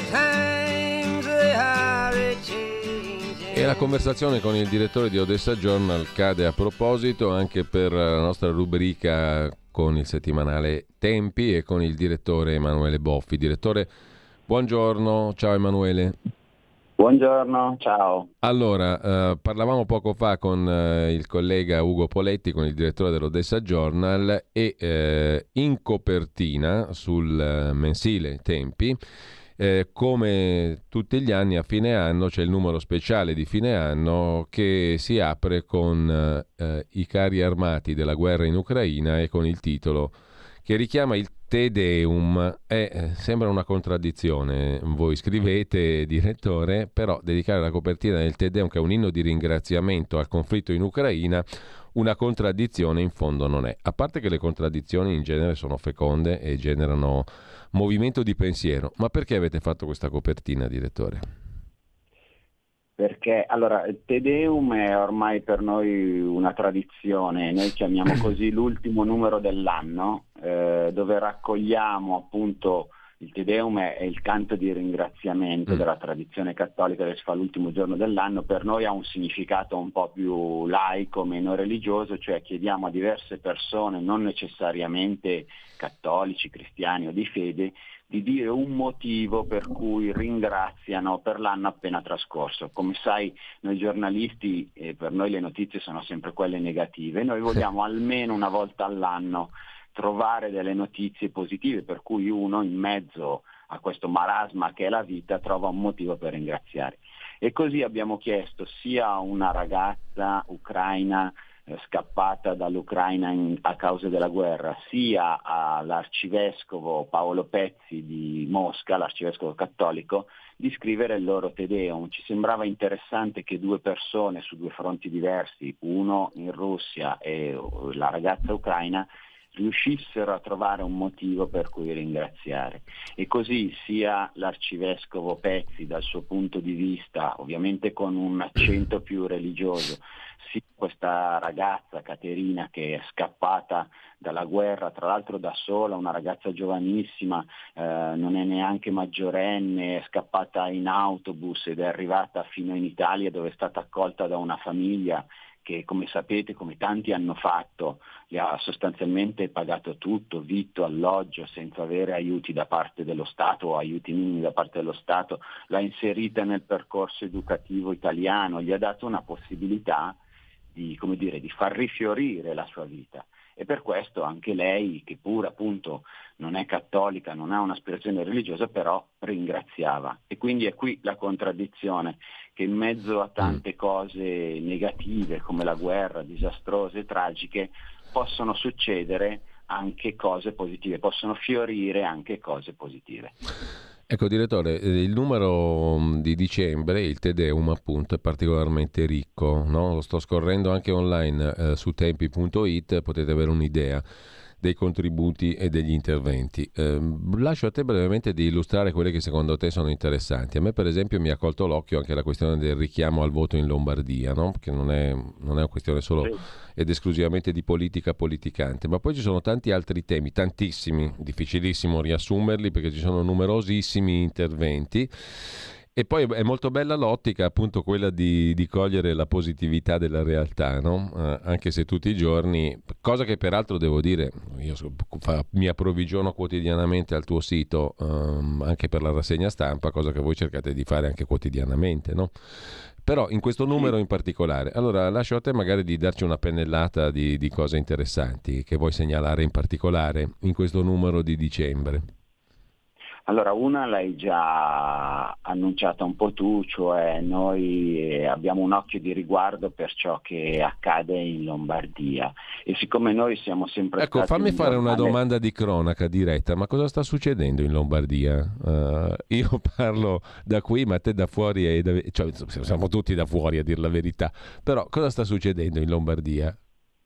E la conversazione con il direttore di Odessa Journal cade a proposito anche per la nostra rubrica con il settimanale Tempi e con il direttore Emanuele Boffi. Direttore, buongiorno, ciao Emanuele. Buongiorno, ciao. Allora, eh, parlavamo poco fa con eh, il collega Ugo Poletti, con il direttore dell'Odessa Journal, e eh, in copertina sul eh, mensile Tempi, eh, come tutti gli anni a fine anno c'è il numero speciale di fine anno che si apre con eh, i carri armati della guerra in Ucraina e con il titolo che richiama il Te Deum. Eh, sembra una contraddizione, voi scrivete, direttore, però dedicare la copertina del Te Deum, che è un inno di ringraziamento al conflitto in Ucraina, una contraddizione in fondo non è. A parte che le contraddizioni in genere sono feconde e generano movimento di pensiero, ma perché avete fatto questa copertina, direttore? Perché allora il Te Deum è ormai per noi una tradizione, noi chiamiamo così l'ultimo numero dell'anno, eh, dove raccogliamo appunto il Te Deum è il canto di ringraziamento mm. della tradizione cattolica che si fa l'ultimo giorno dell'anno. Per noi ha un significato un po' più laico, meno religioso, cioè chiediamo a diverse persone, non necessariamente cattolici, cristiani o di fede, di dire un motivo per cui ringraziano per l'anno appena trascorso. Come sai, noi giornalisti, eh, per noi le notizie sono sempre quelle negative, noi vogliamo almeno una volta all'anno trovare delle notizie positive per cui uno in mezzo a questo marasma che è la vita trova un motivo per ringraziare. E così abbiamo chiesto sia a una ragazza ucraina eh, scappata dall'Ucraina in, a causa della guerra, sia all'arcivescovo Paolo Pezzi di Mosca, l'arcivescovo cattolico, di scrivere il loro Te Deum. Ci sembrava interessante che due persone su due fronti diversi, uno in Russia e la ragazza ucraina, riuscissero a trovare un motivo per cui ringraziare. E così sia l'arcivescovo Pezzi dal suo punto di vista, ovviamente con un accento più religioso, sia questa ragazza Caterina che è scappata dalla guerra, tra l'altro da sola, una ragazza giovanissima, eh, non è neanche maggiorenne, è scappata in autobus ed è arrivata fino in Italia dove è stata accolta da una famiglia che, come sapete, come tanti hanno fatto, gli ha sostanzialmente pagato tutto, vitto, alloggio, senza avere aiuti da parte dello Stato o aiuti minimi da parte dello Stato, l'ha inserita nel percorso educativo italiano, gli ha dato una possibilità di, come dire, di far rifiorire la sua vita. E per questo anche lei, che pure appunto non è cattolica, non ha un'aspirazione religiosa, però ringraziava. E quindi è qui la contraddizione, che in mezzo a tante cose negative come la guerra, disastrose, tragiche, possono succedere anche cose positive, possono fiorire anche cose positive. Ecco, direttore, il numero di dicembre, il Te Deum appunto, è particolarmente ricco, no? Lo sto scorrendo anche online eh, su tempi punto it, potete avere un'idea dei contributi e degli interventi. Eh, lascio a te brevemente di illustrare quelle che secondo te sono interessanti. A me per esempio mi ha colto l'occhio anche la questione del richiamo al voto in Lombardia, no? Che non è, non è una questione solo sì. ed esclusivamente di politica politicante, ma poi ci sono tanti altri temi, tantissimi, difficilissimo riassumerli perché ci sono numerosissimi interventi. E poi è molto bella l'ottica, appunto quella di, di cogliere la positività della realtà, no? Eh, anche se tutti i giorni, cosa che peraltro devo dire, io fa, mi approvvigiono quotidianamente al tuo sito, um, anche per la rassegna stampa, cosa che voi cercate di fare anche quotidianamente, no? Però in questo numero in particolare, allora lascio a te magari di darci una pennellata di, di cose interessanti che vuoi segnalare in particolare in questo numero di dicembre. Allora, una l'hai già annunciata un po' tu, cioè noi abbiamo un occhio di riguardo per ciò che accade in Lombardia e siccome noi siamo sempre ecco, stati... Ecco, fammi un fare giornale... una domanda di cronaca diretta, ma cosa sta succedendo in Lombardia? Uh, io parlo da qui, ma te da fuori, e da... cioè siamo tutti da fuori a dir la verità, però cosa sta succedendo in Lombardia?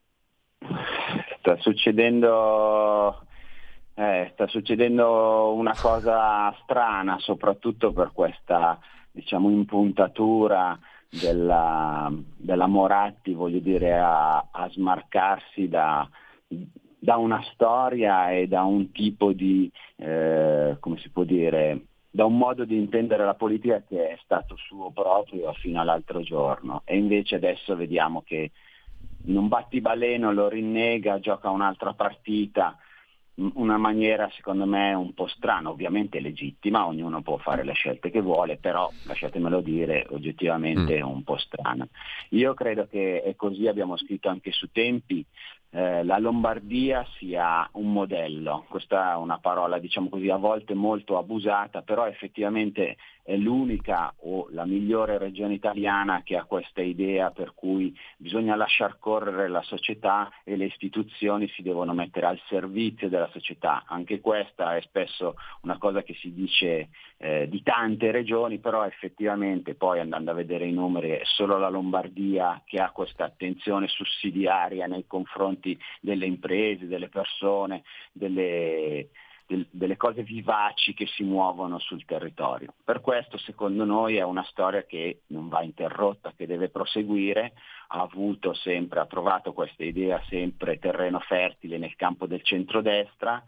Sta succedendo... Eh, sta succedendo una cosa strana, soprattutto per questa, diciamo, impuntatura della, della Moratti, voglio dire, a, a smarcarsi da, da una storia e da un tipo di, eh, come si può dire, da un modo di intendere la politica che è stato suo proprio fino all'altro giorno. E invece adesso vediamo che in un battibaleno lo rinnega, gioca un'altra partita, una maniera secondo me un po' strana, ovviamente legittima, ognuno può fare le scelte che vuole, però lasciatemelo dire, oggettivamente mm. un po' strana. Io credo che è così, abbiamo scritto anche su Tempi, eh, la Lombardia sia un modello. Questa è una parola, diciamo così, a volte molto abusata, però effettivamente è l'unica o la migliore regione italiana che ha questa idea per cui bisogna lasciar correre la società e le istituzioni si devono mettere al servizio della società. Anche questa è spesso una cosa che si dice eh, di tante regioni, però effettivamente poi, andando a vedere i numeri, è solo la Lombardia che ha questa attenzione sussidiaria nei confronti delle imprese, delle persone, delle delle cose vivaci che si muovono sul territorio. Per questo, secondo noi, è una storia che non va interrotta, che deve proseguire. Ha avuto sempre, ha trovato questa idea sempre terreno fertile nel campo del centrodestra.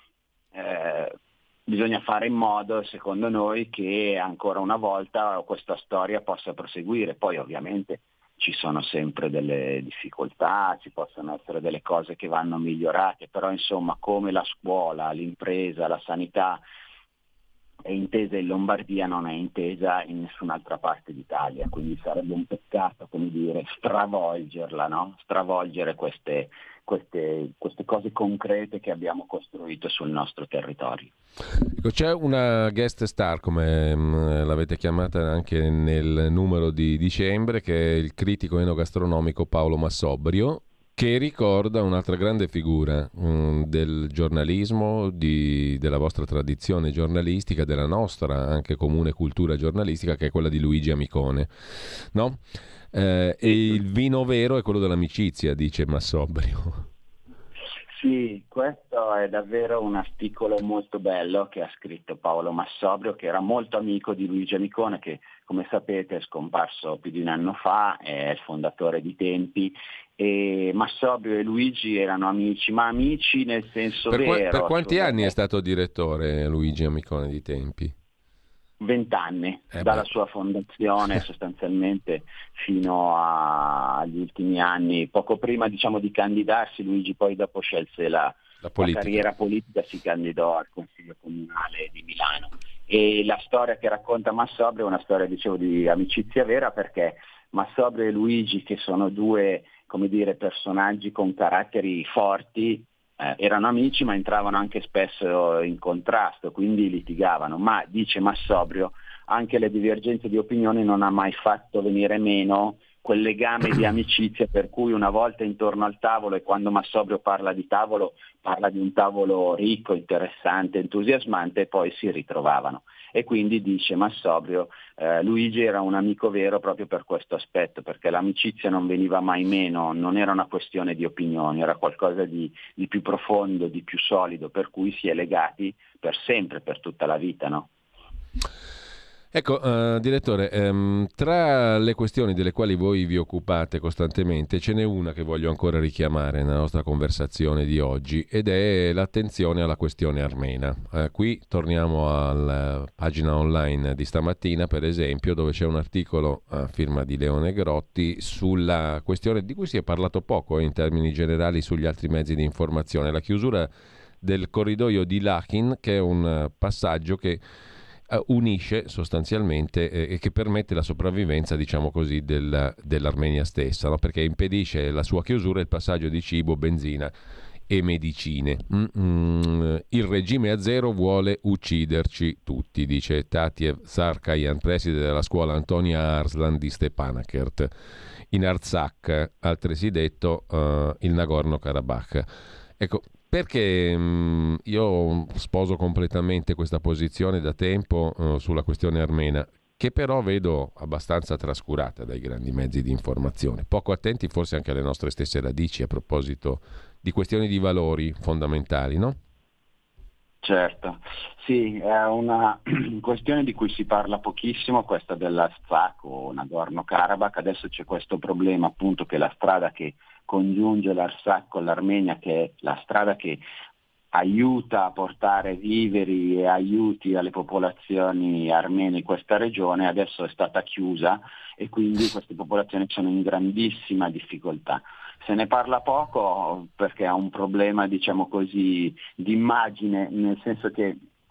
Eh, bisogna fare in modo, secondo noi, che ancora una volta questa storia possa proseguire. Poi ovviamente ci sono sempre delle difficoltà, ci possono essere delle cose che vanno migliorate, però insomma, come la scuola, l'impresa, la sanità è intesa in Lombardia, non è intesa in nessun'altra parte d'Italia, quindi sarebbe un peccato, come dire, stravolgerla, no? Stravolgere queste, queste, queste cose concrete che abbiamo costruito sul nostro territorio. Ecco, c'è una guest star, come mh, l'avete chiamata anche nel numero di dicembre, che è il critico enogastronomico Paolo Massobrio, che ricorda un'altra grande figura mh, del giornalismo, di, della vostra tradizione giornalistica, della nostra anche comune cultura giornalistica, che è quella di Luigi Amicone, no? Eh, e il vino vero è quello dell'amicizia, dice Massobrio. Sì, questo è davvero un articolo molto bello che ha scritto Paolo Massobrio, che era molto amico di Luigi Amicone, che come sapete è scomparso più di un anno fa, è il fondatore di Tempi, e Massobrio e Luigi erano amici, ma amici nel senso per, vero. Per quanti cioè, anni è stato direttore Luigi Amicone di Tempi? Vent'anni, eh dalla beh. sua fondazione sostanzialmente fino a, agli ultimi anni. Poco prima, diciamo, di candidarsi, Luigi poi dopo scelse la, la, la carriera politica, si candidò al Consiglio Comunale di Milano. E la storia che racconta Massobrio è una storia, dicevo, di amicizia vera, perché Massobrio e Luigi, che sono due, come dire, personaggi con caratteri forti, Eh, erano amici, ma entravano anche spesso in contrasto, quindi litigavano, ma dice Massobrio anche le divergenze di opinioni non ha mai fatto venire meno quel legame di amicizia per cui una volta intorno al tavolo, e quando Massobrio parla di tavolo parla di un tavolo ricco, interessante, entusiasmante, e poi si ritrovavano. E quindi dice Massobrio, eh, Luigi era un amico vero proprio per questo aspetto, perché l'amicizia non veniva mai meno, non era una questione di opinioni, era qualcosa di, di più profondo, di più solido, per cui si è legati per sempre, per tutta la vita, no? Ecco, uh, direttore, um, tra le questioni delle quali voi vi occupate costantemente ce n'è una che voglio ancora richiamare nella nostra conversazione di oggi, ed è l'attenzione alla questione armena. Uh, qui torniamo alla pagina online di stamattina, per esempio, dove c'è un articolo a firma di Leone Grotti sulla questione di cui si è parlato poco eh, in termini generali sugli altri mezzi di informazione, la chiusura del corridoio di Lachin, che è un uh, passaggio che unisce sostanzialmente e eh, che permette la sopravvivenza, diciamo così, del, dell'Armenia stessa, no? Perché impedisce la sua chiusura e il passaggio di cibo, benzina e medicine. Mm-mm. Il regime azero vuole ucciderci tutti, dice Tatiev Sarkayan, preside della scuola Antonia Arslan di Stepanakert in Artsakh, altresì detto uh, il Nagorno-Karabakh. Ecco, perché mh, io sposo completamente questa posizione da tempo uh, sulla questione armena, che però vedo abbastanza trascurata dai grandi mezzi di informazione, poco attenti forse anche alle nostre stesse radici a proposito di questioni di valori fondamentali, no? Certo, sì, è una questione di cui si parla pochissimo, questa dell'Artsakh o Nagorno-Karabakh. Adesso c'è questo problema, appunto, che la strada che congiunge l'Artsakh con l'Armenia, che è la strada che aiuta a portare viveri e aiuti alle popolazioni armene in questa regione, adesso è stata chiusa e quindi queste popolazioni sono in grandissima difficoltà. Se ne parla poco perché ha un problema, diciamo così, di immagine, nel senso che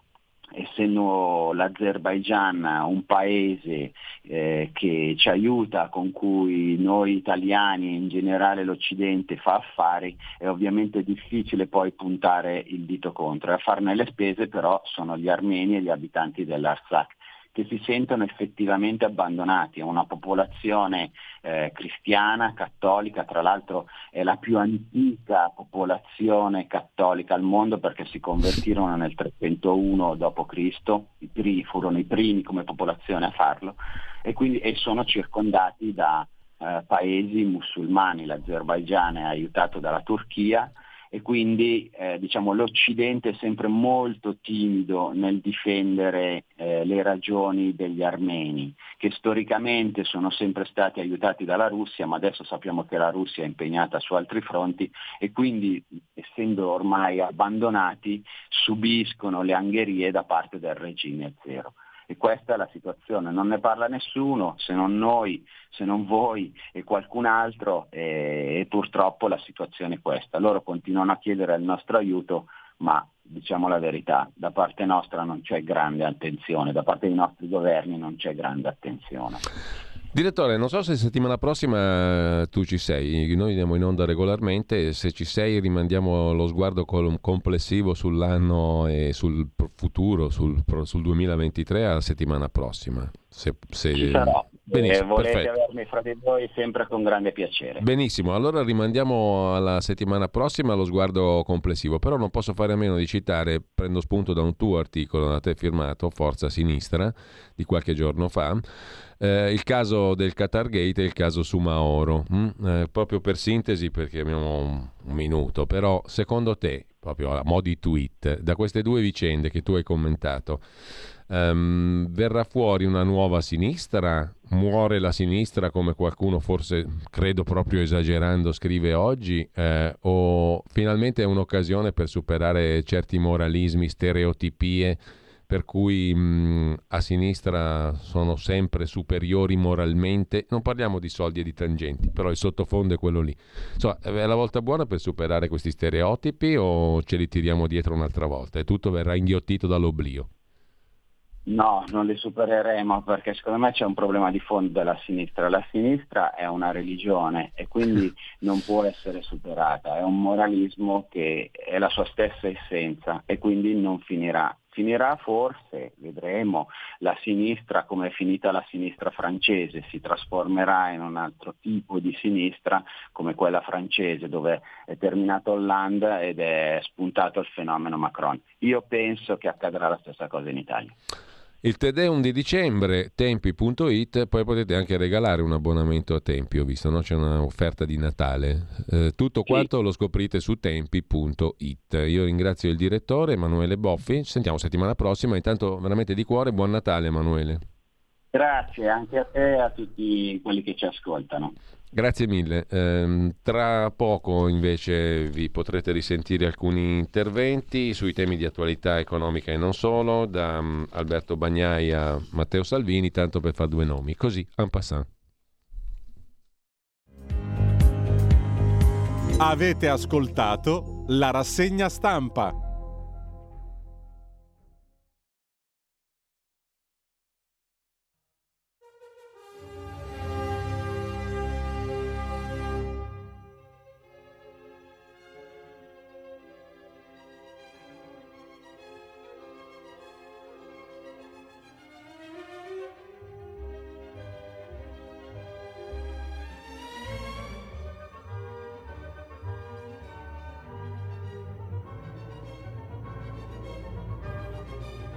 essendo l'Azerbaigian un paese eh, che ci aiuta, con cui noi italiani e in generale l'Occidente fa affari, è ovviamente difficile poi puntare il dito contro. E a farne le spese però sono gli armeni e gli abitanti dell'Artsakh, che si sentono effettivamente abbandonati. È una popolazione eh, cristiana, cattolica, tra l'altro è la più antica popolazione cattolica al mondo, perché si convertirono nel trecentouno dopo Cristo, I primi, furono i primi come popolazione a farlo, e quindi e sono circondati da eh, paesi musulmani. L'Azerbaigian è aiutato dalla Turchia, e quindi eh, diciamo l'Occidente è sempre molto timido nel difendere eh, le ragioni degli armeni, che storicamente sono sempre stati aiutati dalla Russia, ma adesso sappiamo che la Russia è impegnata su altri fronti, e quindi, essendo ormai abbandonati, subiscono le angherie da parte del regime azero. E questa è la situazione, non ne parla nessuno, se non noi, se non voi e qualcun altro, e, e purtroppo la situazione è questa. Loro continuano a chiedere il nostro aiuto, ma diciamo la verità, da parte nostra non c'è grande attenzione, da parte dei nostri governi non c'è grande attenzione. Direttore, non so se settimana prossima tu ci sei, noi andiamo in onda regolarmente, se ci sei rimandiamo lo sguardo complessivo sull'anno e sul futuro, sul, sul duemilaventitré alla settimana prossima. Se, se... Ci sarò. Benissimo, eh, volete perfetto. avermi fra di voi sempre con grande piacere. Benissimo, allora rimandiamo alla settimana prossima lo sguardo complessivo, però non posso fare a meno di citare, prendo spunto da un tuo articolo da te firmato, Forza Sinistra, di qualche giorno fa, eh, il caso del Qatargate e il caso Soumahoro, mm? eh, proprio per sintesi, perché abbiamo un, un minuto, però secondo te, proprio a mo' di tweet, da queste due vicende che tu hai commentato, Um, verrà fuori una nuova sinistra? Muore la sinistra, come qualcuno, forse credo proprio esagerando, scrive oggi, eh, o finalmente è un'occasione per superare certi moralismi, stereotipie per cui mh, a sinistra sono sempre superiori moralmente? Non parliamo di soldi e di tangenti, però il sottofondo è quello lì. Insomma, è la volta buona per superare questi stereotipi, o ce li tiriamo dietro un'altra volta e tutto verrà inghiottito dall'oblio? No, non li supereremo, perché secondo me c'è un problema di fondo della sinistra. La sinistra è una religione e quindi non può essere superata, è un moralismo che è la sua stessa essenza e quindi non finirà. Finirà forse, vedremo, la sinistra come è finita la sinistra francese, si trasformerà in un altro tipo di sinistra come quella francese, dove è terminato Hollande ed è spuntato il fenomeno Macron. Io penso che accadrà la stessa cosa in Italia. Il Te Deum di dicembre, tempi punto it, poi potete anche regalare un abbonamento a Tempi, ho visto, no? C'è un'offerta di Natale. Eh, tutto quanto sì. Lo scoprite su tempi punto it. Io ringrazio il direttore Emanuele Boffi, ci sentiamo settimana prossima, intanto veramente di cuore buon Natale Emanuele. Grazie anche a te e a tutti quelli che ci ascoltano. Grazie mille. Eh, tra poco invece vi potrete risentire alcuni interventi sui temi di attualità economica e non solo, da um, Alberto Bagnai a Matteo Salvini, tanto per fare due nomi, così en passant. Avete ascoltato la rassegna stampa.